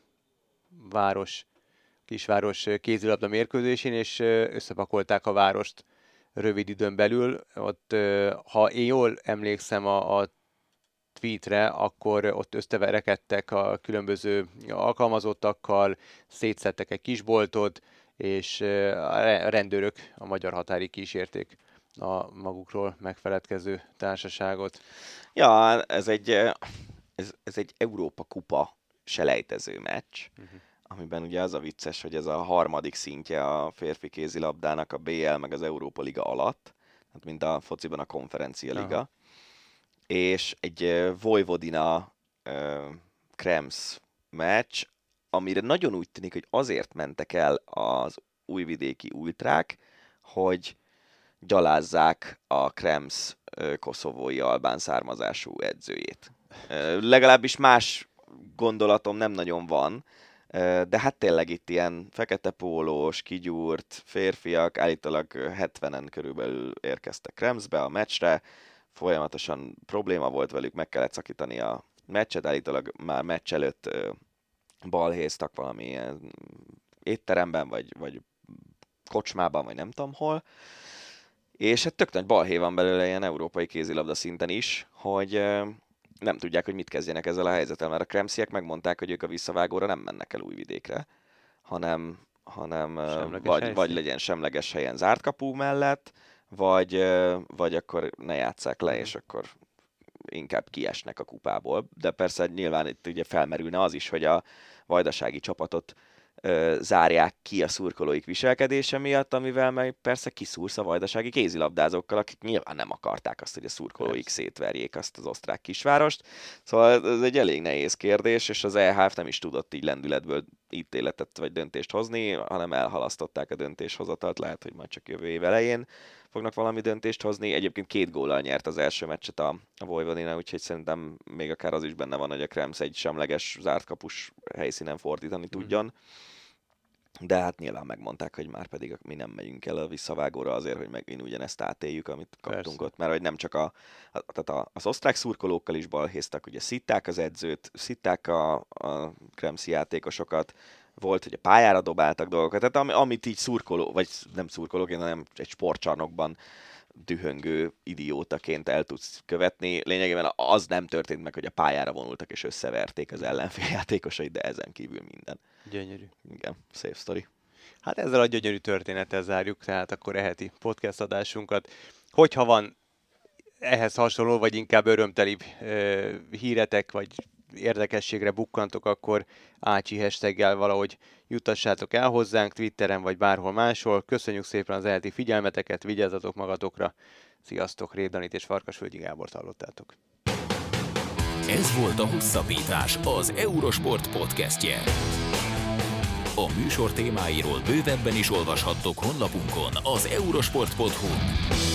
város, kisváros kézilabda mérkőzésén, és ö, összepakolták a várost rövid időn belül. Ott, ö, ha én jól emlékszem a, a tweetre, akkor ott összeverekedtek a különböző alkalmazottakkal, szétszedtek egy kisboltot, és ö, a re- a rendőrök a magyar határig kísérték a magukról megfeledkező társaságot. Ja, ez egy, eh, ez, ez egy Európa kupa selejtező meccs, Uh-huh. amiben ugye az a vicces, hogy ez a harmadik szintje a férfi kézilabdának a bé el meg az Európa Liga alatt, hát mint a fociban a Konferencia Liga. Aha. És egy uh, Vojvodina uh, Krems meccs, amire nagyon úgy tűnik, hogy azért mentek el az újvidéki ultrák, hogy gyalázzák a Krems uh, koszovói albán származású edzőjét. Uh, legalábbis más gondolatom nem nagyon van, uh, de hát tényleg itt ilyen fekete pólós, kigyúrt férfiak, állítólag hetvenen körülbelül érkeztek Kremsbe a meccsre, folyamatosan probléma volt velük, meg kellett szakítani a meccset, állítólag már meccs előtt ö, balhéztak valamilyen étteremben, vagy, vagy kocsmában, vagy nem tudom hol. És hát tök nagy balhé van belőle ilyen európai kézilabda szinten is, hogy ö, nem tudják, hogy mit kezdjenek ezzel a helyzettel, mert a kremsziek megmondták, hogy ők a visszavágóra nem mennek el Újvidékre, hanem, hanem ö, Semleges vagy, helyszín. vagy legyen semleges helyen zárt kapu mellett, vagy, ö, vagy akkor ne játsszák le, Mhm. és akkor inkább kiesnek a kupából. De persze nyilván itt ugye felmerülne az is, hogy a vajdasági csapatot ö, zárják ki a szurkolóik viselkedése miatt, amivel meg persze kiszúrsz a vajdasági kézilabdázókkal, akik nyilván nem akarták azt, hogy a szurkolóik Persze. szétverjék azt az osztrák kisvárost. Szóval ez egy elég nehéz kérdés, és az é há ef nem is tudott így lendületből ítéletet vagy döntést hozni, hanem elhalasztották a döntéshozatalt, lehet, hogy majd csak jövő év elején fognak valami döntést hozni. Egyébként két góllal nyert az első meccset a, a Vojvodina, úgyhogy szerintem még akár az is benne van, hogy a Krems egy semleges zárt kapus helyszínen fordítani tudjon. De hát nyilván megmondták, hogy már pedig mi nem megyünk el a visszavágóra azért, hogy megint ugyanezt átéljük, amit kaptunk Persze. ott. Mert hogy nem csak a, a, tehát a, az osztrák szurkolókkal is balhéztak, ugye szitták az edzőt, szitták a, a kremszi játékosokat, volt, hogy a pályára dobáltak dolgokat, tehát ami, amit így szurkoló, vagy nem szurkolóként, hanem egy sportcsarnokban dühöngő idiótaként el tudsz követni. Lényegében az nem történt meg, hogy a pályára vonultak és összeverték az ellenfél játékosait, de ezen kívül minden. Gyönyörű. Igen, szép sztori. Hát ezzel a gyönyörű történettel zárjuk, tehát akkor e heti podcast adásunkat. Hogyha van ehhez hasonló, vagy inkább örömteli ö, híretek, vagy érdekességre bukkantok, akkor Ácsi hashtaggel valahogy juttassátok el hozzánk Twitteren vagy bárhol máshol. Köszönjük szépen az elti figyelmeteket, vigyázzatok magatokra. Sziasztok, Rév Danit és Farkasvölgyi Gábort hallottátok. Ez volt a Hosszabbítás, az Eurosport podcastje. A műsor témáiról bővebben is olvashattok honlapunkon, az eurosport pont hu.